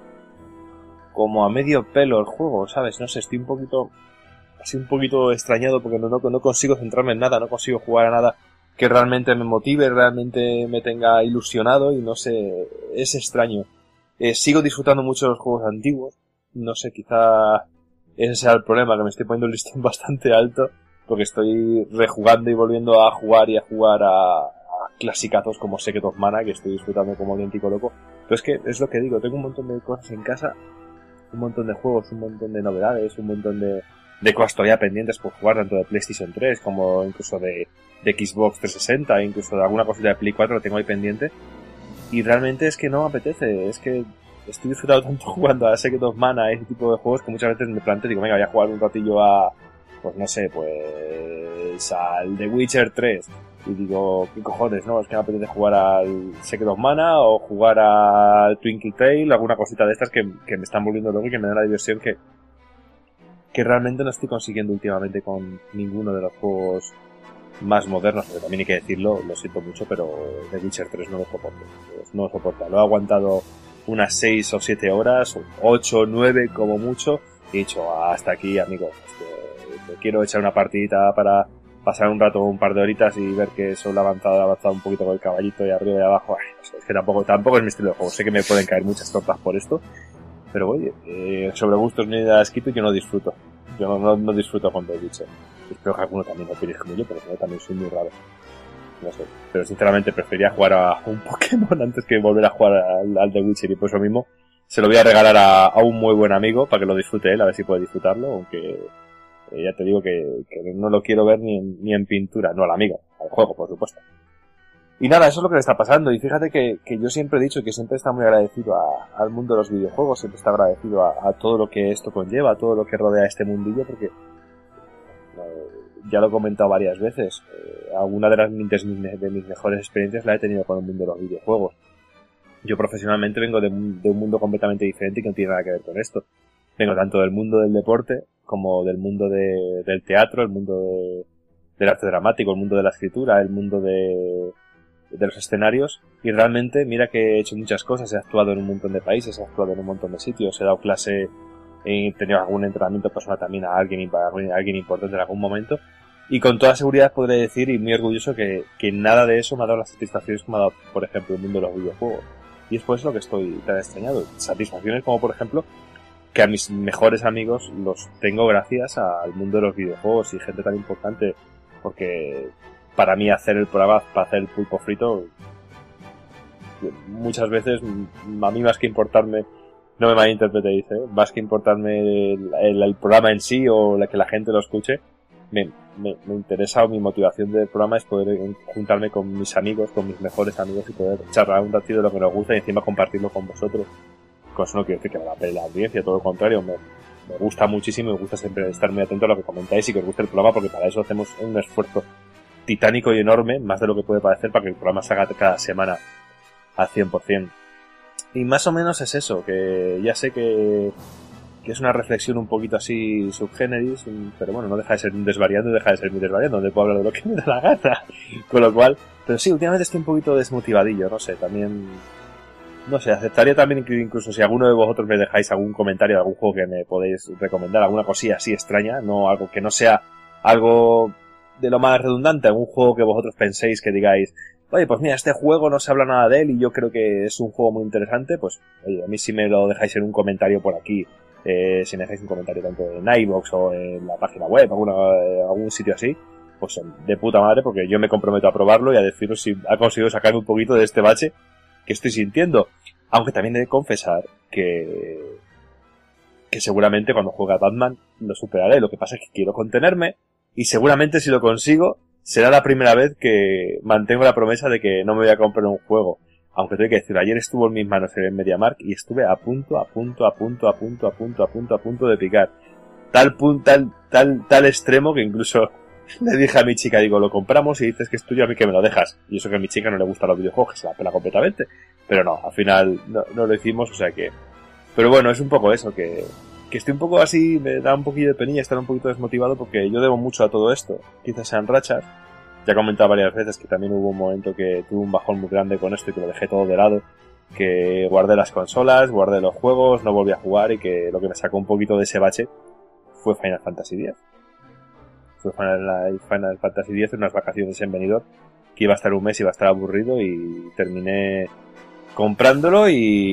como a medio pelo el juego, ¿sabes? No sé, estoy un poquito así un poquito extrañado porque no, no, no consigo centrarme en nada, no consigo jugar a nada que realmente me motive, realmente me tenga ilusionado y no sé, es extraño. Eh, sigo disfrutando mucho de los juegos antiguos, no sé, quizá ese sea el problema, que me estoy poniendo el listón bastante alto porque estoy rejugando y volviendo a jugar y a jugar a, a clasicazos como Secret of Mana, que estoy disfrutando como auténtico loco. Pero es que es lo que digo, tengo un montón de cosas en casa, un montón de juegos, un montón de novedades, un montón de, de cosas todavía pendientes por jugar, tanto de PlayStation tres como incluso de, de Xbox trescientos sesenta, incluso de alguna cosita de Play cuatro lo tengo ahí pendiente. Y realmente es que no me apetece, es que estoy disfrutando tanto jugando a Secret of Mana, ese tipo de juegos, que muchas veces me planteo, digo, venga, voy a jugar un ratillo a, pues no sé, pues al The Witcher tres. Y digo, ¿qué cojones, no? Es que me apetece jugar al Secret of Mana o jugar al Twinkle Tail, alguna cosita de estas que, que me están volviendo loco y que me dan la diversión que, que realmente no estoy consiguiendo últimamente con ninguno de los juegos más modernos, porque también hay que decirlo, lo siento mucho, pero The Witcher tres no lo soporto. No lo soporta. Lo he aguantado unas seis o siete horas, ocho o nueve como mucho, y he dicho, hasta aquí, amigos. Este, quiero echar una partidita para pasar un rato, un par de horitas y ver que solo ha avanzado, ha avanzado un poquito con el caballito y arriba y abajo. Ay, no sé, es que tampoco, tampoco es mi estilo de juego. Sé que me pueden caer muchas tortas por esto, pero oye, eh, sobre gustos ni nada escrito y yo no disfruto. Yo no, no, no disfruto con The Witcher. Espero que alguno también opine como yo, pero yo también soy muy raro. No sé. Pero sinceramente prefería jugar a un Pokémon antes que volver a jugar al, al The Witcher, y por eso mismo se lo voy a regalar a, a un muy buen amigo para que lo disfrute él, a ver si puede disfrutarlo, aunque eh, ya te digo que, que no lo quiero ver ni en, ni en pintura, no al amigo, al juego, por supuesto. Y nada, eso es lo que le está pasando, y fíjate que, que yo siempre he dicho que siempre está muy agradecido a, al mundo de los videojuegos, siempre está agradecido a, a todo lo que esto conlleva, a todo lo que rodea este mundillo, porque eh, ya lo he comentado varias veces, eh, alguna de, las, de mis mejores experiencias la he tenido con el mundo de los videojuegos. Yo profesionalmente vengo de, de un mundo completamente diferente y que no tiene nada que ver con esto. Vengo tanto del mundo del deporte como del mundo de, del teatro, el mundo de, del arte dramático, el mundo de la escritura, el mundo de, de los escenarios, y realmente mira que he hecho muchas cosas, he actuado en un montón de países, he actuado en un montón de sitios, he dado clase, he tenido algún entrenamiento personal también a alguien, a alguien importante en algún momento, y con toda seguridad podré decir, y muy orgulloso, que, que nada de eso me ha dado las satisfacciones que me ha dado, por ejemplo, el mundo de los videojuegos. Y es por eso lo que estoy tan extrañado. Satisfacciones como, por ejemplo, que a mis mejores amigos los tengo gracias al mundo de los videojuegos y gente tan importante, porque para mí hacer el programa, para hacer el pulpo frito, muchas veces a mí más que importarme, no me malinterpretéis, ¿eh? Más que importarme el, el, el programa en sí o la que la gente lo escuche, me, me, me interesa, o mi motivación del programa es poder juntarme con mis amigos, con mis mejores amigos y poder charlar un ratito de lo que nos gusta y encima compartirlo con vosotros. Con eso no quiero decir que me la pele la audiencia, todo lo contrario, me, me gusta muchísimo y me gusta siempre estar muy atento a lo que comentáis y que os guste el programa, porque para eso hacemos un esfuerzo titánico y enorme, más de lo que puede parecer, para que el programa se haga cada semana al cien por ciento. Y más o menos es eso, que ya sé que, que es una reflexión un poquito así subgéneris, pero bueno, no deja de ser un desvariando, deja de ser muy desvariando, donde puedo hablar de lo que me da la gana. Con lo cual, pero sí, últimamente estoy un poquito desmotivadillo, no sé, también, no sé, aceptaría también que incluso si alguno de vosotros me dejáis algún comentario de algún juego que me podéis recomendar, alguna cosilla así extraña, no algo que no sea algo de lo más redundante, algún juego que vosotros penséis que digáis, oye, pues mira, este juego no se habla nada de él y yo creo que es un juego muy interesante, pues oye, a mí si me lo dejáis en un comentario por aquí eh, si me dejáis un comentario tanto en iVoox o en la página web, alguna, eh, algún sitio así, pues de puta madre, porque yo me comprometo a probarlo y a deciros si ha conseguido sacarme un poquito de este bache que estoy sintiendo. Aunque también he de confesar que que seguramente cuando juegue a Batman lo superaré. Lo que pasa es que quiero contenerme y seguramente si lo consigo será la primera vez que mantengo la promesa de que no me voy a comprar un juego. Aunque tengo que decir, ayer estuvo en mis manos en MediaMarkt y estuve a punto, a punto, a punto, a punto, a punto, a punto, a punto de picar. Tal punto, tal, tal, tal extremo que incluso le dije a mi chica, digo, lo compramos y dices que es tuyo, a mí que me lo dejas. Y eso que a mi chica no le gustan los videojuegos, que se la pela completamente. Pero no, al final no, no lo hicimos, o sea que... Pero bueno, es un poco eso, que, que estoy un poco así, me da un poquillo de penilla estar un poquito desmotivado porque yo debo mucho a todo esto. Quizás sean rachas. Ya he comentado varias veces que también hubo un momento que tuve un bajón muy grande con esto y que lo dejé todo de lado. Que guardé las consolas, guardé los juegos, no volví a jugar y que lo que me sacó un poquito de ese bache fue Final Fantasy diez. Fue Final, Final Fantasy diez en unas vacaciones en Benidorm, que iba a estar un mes y iba a estar aburrido y terminé comprándolo y,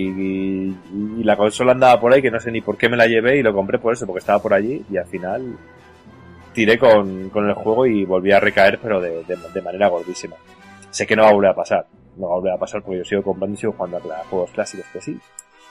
y, y la consola andaba por ahí que no sé ni por qué me la llevé y lo compré por eso, porque estaba por allí y al final tiré con, con el juego y volví a recaer pero de, de, de manera gordísima. Sé que no va a volver a pasar, no va a volver a pasar porque yo sigo comprando y sigo jugando a juegos clásicos, que sí.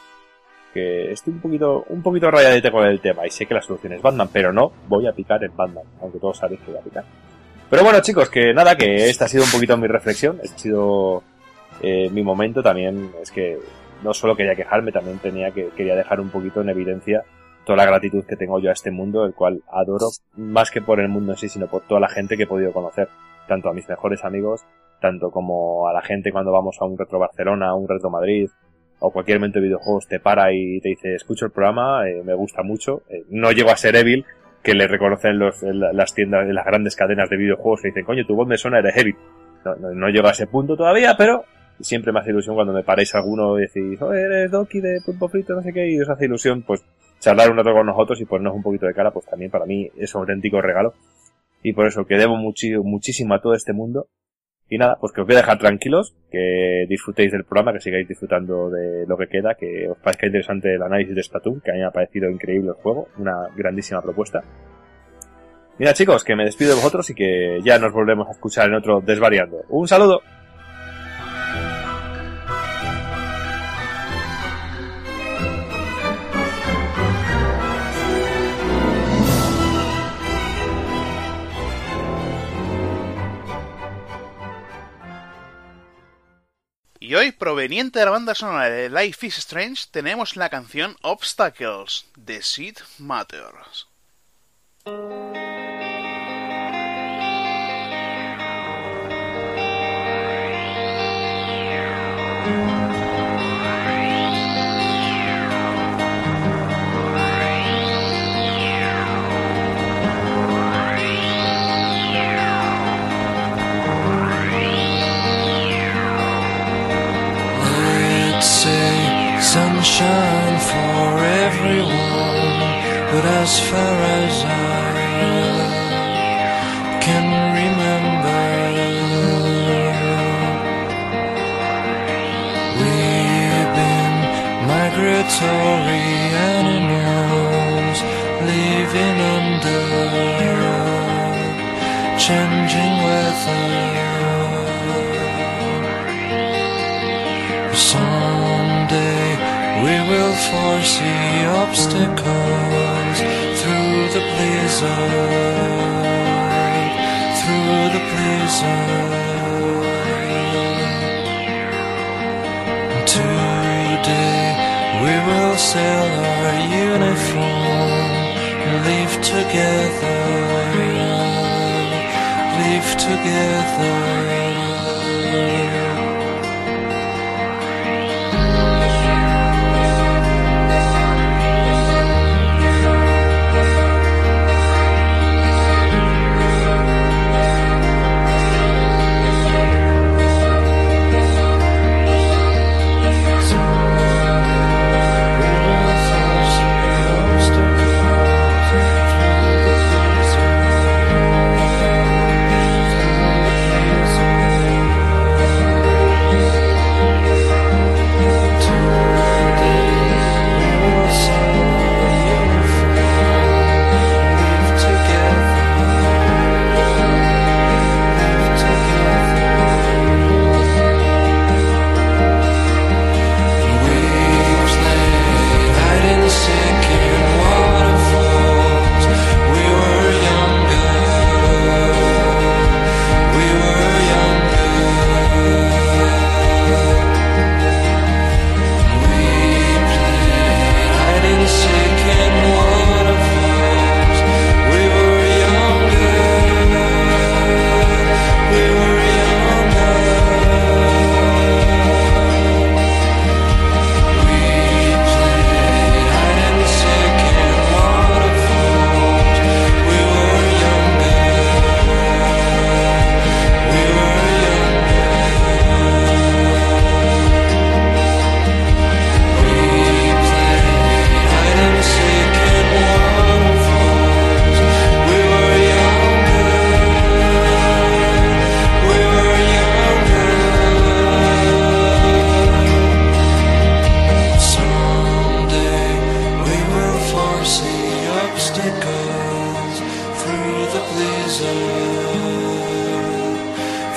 Que estoy un poquito, un poquito rayadito con el tema y sé que la solución es Batman, pero no voy a picar en Batman, aunque todos sabéis que voy a picar. Pero bueno chicos, que nada, que esta ha sido un poquito mi reflexión, este ha sido eh, mi momento también, es que no solo quería quejarme, también tenía que, quería dejar un poquito en evidencia toda la gratitud que tengo yo a este mundo, el cual adoro, más que por el mundo en sí, sino por toda la gente que he podido conocer, tanto a mis mejores amigos, tanto como a la gente cuando vamos a un Retro Barcelona, a un Retro Madrid, o cualquier evento de videojuegos te para y te dice, escucho el programa, eh, me gusta mucho, eh, no llego a ser Evil, que le reconocen los, las tiendas, las grandes cadenas de videojuegos que dicen, coño, tu voz me suena, eres Evil. No, no, no llego a ese punto todavía, pero siempre me hace ilusión cuando me paráis alguno y decís, oh, eres Doki de Pulpo Frito, no sé qué, y os hace ilusión, pues, charlar un rato con nosotros y ponernos un poquito de cara, pues también para mí es un auténtico regalo. Y por eso que debo muchi- muchísimo a todo este mundo. Y nada, pues que os voy a dejar tranquilos, que disfrutéis del programa, que sigáis disfrutando de lo que queda, que os parezca interesante el análisis de Splatoon, que a mí me ha parecido increíble el juego, una grandísima propuesta. Mira chicos, que me despido de vosotros y que ya nos volvemos a escuchar en otro Desvariando. ¡Un saludo! Y hoy, proveniente de la banda sonora de Life is Strange, tenemos la canción Obstacles, de Sid Matters. Sunshine for everyone, but as far as I can remember, we've been migratory animals living under changing weather. Someday we will foresee obstacles through the blizzard, through the blizzard. Today we will sell our uniform, live together, live together. Obstacles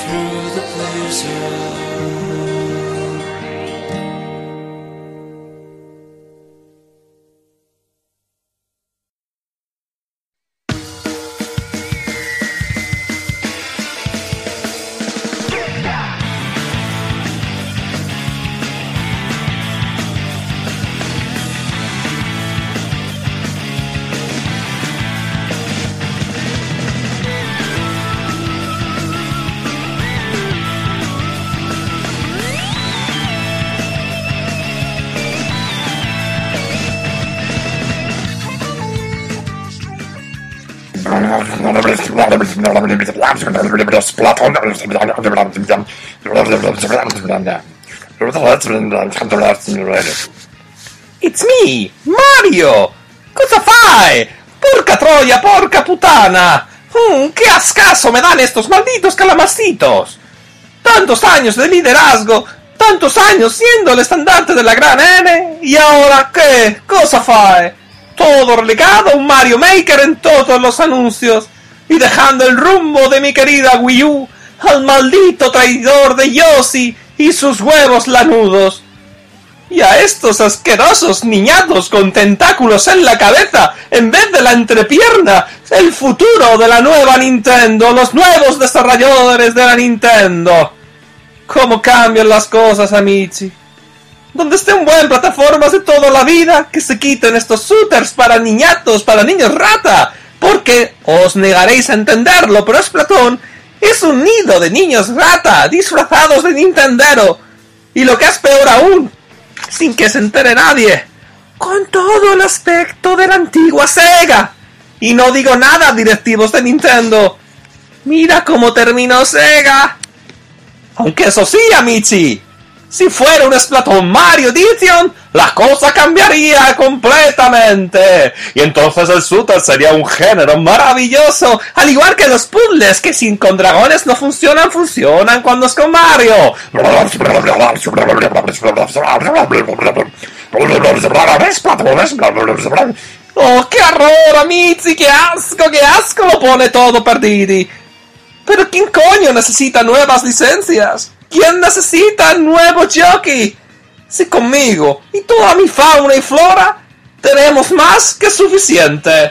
through the places. It's me, Mario! Cosa fai? Porca troia, porca puttana! Mm, ¡Qué ascaso me dan estos malditos calamacitos! Tantos años de liderazgo, tantos años siendo el estandarte de la gran N, y ahora ¿qué? Cosa fai? Todo relegado a un Mario Maker en todos los anuncios, y dejando el rumbo de mi querida Wii U al maldito traidor de Yoshi y sus huevos lanudos. Y a estos asquerosos niñatos con tentáculos en la cabeza en vez de la entrepierna, el futuro de la nueva Nintendo, los nuevos desarrolladores de la Nintendo. ¿Cómo cambian las cosas, amici? Donde estén buen plataformas de toda la vida, que se quiten estos shooters para niñatos, para niños rata, porque os negaréis a entenderlo, pero Splatoon es un nido de niños rata disfrazados de Nintendero, y lo que es peor aún, sin que se entere nadie, con todo el aspecto de la antigua Sega. Y no digo nada, directivos de Nintendo, mira cómo terminó Sega. Aunque eso sí, amici, si fuera un Splatoon Mario Edition, la cosa cambiaría completamente. Y entonces el shooter sería un género maravilloso, al igual que los puzzles, que sin con dragones no funcionan, funcionan cuando es con Mario. ¡Oh, qué horror, amici! ¡Qué asco, qué asco! Lo pone todo perdido. ¿Pero quién coño necesita nuevas licencias? ¿Quién necesita nuevo jockey? Si conmigo y toda mi fauna y flora tenemos más que suficiente.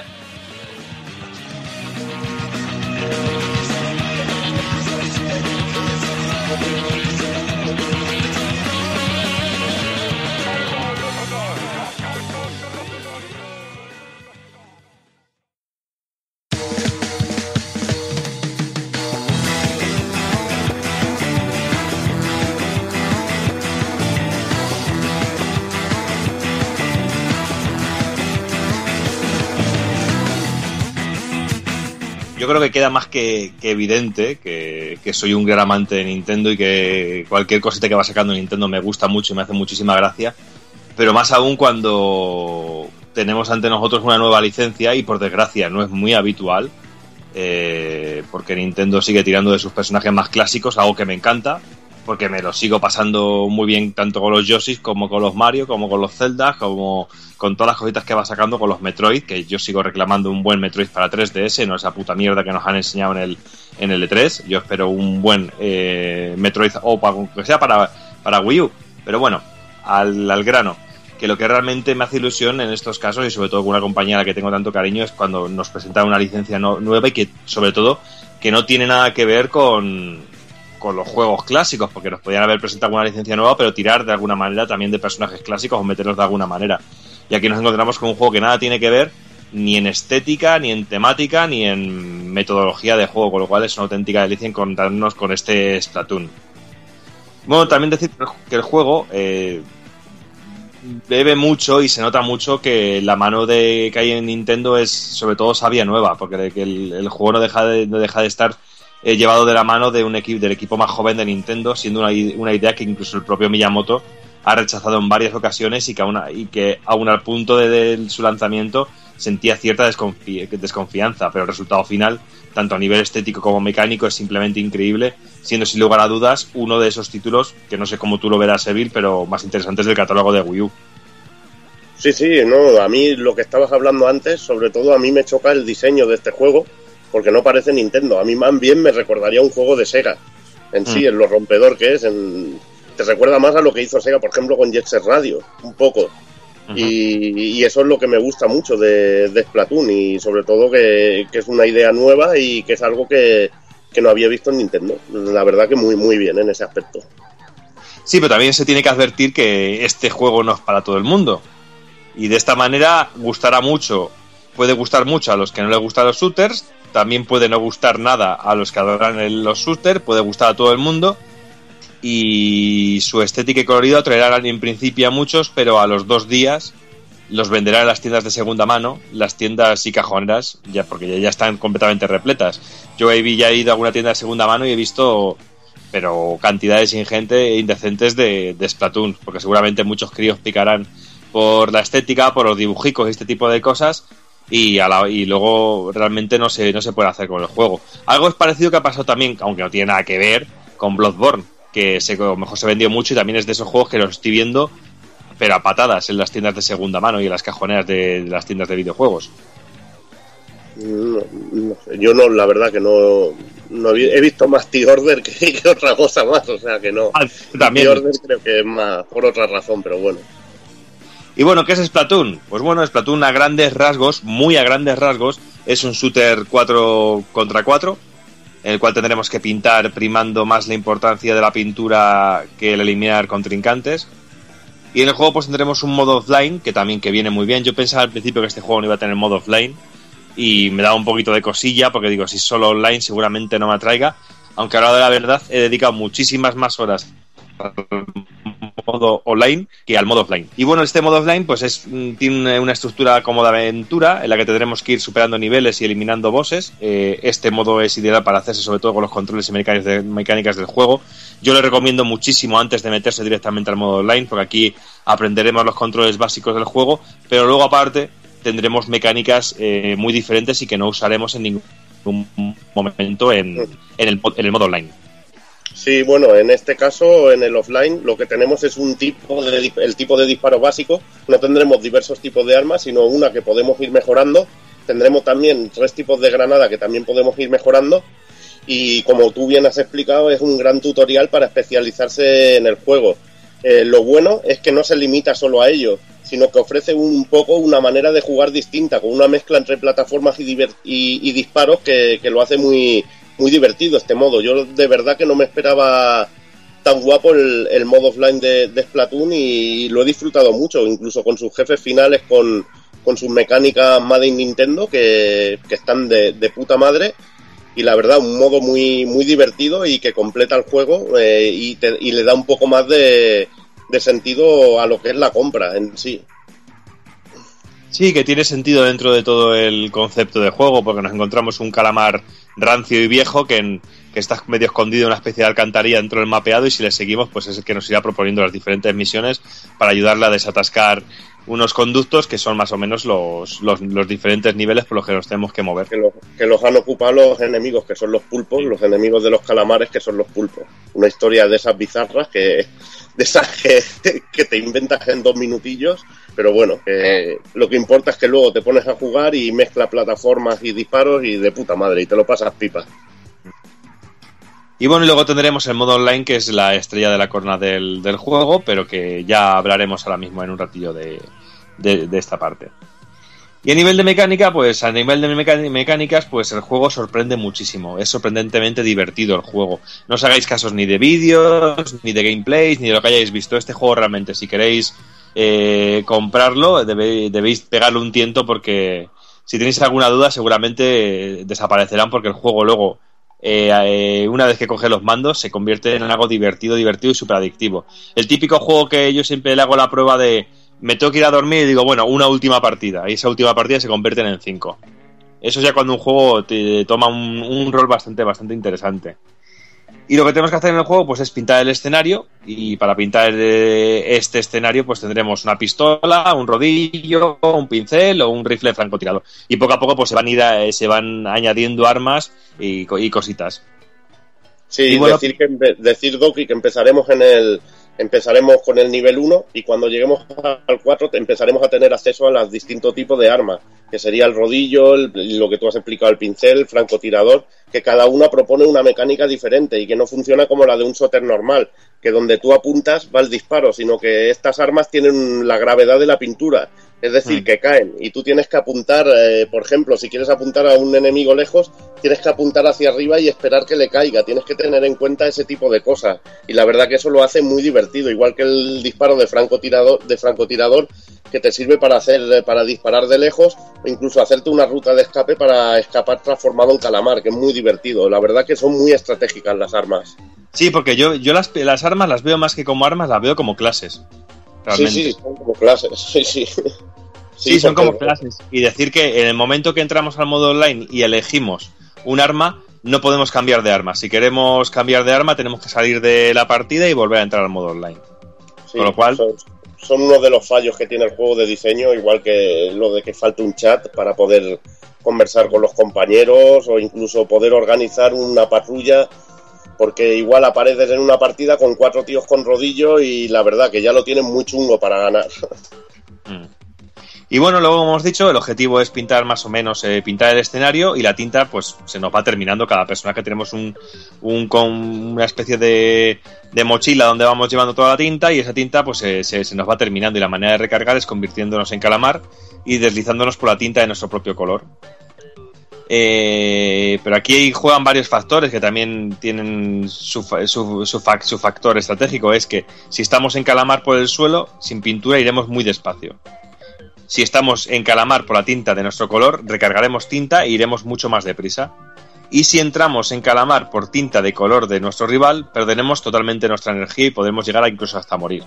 Yo creo que queda más que, que evidente que, que soy un gran amante de Nintendo y que cualquier cosita que va sacando Nintendo me gusta mucho y me hace muchísima gracia, pero más aún cuando tenemos ante nosotros una nueva licencia y por desgracia no es muy habitual, eh, porque Nintendo sigue tirando de sus personajes más clásicos, algo que me encanta, porque me lo sigo pasando muy bien tanto con los Yoshis como con los Mario, como con los Zelda, como con todas las cositas que va sacando con los Metroid, que yo sigo reclamando un buen Metroid para tres D S, no esa puta mierda que nos han enseñado en el en el E tres. Yo espero un buen eh, Metroid o para, que sea para, para Wii U. Pero bueno, al, al grano, que lo que realmente me hace ilusión en estos casos, y sobre todo con una compañía a la que tengo tanto cariño, es cuando nos presentan una licencia no, nueva y que sobre todo que no tiene nada que ver con... con los juegos clásicos, porque nos podían haber presentado una licencia nueva, pero tirar de alguna manera también de personajes clásicos o meterlos de alguna manera. Y aquí nos encontramos con un juego que nada tiene que ver ni en estética, ni en temática, ni en metodología de juego, con lo cual es una auténtica delicia encontrarnos con este Splatoon. Bueno, también decir que el juego eh, bebe mucho y se nota mucho que la mano de que hay en Nintendo es sobre todo sabia nueva, porque el, el juego no deja de, no deja de estar eh, llevado de la mano de un equipo del equipo más joven de Nintendo, siendo una, una idea que incluso el propio Miyamoto ha rechazado en varias ocasiones y que aún, y que aún al punto de, de su lanzamiento sentía cierta desconfi- desconfianza, pero el resultado final, tanto a nivel estético como mecánico, es simplemente increíble, siendo sin lugar a dudas uno de esos títulos que no sé cómo tú lo verás, Evil, pero más interesantes del catálogo de Wii U. Sí, sí, no, a mí lo que estabas hablando antes, sobre todo a mí me choca el diseño de este juego, porque no parece Nintendo, a mí más bien me recordaría un juego de Sega. en sí, mm. en lo rompedor que es. En, te recuerda más a lo que hizo Sega, por ejemplo, con Jet Set Radio, un poco. Uh-huh. Y, y eso es lo que me gusta mucho de, de Splatoon, y sobre todo que, que es una idea nueva y que es algo que, que no había visto en Nintendo. La verdad que muy, muy bien en ese aspecto. Sí, pero también se tiene que advertir que este juego no es para todo el mundo. Y de esta manera gustará mucho, puede gustar mucho a los que no les gustan los shooters, también puede no gustar nada a los que adoran el, los shooters, puede gustar a todo el mundo. Y su estética y colorido atraerán en principio a muchos, pero a los dos días los venderán en las tiendas de segunda mano, las tiendas y cajoneras, ya porque ya, ya están completamente repletas. Yo he, ya he ido a alguna tienda de segunda mano y he visto, pero cantidades ingentes e indecentes de, de Splatoon, porque seguramente muchos críos picarán por la estética, por los dibujicos y este tipo de cosas, y, a la, y luego realmente no se, no se puede hacer con el juego. Algo es parecido que ha pasado también, aunque no tiene nada que ver, con Bloodborne, que se, a lo mejor se vendió mucho y también es de esos juegos que los estoy viendo, pero a patadas en las tiendas de segunda mano y en las cajoneras de, de las tiendas de videojuegos. No, no sé, yo no, la verdad que no, no he visto más T-Order que, que otra cosa más, o sea que no. Ah, también. T-Order creo que es más por otra razón, pero bueno. Y bueno, ¿qué es Splatoon? Pues bueno, Splatoon a grandes rasgos, muy a grandes rasgos, es un shooter cuatro contra cuatro, en el cual tendremos que pintar primando más la importancia de la pintura que el eliminar contrincantes. Y en el juego pues tendremos un modo offline, que también que viene muy bien. Yo pensaba al principio que este juego no iba a tener modo offline, y me daba un poquito de cosilla, porque digo, si solo online seguramente no me atraiga, aunque a la hora de la verdad he dedicado muchísimas más horas al modo online que al modo offline. Y bueno, este modo offline pues es tiene una estructura como de aventura en la que tendremos que ir superando niveles y eliminando bosses. Eh, este modo es ideal para hacerse sobre todo con los controles y mecánicas, de, mecánicas del juego. Yo le recomiendo muchísimo antes de meterse directamente al modo online, porque aquí aprenderemos los controles básicos del juego, pero luego aparte tendremos mecánicas eh, muy diferentes y que no usaremos en ningún momento en, en, el, en el modo online. Sí, bueno, en este caso, en el offline, lo que tenemos es un tipo de el tipo de disparo básico. No tendremos diversos tipos de armas, sino una que podemos ir mejorando. Tendremos también tres tipos de granada que también podemos ir mejorando. Y como tú bien has explicado, es un gran tutorial para especializarse en el juego. Eh, lo bueno es que no se limita solo a ello, sino que ofrece un poco una manera de jugar distinta, con una mezcla entre plataformas y, diver- y, y disparos que, que lo hace muy... muy divertido este modo. Yo de verdad que no me esperaba tan guapo el, el modo offline de, de Splatoon, y lo he disfrutado mucho, incluso con sus jefes finales, con, con sus mecánicas Made in Nintendo que, que están de, de puta madre, y la verdad un modo muy muy divertido y que completa el juego eh, y, te, y le da un poco más de, de sentido a lo que es la compra en sí. Sí, que tiene sentido dentro de todo el concepto de juego, porque nos encontramos un calamar rancio y viejo que, en, que está medio escondido en una especie de alcantarilla dentro del mapeado, y si le seguimos pues es el que nos irá proponiendo las diferentes misiones para ayudarle a desatascar unos conductos que son más o menos los, los, los diferentes niveles por los que nos tenemos que mover. Que, lo, que los han ocupado los enemigos, que son los pulpos, los enemigos de los calamares, que son los pulpos. Una historia de esas bizarras, que de esas que, que te inventas en dos minutillos, pero bueno, que lo que importa es que luego te pones a jugar y mezcla plataformas y disparos y de puta madre, y te lo pasas pipa. Y bueno, y luego tendremos el modo online, que es la estrella de la corona del, del juego, pero que ya hablaremos ahora mismo en un ratillo de, de, de esta parte. Y a nivel de mecánica, pues a nivel de mecá- mecánicas, pues el juego sorprende muchísimo. Es sorprendentemente divertido el juego. No os hagáis casos ni de vídeos, ni de gameplays, ni de lo que hayáis visto. Este juego realmente, si queréis eh, comprarlo, debe, debéis pegarle un tiento, porque si tenéis alguna duda seguramente eh, desaparecerán, porque el juego luego... Eh, eh, una vez que coge los mandos se convierte en algo divertido, divertido y súper adictivo. El típico juego que yo siempre le hago la prueba de me tengo que ir a dormir y digo, bueno, una última partida, y esa última partida se convierte en cinco. Eso ya cuando un juego te toma un, un rol bastante, bastante interesante. Y lo que tenemos que hacer en el juego pues es pintar el escenario, y para pintar este escenario pues tendremos una pistola, un rodillo, un pincel o un rifle francotirador, y poco a poco pues se van a ir, se van añadiendo armas y, y cositas. Sí, y bueno, decir que decir Doki que empezaremos en el empezaremos con el nivel uno, y cuando lleguemos al cuatro empezaremos a tener acceso a los distintos tipos de armas. que sería el rodillo, el, lo que tú has explicado, el pincel, el francotirador, que cada una propone una mecánica diferente y que no funciona como la de un shooter normal, que donde tú apuntas va el disparo, sino que estas armas tienen la gravedad de la pintura, es decir, mm. que caen, y tú tienes que apuntar, eh, por ejemplo, si quieres apuntar a un enemigo lejos, tienes que apuntar hacia arriba y esperar que le caiga, tienes que tener en cuenta ese tipo de cosas, y la verdad que eso lo hace muy divertido, igual que el disparo de francotirador, de francotirador que te sirve para hacer, para disparar de lejos, o incluso hacerte una ruta de escape para escapar transformado en calamar, que es muy divertido, la verdad que son muy estratégicas las armas. Sí, porque yo, yo las, las armas las veo más que como armas, las veo como clases. Realmente. Sí, sí, son como clases, sí, sí. Sí, sí son como clases. Y decir que en el momento que entramos al modo online y elegimos un arma, no podemos cambiar de arma. Si queremos cambiar de arma, tenemos que salir de la partida y volver a entrar al modo online. Sí, con lo cual... Son, son uno de los fallos que tiene el juego de diseño, igual que lo de que falta un chat para poder conversar con los compañeros o incluso poder organizar una patrulla, porque igual apareces en una partida con cuatro tíos con rodillo y la verdad que ya lo tienen muy chungo para ganar. Mm. Y bueno, luego como hemos dicho, el objetivo es pintar más o menos, eh, pintar el escenario, y la tinta pues se nos va terminando. Cada personaje tenemos un, un con una especie de, de mochila donde vamos llevando toda la tinta, y esa tinta pues se, se, se nos va terminando, y la manera de recargar es convirtiéndonos en calamar y deslizándonos por la tinta de nuestro propio color. Eh, pero aquí juegan varios factores que también tienen su, su, su, su factor estratégico. Es que si estamos en calamar por el suelo, sin pintura iremos muy despacio. Si estamos en calamar por la tinta de nuestro color, recargaremos tinta e iremos mucho más deprisa. Y si entramos en calamar por tinta de color de nuestro rival, perderemos totalmente nuestra energía y podremos llegar a incluso hasta morir.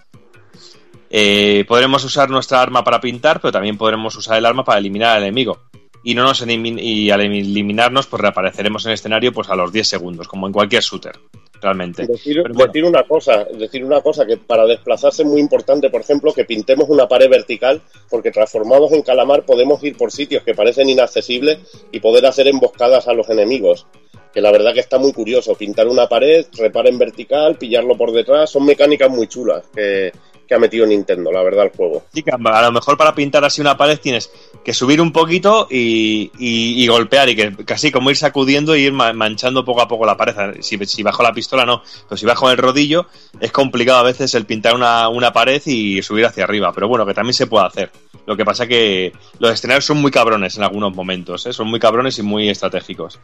Eh, podremos usar nuestra arma para pintar, pero también podremos usar el arma para eliminar al enemigo. Y no nos elimin- y al eliminarnos, pues reapareceremos en el escenario pues a los diez segundos, como en cualquier shooter. Realmente. Decir, bueno. decir una cosa, decir una cosa que para desplazarse es muy importante, por ejemplo, que pintemos una pared vertical, porque transformados en calamar podemos ir por sitios que parecen inaccesibles y poder hacer emboscadas a los enemigos. Que la verdad que está muy curioso, pintar una pared, repar en vertical, pillarlo por detrás, son mecánicas muy chulas que, que ha metido Nintendo, la verdad, el juego. Sí, que a lo mejor para pintar así una pared tienes que subir un poquito y, y, y golpear, y que casi como ir sacudiendo y ir manchando poco a poco la pared. Si, si bajo la pistola no, pero si bajo el rodillo es complicado a veces el pintar una, una pared y subir hacia arriba, pero bueno, que también se puede hacer. Lo que pasa que los escenarios son muy cabrones en algunos momentos, ¿eh? Son muy cabrones y muy estratégicos.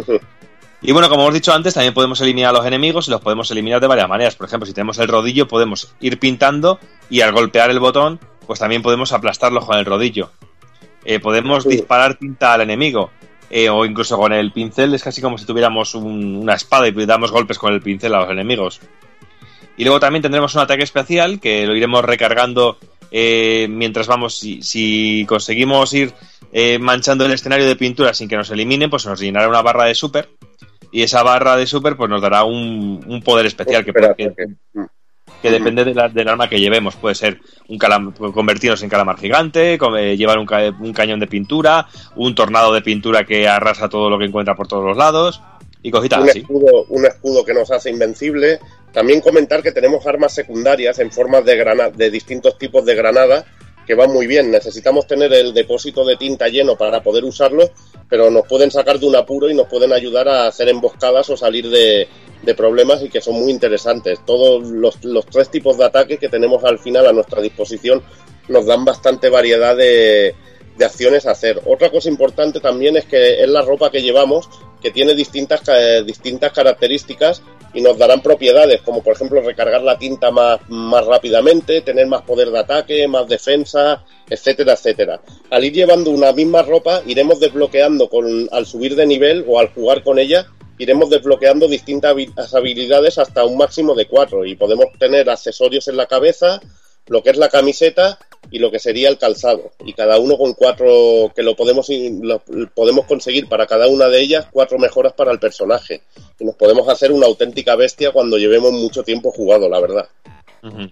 Y bueno, como hemos dicho antes, también podemos eliminar a los enemigos, y los podemos eliminar de varias maneras. Por ejemplo, si tenemos el rodillo, podemos ir pintando y al golpear el botón, pues también podemos aplastarlo con el rodillo. Eh, podemos sí. disparar tinta al enemigo, eh, o incluso con el pincel, es casi como si tuviéramos un, una espada y damos golpes con el pincel a los enemigos. Y luego también tendremos un ataque especial que lo iremos recargando eh, mientras vamos. Si, si conseguimos ir eh, manchando el escenario de pintura sin que nos eliminen, pues nos llenará una barra de super. Y esa barra de super pues nos dará un, un poder especial que, puede, que, que depende de la, del arma que llevemos. Puede ser un calam, convertirnos en calamar gigante, llevar un, ca, un cañón de pintura, un tornado de pintura que arrasa todo lo que encuentra por todos los lados y cositas un así. Escudo, un escudo que nos hace invencible. También comentar que tenemos armas secundarias en formas de, grana, de distintos tipos de granadas que van muy bien. Necesitamos tener el depósito de tinta lleno para poder usarlo, pero nos pueden sacar de un apuro y nos pueden ayudar a hacer emboscadas o salir de, de problemas, y que son muy interesantes. Todos los, los tres tipos de ataque que tenemos al final a nuestra disposición nos dan bastante variedad de, de acciones a hacer. Otra cosa importante también es que es la ropa que llevamos, que tiene distintas, distintas características y nos darán propiedades, como por ejemplo recargar la tinta más, más rápidamente, tener más poder de ataque, más defensa, etcétera, etcétera. Al ir llevando una misma ropa, iremos desbloqueando con, al subir de nivel o al jugar con ella, iremos desbloqueando distintas habilidades hasta un máximo de cuatro, y podemos tener accesorios en la cabeza, lo que es la camiseta y lo que sería el calzado, y cada uno con cuatro, que lo podemos lo podemos conseguir para cada una de ellas, cuatro mejoras para el personaje, y nos podemos hacer una auténtica bestia cuando llevemos mucho tiempo jugado, la verdad. Uh-huh.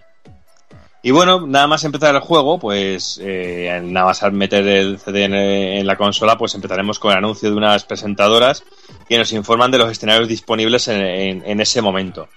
Y bueno, nada más empezar el juego, pues eh, nada más al meter el C D en, en la consola, pues empezaremos con el anuncio de unas presentadoras que nos informan de los escenarios disponibles en, en, en ese momento.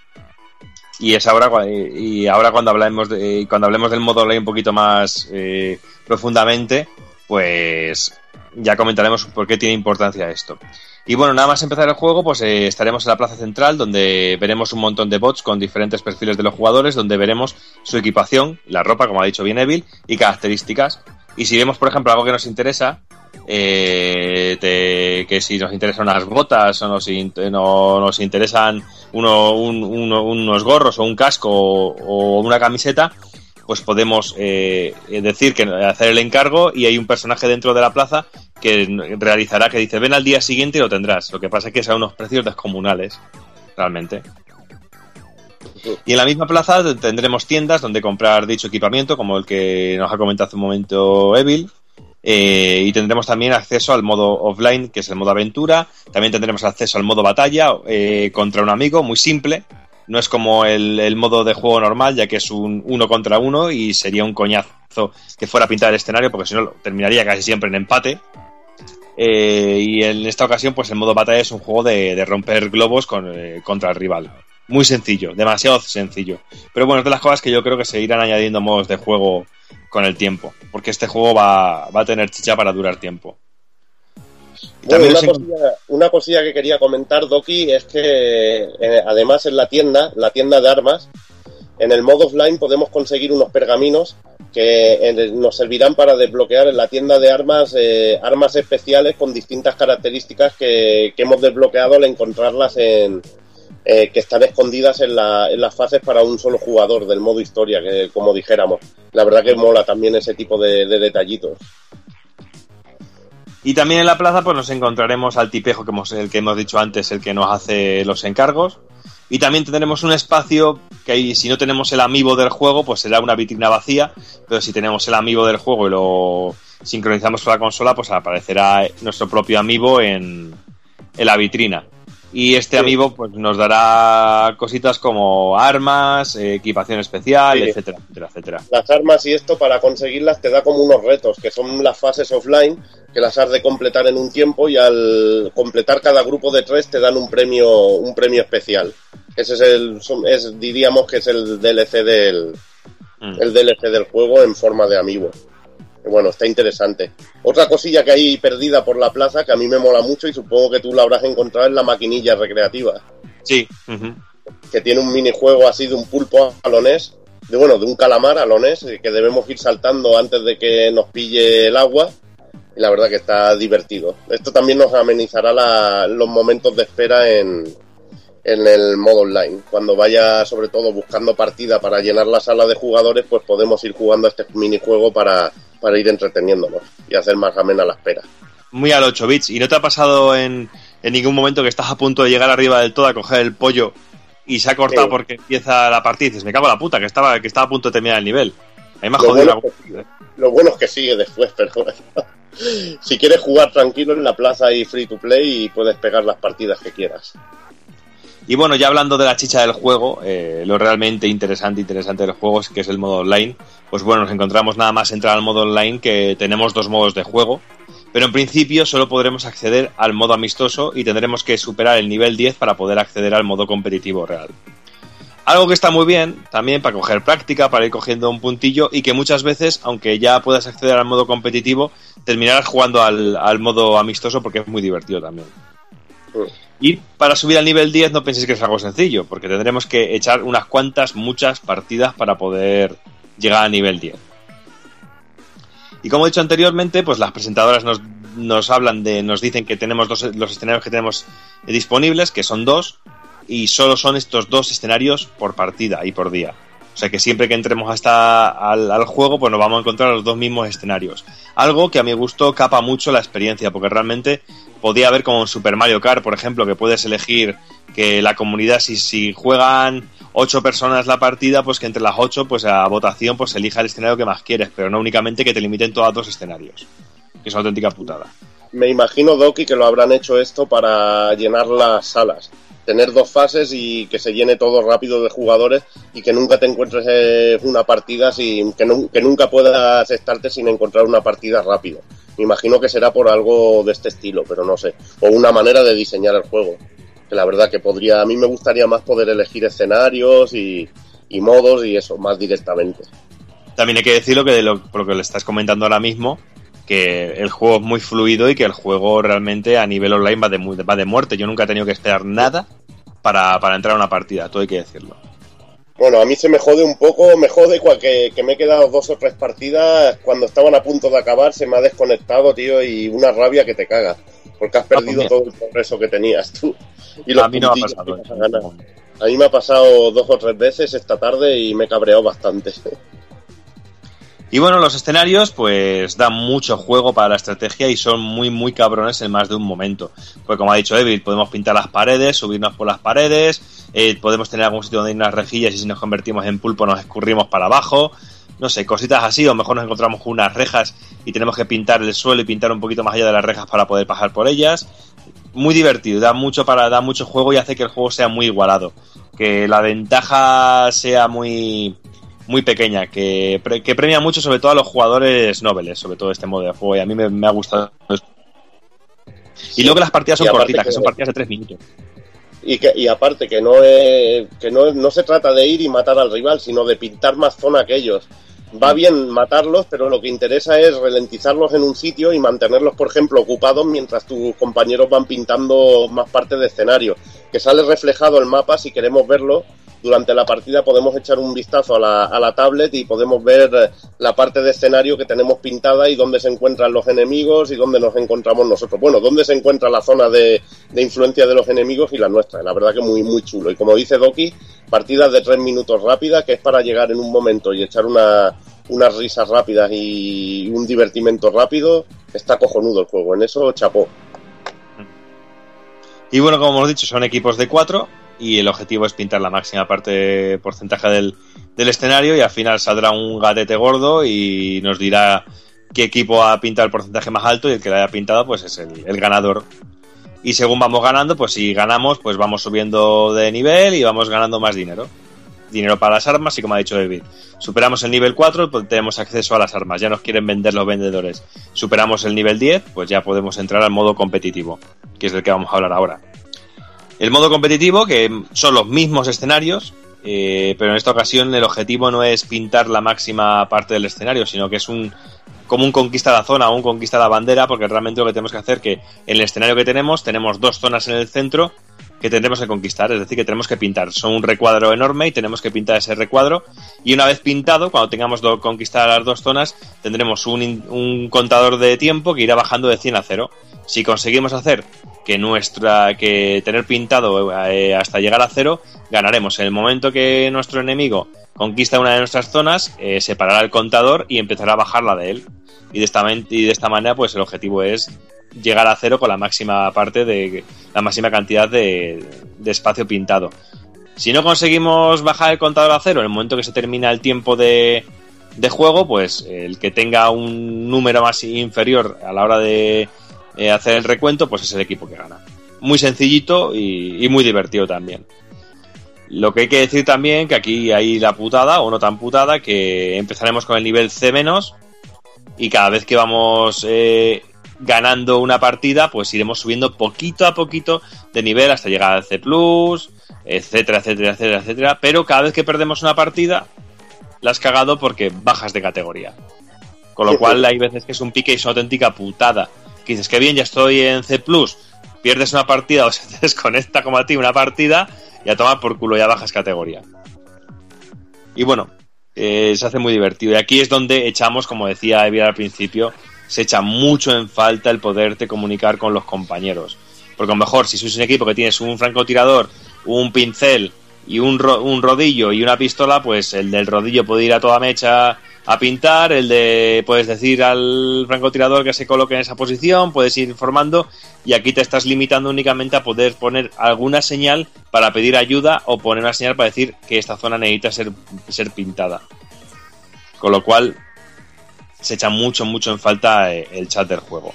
Y es ahora, y ahora cuando hablemos de, cuando hablemos del modo online un poquito más eh, profundamente, pues ya comentaremos por qué tiene importancia esto. Y bueno, nada más empezar el juego, pues eh, estaremos en la plaza central, donde veremos un montón de bots con diferentes perfiles de los jugadores, donde veremos su equipación, la ropa, como ha dicho bien Evil, y características. Y si vemos, por ejemplo, algo que nos interesa, eh, te, que si nos interesan unas botas o nos, in, no, nos interesan uno, un, uno, unos gorros o un casco o, o una camiseta, pues podemos eh, decir que hacer el encargo y hay un personaje dentro de la plaza que realizará, que dice, ven al día siguiente y lo tendrás. Lo que pasa es que son unos precios descomunales, realmente. Y en la misma plaza tendremos tiendas donde comprar dicho equipamiento, como el que nos ha comentado hace un momento Evil. Eh, y tendremos también acceso al modo offline, que es el modo aventura. También tendremos acceso al modo batalla eh, contra un amigo, muy simple. No es como el, el modo de juego normal, ya que es un uno contra uno y sería un coñazo que fuera a pintar el escenario, porque si no terminaría casi siempre en empate. Eh, y en esta ocasión, pues el modo batalla es un juego de, de romper globos con, eh, contra el rival. Muy sencillo, demasiado sencillo. Pero bueno, es de las cosas que yo creo que se irán añadiendo modos de juego con el tiempo, porque este juego va, va a tener chicha para durar tiempo. Bueno, una, cosilla, una cosilla que quería comentar, Doki, es que eh, además en la tienda, la tienda de armas, en el modo offline podemos conseguir unos pergaminos que eh, nos servirán para desbloquear en la tienda de armas eh, armas especiales con distintas características que, que hemos desbloqueado al encontrarlas en eh, que están escondidas en, la, en las fases para un solo jugador del modo historia, que como dijéramos. La verdad que mola también ese tipo de, de detallitos. Y también en la plaza pues nos encontraremos al tipejo, que hemos, el que hemos dicho antes, el que nos hace los encargos. Y también tendremos un espacio que ahí, si no tenemos el amiibo del juego, pues será una vitrina vacía. Pero si tenemos el amiibo del juego y lo sincronizamos con la consola, pues aparecerá nuestro propio amiibo en, en la vitrina. Y este sí. amiibo pues nos dará cositas como armas, eh, equipación especial, sí. etcétera, etcétera, etcétera. Las armas y esto, para conseguirlas te da como unos retos, que son las fases offline, que las has de completar en un tiempo, y al completar cada grupo de tres te dan un premio un premio especial. Ese es el es diríamos que es el D L C del mm. el D L C del juego en forma de amiibo. Bueno, está interesante. Otra cosilla que hay perdida por la plaza, que a mí me mola mucho y supongo que tú la habrás encontrado, es la maquinilla recreativa. Sí. Uh-huh. Que tiene un minijuego así de un pulpo alonés, de bueno, de un calamar alonés, que debemos ir saltando antes de que nos pille el agua. Y la verdad que está divertido. Esto también nos amenizará la, los momentos de espera en, en el modo online. Cuando vaya, sobre todo, buscando partida para llenar la sala de jugadores, pues podemos ir jugando a este minijuego para... para ir entreteniéndonos y hacer más amena la espera. Muy al ocho bits. ¿Y no te ha pasado en, en ningún momento que estás a punto de llegar arriba del todo a coger el pollo y se ha cortado sí. porque empieza la partida y dices, me cago en la puta, que estaba, que estaba a punto de terminar el nivel? A mí me ha jodido bueno la... Lo bueno es que sigue después, pero si quieres jugar tranquilo en la plaza hay free to play y puedes pegar las partidas que quieras. Y bueno, ya hablando de la chicha del juego, eh, lo realmente interesante, interesante del juego es que es el modo online. Pues bueno, nos encontramos nada más entrar al modo online que tenemos dos modos de juego, pero en principio solo podremos acceder al modo amistoso y tendremos que superar el nivel diez para poder acceder al modo competitivo real. Algo que está muy bien, también para coger práctica, para ir cogiendo un puntillo y que muchas veces, aunque ya puedas acceder al modo competitivo, terminarás jugando al, al modo amistoso porque es muy divertido también. Y para subir al nivel diez no penséis que es algo sencillo, porque tendremos que echar unas cuantas, muchas partidas para poder llegar a nivel diez. Y como he dicho anteriormente, pues las presentadoras nos, nos hablan de, nos dicen que tenemos dos, los escenarios que tenemos disponibles, que son dos, y solo son estos dos escenarios por partida y por día. O sea que siempre que entremos hasta al, al juego, pues nos vamos a encontrar los dos mismos escenarios. Algo que a mi gusto capa mucho la experiencia, porque realmente podía haber como en Super Mario Kart, por ejemplo, que puedes elegir que la comunidad, si, si juegan ocho personas la partida, pues que entre las ocho, pues a votación, pues elija el escenario que más quieres, pero no únicamente que te limiten todos a dos escenarios, que es una auténtica putada. Me imagino, Doki, que lo habrán hecho esto para llenar las salas. Tener dos fases y que se llene todo rápido de jugadores y que nunca te encuentres eh, una partida sin que, no, que nunca puedas estarte sin encontrar una partida rápido. Me imagino que será por algo de este estilo, pero no sé. O una manera de diseñar el juego. Que la verdad que podría... A mí me gustaría más poder elegir escenarios y, y modos y eso, más directamente. También hay que decirlo que de lo, por lo que le estás comentando ahora mismo, que el juego es muy fluido y que el juego realmente a nivel online va de, va de muerte. Yo nunca he tenido que esperar nada para, para entrar a una partida, todo hay que decirlo. Bueno, a mí se me jode un poco, me jode que, que me he quedado dos o tres partidas cuando estaban a punto de acabar, se me ha desconectado, tío, y una rabia que te cagas, porque has perdido ah, pues todo el progreso que tenías tú. Y los a mí no me ha pasado. A mí me ha pasado dos o tres veces esta tarde y me he cabreado bastante. Y bueno, los escenarios pues dan mucho juego para la estrategia y son muy muy cabrones en más de un momento. Pues como ha dicho Evil, podemos pintar las paredes, subirnos por las paredes, eh, podemos tener algún sitio donde hay unas rejillas y si nos convertimos en pulpo nos escurrimos para abajo. No sé, cositas así, o mejor nos encontramos con unas rejas y tenemos que pintar el suelo y pintar un poquito más allá de las rejas para poder pasar por ellas. Muy divertido, da mucho para da mucho juego y hace que el juego sea muy igualado. Que la ventaja sea muy... muy pequeña, que, pre, que premia mucho sobre todo a los jugadores nobles, sobre todo este modo de juego, y a mí me, me ha gustado. Y luego que las partidas son cortitas, que, que son partidas de tres minutos. Y, que, y aparte que, no, es, que no, no se trata de ir y matar al rival, sino de pintar más zona que ellos. Va bien matarlos, pero lo que interesa es ralentizarlos en un sitio y mantenerlos, por ejemplo, ocupados mientras tus compañeros van pintando más parte de escenario. Que sale reflejado el mapa, si queremos verlo. Durante la partida podemos echar un vistazo a la, a la tablet y podemos ver la parte de escenario que tenemos pintada y dónde se encuentran los enemigos y dónde nos encontramos nosotros. Bueno, dónde se encuentra la zona de, de influencia de los enemigos y la nuestra. La verdad que muy muy chulo. Y como dice Doki, partidas de tres minutos rápidas, que es para llegar en un momento y echar una, unas risas rápidas y un divertimento rápido. Está cojonudo el juego. En eso, chapó. Y bueno, como hemos dicho, son equipos de cuatro. Y el objetivo es pintar la máxima parte porcentaje del, del escenario y al final saldrá un gatete gordo y nos dirá qué equipo ha pintado el porcentaje más alto y el que lo haya pintado pues es el, el ganador. Y según vamos ganando, pues si ganamos pues vamos subiendo de nivel y vamos ganando más dinero. Dinero para las armas y como ha dicho David, superamos el nivel cuatro, pues tenemos acceso a las armas, ya nos quieren vender los vendedores. Superamos el nivel diez, pues ya podemos entrar al modo competitivo, que es del que vamos a hablar ahora. El modo competitivo, que son los mismos escenarios, eh, pero en esta ocasión el objetivo no es pintar la máxima parte del escenario, sino que es un como un conquista la zona o un conquista la bandera, porque realmente lo que tenemos que hacer es que en el escenario que tenemos, tenemos dos zonas en el centro que tendremos que conquistar, es decir, que tenemos que pintar. Son un recuadro enorme y tenemos que pintar ese recuadro, y una vez pintado, cuando tengamos do- conquistar las dos zonas, tendremos un, in- un contador de tiempo que irá bajando de cien a cero. Si conseguimos hacer que nuestra que tener pintado eh, hasta llegar a cero, ganaremos. En el momento que nuestro enemigo conquista una de nuestras zonas, eh, se parará el contador y empezará a bajar la de él. Y de esta, y de esta manera, pues el objetivo es llegar a cero con la máxima parte de la máxima cantidad de, de espacio pintado. Si no conseguimos bajar el contador a cero en el momento que se termina el tiempo de, de juego, pues el que tenga un número más inferior a la hora de eh, hacer el recuento, pues es el equipo que gana. Muy sencillito y, y muy divertido también. Lo que hay que decir también, que aquí hay la putada, o no tan putada, que empezaremos con el nivel C menos, y cada vez que vamos eh, ganando una partida, pues iremos subiendo poquito a poquito de nivel hasta llegar al C plus, etcétera, etcétera, etcétera, etcétera. Pero cada vez que perdemos una partida, la has cagado porque bajas de categoría. Con lo cual hay veces que es un pique y es una auténtica putada. Que dices, que bien, ya estoy en C plus, pierdes una partida o se te desconecta como a ti una partida y a tomar por culo ya bajas categoría. Y bueno, eh, se hace muy divertido. Y aquí es donde echamos, como decía Evia al principio, se echa mucho en falta el poderte comunicar con los compañeros. Porque a lo mejor si sois un equipo que tienes un francotirador, un pincel y un, ro- un rodillo y una pistola, pues el del rodillo puede ir a toda mecha a pintar, el de puedes decir al francotirador que se coloque en esa posición, puedes ir informando, y aquí te estás limitando únicamente a poder poner alguna señal para pedir ayuda o poner una señal para decir que esta zona necesita ser, ser pintada. Con lo cual se echa mucho, mucho en falta el chat del juego.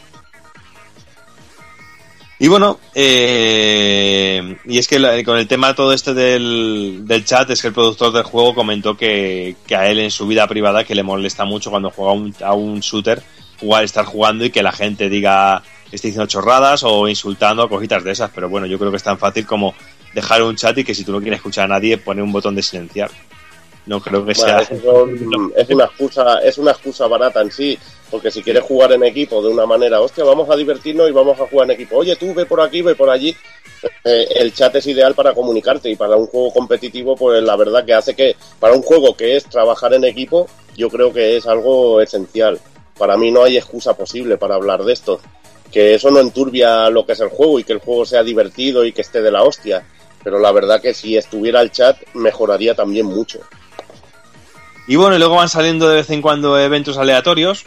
Y bueno, eh, y es que la, con el tema todo este del, del chat, es que el productor del juego comentó que, que a él en su vida privada que le molesta mucho cuando juega un, a un shooter, jugar, estar jugando y que la gente diga, esté diciendo chorradas o insultando, cositas de esas. Pero bueno, yo creo que es tan fácil como dejar un chat y que si tú no quieres escuchar a nadie, poner un botón de silenciar. No creo que bueno, sea... Es, un, es, una excusa, es una excusa barata en sí, Porque si quieres jugar en equipo de una manera, hostia, vamos a divertirnos y vamos a jugar en equipo. Oye, tú ve por aquí, ve por allí. Eh, el chat es ideal para comunicarte y para un juego competitivo, pues la verdad que hace que, para un juego que es trabajar en equipo, yo creo que es algo esencial. Para mí no hay excusa posible para hablar de esto. Que eso no enturbia lo que es el juego y que el juego sea divertido y que esté de la hostia. Pero la verdad que si estuviera el chat, mejoraría también mucho. Y bueno, y luego van saliendo de vez en cuando eventos aleatorios,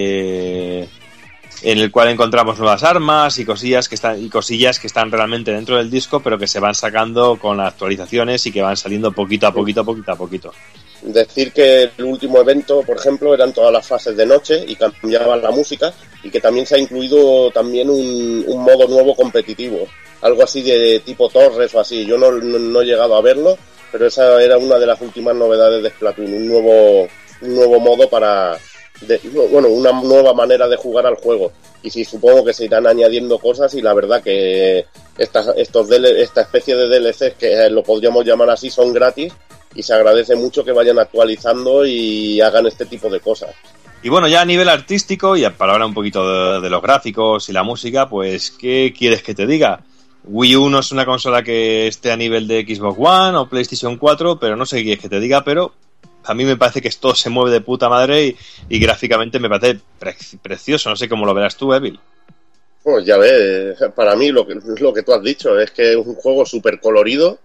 eh, en el cual encontramos nuevas armas y cosillas que están y cosillas que están realmente dentro del disco, pero que se van sacando con actualizaciones y que van saliendo poquito a poquito, poquito a poquito. Decir que el último evento, por ejemplo, eran todas las fases de noche y cambiaban la música, y que también se ha incluido también un, un modo nuevo competitivo, algo así de tipo Torres o así. Yo no, no, no he llegado a verlo, pero esa era una de las últimas novedades de Splatoon, un nuevo un nuevo modo para de, bueno, una nueva manera de jugar al juego. Y sí, supongo que se irán añadiendo cosas, y la verdad que estas, estos D L, esta especie de D L Cs, que lo podríamos llamar así, son gratis, y se agradece mucho que vayan actualizando y hagan este tipo de cosas. Y bueno, ya a nivel artístico, y para hablar un poquito de, de los gráficos y la música, pues ¿qué quieres que te diga? Wii U no es una consola que esté a nivel de Xbox One o PlayStation cuatro, pero no sé qué quieres que te diga, pero a mí me parece que esto se mueve de puta madre y, y gráficamente me parece pre- precioso. No sé cómo lo verás tú, Evil. Pues ya ves, para mí lo que, lo que tú has dicho es que es un juego súper colorido,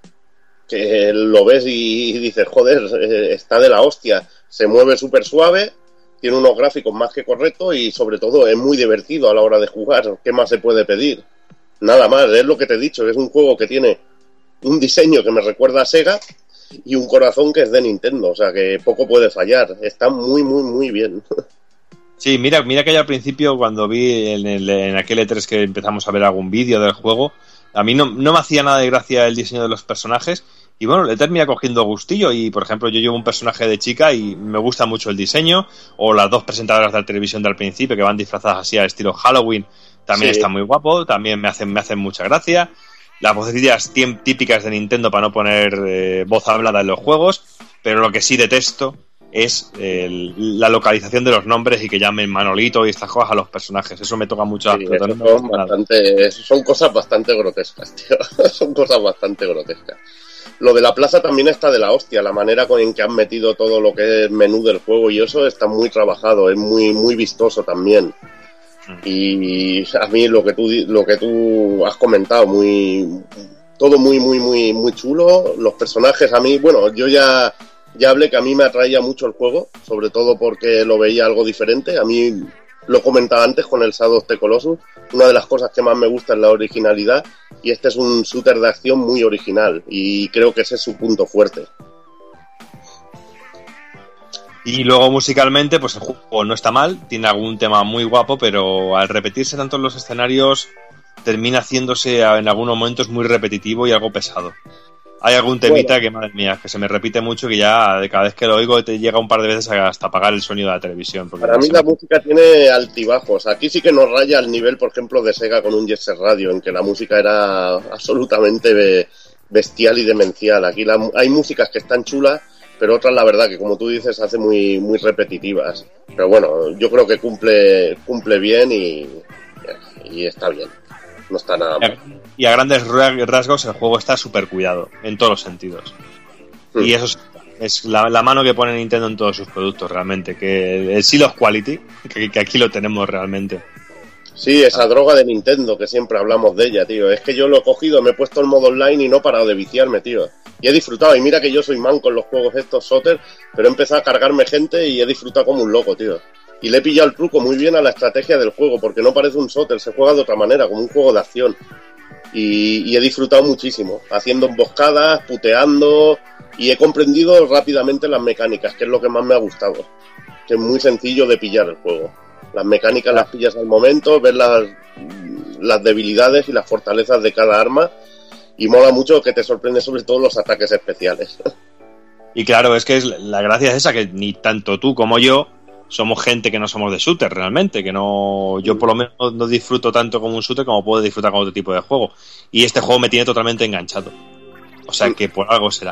que lo ves y dices, joder, está de la hostia, se mueve súper suave, tiene unos gráficos más que correctos y sobre todo es muy divertido a la hora de jugar. ¿Qué más se puede pedir? Nada más, es lo que te he dicho, es un juego que tiene un diseño que me recuerda a Sega y un corazón que es de Nintendo, o sea que poco puede fallar, está muy, muy, muy bien. Sí, mira, mira que yo al principio cuando vi en, el, en aquel E tres que empezamos a ver algún vídeo del juego, a mí no, no me hacía nada de gracia el diseño de los personajes, y bueno, le termina cogiendo gustillo, y por ejemplo yo llevo un personaje de chica y me gusta mucho el diseño, o las dos presentadoras de la televisión del principio que van disfrazadas así al estilo Halloween, también sí. Está muy guapo, también me hacen, me hacen mucha gracia. Las vocecillas típicas de Nintendo para no poner eh, voz hablada en los juegos, pero lo que sí detesto es el, la localización de los nombres y que llamen Manolito y estas cosas a los personajes. Eso me toca mucho. Sí, son, no bastante, son cosas bastante grotescas, tío. Son cosas bastante grotescas. Lo de la plaza también está de la hostia, la manera con en que han metido todo lo que es menú del juego y eso está muy trabajado, es muy, muy vistoso también. Y a mí lo que tú lo que tú has comentado, muy todo muy muy muy muy chulo. Los personajes, a mí, bueno, yo ya ya hablé que a mí me atraía mucho el juego, sobre todo porque lo veía algo diferente. A mí, lo comentaba antes con el Shadow of the Colossus, una de las cosas que más me gusta es la originalidad, y este es un shooter de acción muy original y creo que ese es su punto fuerte. Y luego musicalmente, pues el juego no está mal, tiene algún tema muy guapo, pero al repetirse tanto en los escenarios termina haciéndose en algunos momentos muy repetitivo y algo pesado. Hay algún temita bueno, que, madre mía, que se me repite mucho, que ya cada vez que lo oigo te llega un par de veces hasta apagar el sonido de la televisión. Para mí la me... música tiene altibajos. Aquí sí que nos raya al nivel, por ejemplo, de Sega con un Jet Set Radio, en que la música era absolutamente bestial y demencial. Aquí la, hay músicas que están chulas, pero otras, la verdad, que como tú dices, hace muy muy repetitivas. Pero bueno, yo creo que cumple cumple bien y, y está bien. No está nada mal. Y a grandes rasgos el juego está súper cuidado, en todos los sentidos. Mm. Y eso es, es la, la mano que pone Nintendo en todos sus productos, realmente. Que el Seal of Quality, que, que aquí lo tenemos realmente. Sí, esa droga de Nintendo, que siempre hablamos de ella, tío. Es que yo lo he cogido, me he puesto el modo online y no he parado de viciarme, tío. Y he disfrutado, y mira que yo soy man con los juegos estos Soter, pero he empezado a cargarme gente y he disfrutado como un loco, tío. Y le he pillado el truco muy bien a la estrategia del juego, porque no parece un Soter, se juega de otra manera, como un juego de acción. Y, y he disfrutado muchísimo, haciendo emboscadas, puteando, y he comprendido rápidamente las mecánicas, que es lo que más me ha gustado. Que es muy sencillo de pillar el juego. Las mecánicas las pillas al momento, ves las, las debilidades y las fortalezas de cada arma, y mola mucho que te sorprende sobre todo los ataques especiales. Y claro, es que es, la gracia es esa, que ni tanto tú como yo somos gente que no somos de shooter realmente, que no, yo por lo menos no disfruto tanto como un shooter como puedo disfrutar con otro tipo de juego, y este juego me tiene totalmente enganchado, o sea que por algo será.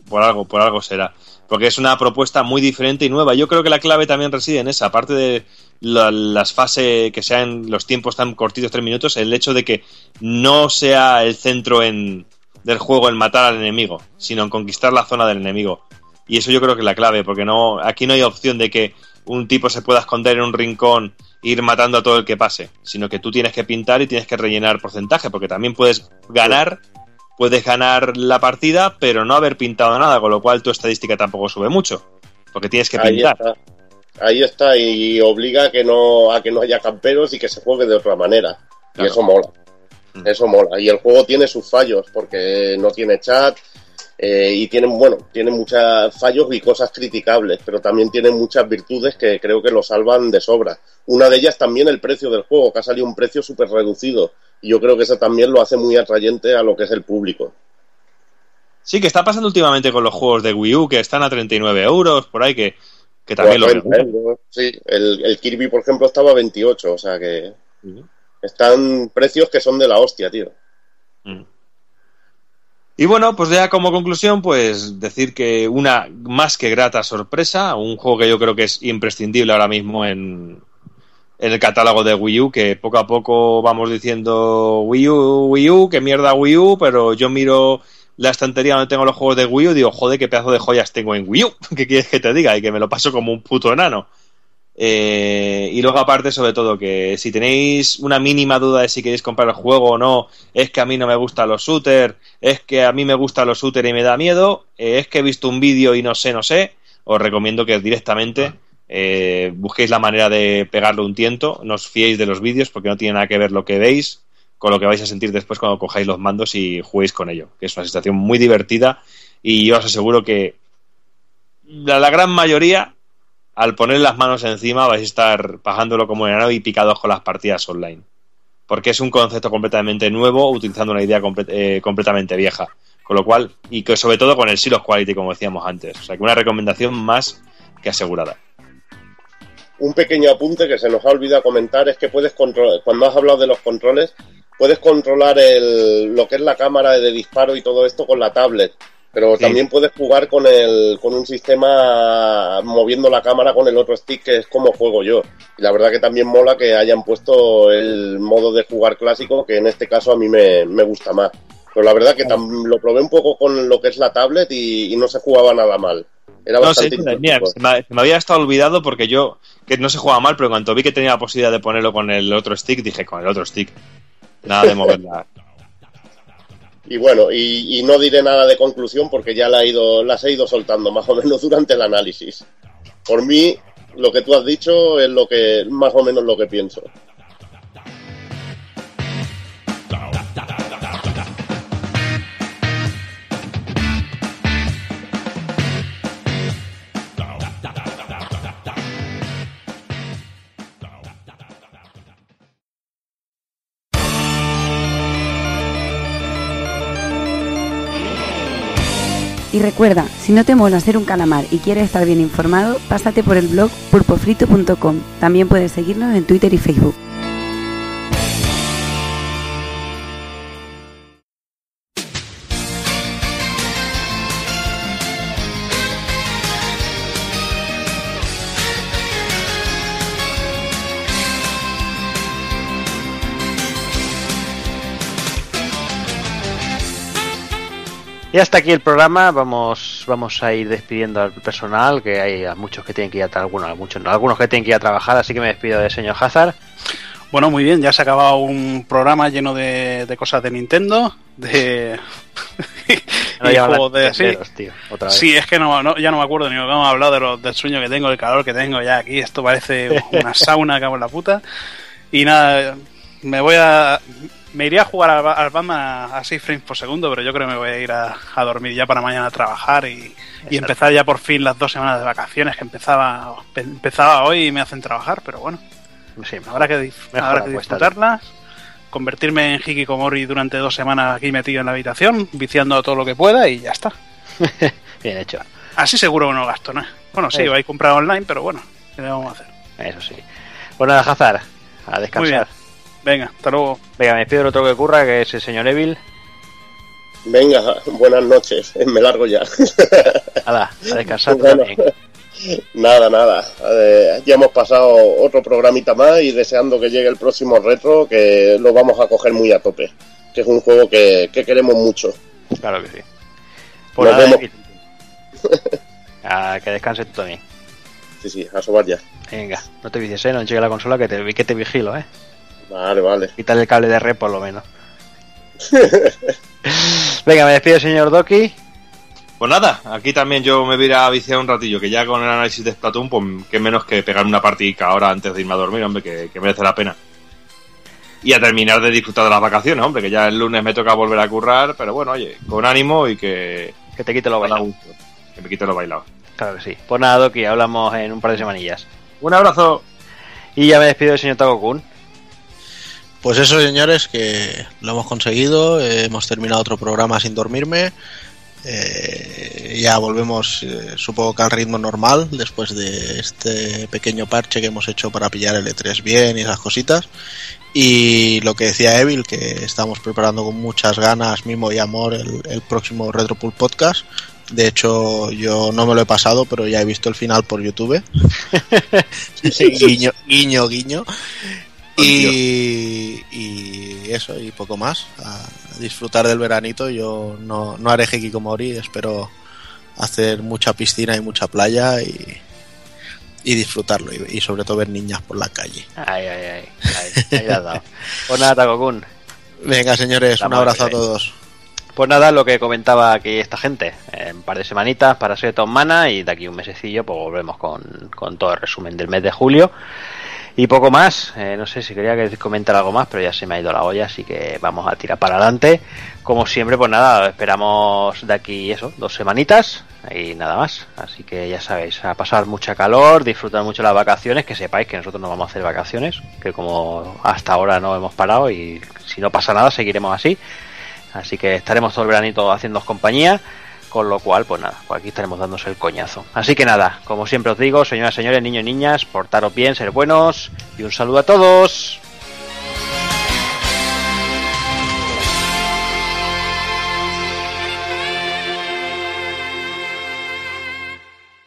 por algo, por algo será. Porque es una propuesta muy diferente y nueva. Yo creo que la clave también reside en esa, aparte de la, las fases que sean los tiempos tan cortitos, tres minutos, el hecho de que no sea el centro en, del juego en matar al enemigo, sino en conquistar la zona del enemigo. Y eso yo creo que es la clave, porque no aquí no hay opción de que un tipo se pueda esconder en un rincón e ir matando a todo el que pase, sino que tú tienes que pintar y tienes que rellenar porcentaje, porque también puedes ganar, puedes ganar la partida, pero no haber pintado nada, con lo cual tu estadística tampoco sube mucho, porque tienes que pintar. Ahí está, ahí está y obliga a que no a que no haya camperos y que se juegue de otra manera. Claro. Y eso mola, mm. eso mola. Y el juego tiene sus fallos, porque no tiene chat, Eh, y tienen, bueno, tienen muchos fallos y cosas criticables, pero también tienen muchas virtudes que creo que lo salvan de sobra. Una de ellas también el precio del juego, que ha salido un precio súper reducido, y yo creo que eso también lo hace muy atrayente a lo que es el público. Sí, que está pasando últimamente con los juegos de Wii U, que están a treinta y nueve euros, por ahí, que, que también lo veo. Sí, el, el Kirby, por ejemplo, estaba a veintiocho, o sea que uh-huh. están precios que son de la hostia, tío. Uh-huh. Y bueno, pues ya como conclusión, pues decir que una más que grata sorpresa, un juego que yo creo que es imprescindible ahora mismo en, en el catálogo de Wii U, que poco a poco vamos diciendo Wii U, Wii U, que mierda Wii U, pero yo miro la estantería donde tengo los juegos de Wii U y digo, joder, qué pedazo de joyas tengo en Wii U, ¿qué quieres que te diga? Y que me lo paso como un puto enano. Eh, y luego aparte, sobre todo, que si tenéis una mínima duda de si queréis comprar el juego o no, es que a mí no me gustan los shooters, es que a mí me gustan los shooters y me da miedo, eh, es que he visto un vídeo y no sé, no sé, os recomiendo que directamente eh, busquéis la manera de pegarle un tiento, no os fiéis de los vídeos porque no tiene nada que ver lo que veis con lo que vais a sentir después cuando cojáis los mandos y juguéis con ello, que es una sensación muy divertida y yo os aseguro que la, la gran mayoría, al poner las manos encima, vais a estar pajándolo como enano y picados con las partidas online. Porque es un concepto completamente nuevo, utilizando una idea comple- eh, completamente vieja. Con lo cual, y que sobre todo con el Seal of Quality, como decíamos antes. O sea, que una recomendación más que asegurada. Un pequeño apunte que se nos ha olvidado comentar es que puedes controlar, cuando has hablado de los controles, puedes controlar el, lo que es la cámara de disparo y todo esto con la tablet. Pero sí. También puedes jugar con el con un sistema moviendo la cámara con el otro stick, que es como juego yo. Y la verdad que también mola que hayan puesto el modo de jugar clásico, que en este caso a mí me, me gusta más. Pero la verdad que tam, lo probé un poco con lo que es la tablet y, y no se jugaba nada mal. Era no, bastante sí, mira, se, me, se me había estado olvidado porque yo, que no se jugaba mal, pero cuando vi que tenía la posibilidad de ponerlo con el otro stick, dije, con el otro stick. Nada de moverla. Y bueno, y, y no diré nada de conclusión porque ya la he ido, las he ido soltando más o menos durante el análisis. Por mí, lo que tú has dicho es lo que más o menos lo que pienso. Y recuerda, si no te mola hacer un calamar y quieres estar bien informado, pásate por el blog pulpofrito punto com. También puedes seguirnos en Twitter y Facebook. Y hasta aquí el programa. Vamos vamos a ir despidiendo al personal, que hay a muchos que tienen que ir a tra- bueno, a muchos, algunos que tienen que ir a trabajar, así que me despido del señor Hazard. Bueno, muy bien, ya se ha acabado un programa lleno de, de cosas de Nintendo, de no y juegos de así. Tío, otra vez. Sí, es que no, no, ya no me acuerdo ni lo que hemos hablado de los, del sueño que tengo, el calor que tengo ya aquí. Esto parece una sauna, cago en la puta. Y nada, me voy a me iría a jugar al, al Batman a seis frames por segundo, pero yo creo que me voy a ir a, a dormir ya para mañana a trabajar y, y empezar ya por fin las dos semanas de vacaciones que empezaba empezaba hoy y me hacen trabajar, pero bueno. Sí, habrá que, habrá que disfrutarlas, convertirme en hikikomori durante dos semanas aquí metido en la habitación, viciando todo lo que pueda y ya está. Bien hecho. Así seguro que no gasto, ¿no? Bueno, sí, vais a comprar online, pero bueno, ¿qué le vamos a hacer? Eso sí. Bueno, nada, Hazard, a descansar. Venga, hasta luego. Venga, me despido del otro que ocurra, que es el señor Evil. Venga, buenas noches, me largo ya. Nada, a descansar bueno, también. Nada, nada. Eh, ya hemos pasado otro programita más y deseando que llegue el próximo retro, que lo vamos a coger muy a tope. Que es un juego que, que queremos mucho. Claro que sí. Pues Nos nada, vemos. a que descanses tú también. Sí, sí, a sobar ya. Venga, no te vicies, ¿eh? No llegue la consola que te, que te vigilo, ¿eh? Vale, vale. Quítale el cable de red por lo menos. Venga, me despido, señor Doki. Pues nada, aquí también yo me voy a ir a viciar un ratillo, que ya con el análisis de Splatoon, pues qué menos que pegarme una partida ahora antes de irme a dormir, hombre, que, que merece la pena. Y a terminar de disfrutar de las vacaciones, hombre, que ya el lunes me toca volver a currar, pero bueno, oye, con ánimo y que... Que te quite lo bailado. Que me quite lo bailado. Claro que sí. Pues nada, Doki, hablamos en un par de semanillas. Un abrazo. Y ya me despido del señor Taco-kun. Pues eso, señores, que lo hemos conseguido, eh, hemos terminado otro programa sin dormirme. Eh, ya volvemos, eh, supongo que al ritmo normal, después de este pequeño parche que hemos hecho para pillar el E tres bien y esas cositas. Y lo que decía Evil, que estamos preparando con muchas ganas, mimo y amor el, el próximo Retropool Podcast. De hecho, yo no me lo he pasado, pero ya he visto el final por YouTube. guiño, guiño, guiño. Y, y eso, y poco más. A disfrutar del veranito. Yo no, no haré hikikomori, espero hacer mucha piscina y mucha playa y, y disfrutarlo. Y, y sobre todo ver niñas por la calle. Ay, ay, ay. Ahí, ahí la has dado. Pues nada, Taco-kun. Venga, señores, La un abrazo a madre, todos. Pues nada, lo que comentaba aquí esta gente, en un par de semanitas para ser Tom Mana y de aquí un mesecillo pues volvemos con, con todo el resumen del mes de julio y poco más. Eh, no sé si quería que comentar algo más, pero ya se me ha ido la olla, así que vamos a tirar para adelante. Como siempre, pues nada, esperamos de aquí eso, dos semanitas y nada más. Así que ya sabéis, a pasar mucha calor, disfrutar mucho las vacaciones, que sepáis que nosotros no vamos a hacer vacaciones, que como hasta ahora no hemos parado y si no pasa nada seguiremos así. Así que estaremos todo el veranito haciéndoos compañía, con lo cual, pues nada, pues aquí estaremos dándose el coñazo. Así que nada, como siempre os digo, señoras, señores, niños y niñas, portaros bien, ser buenos y un saludo a todos.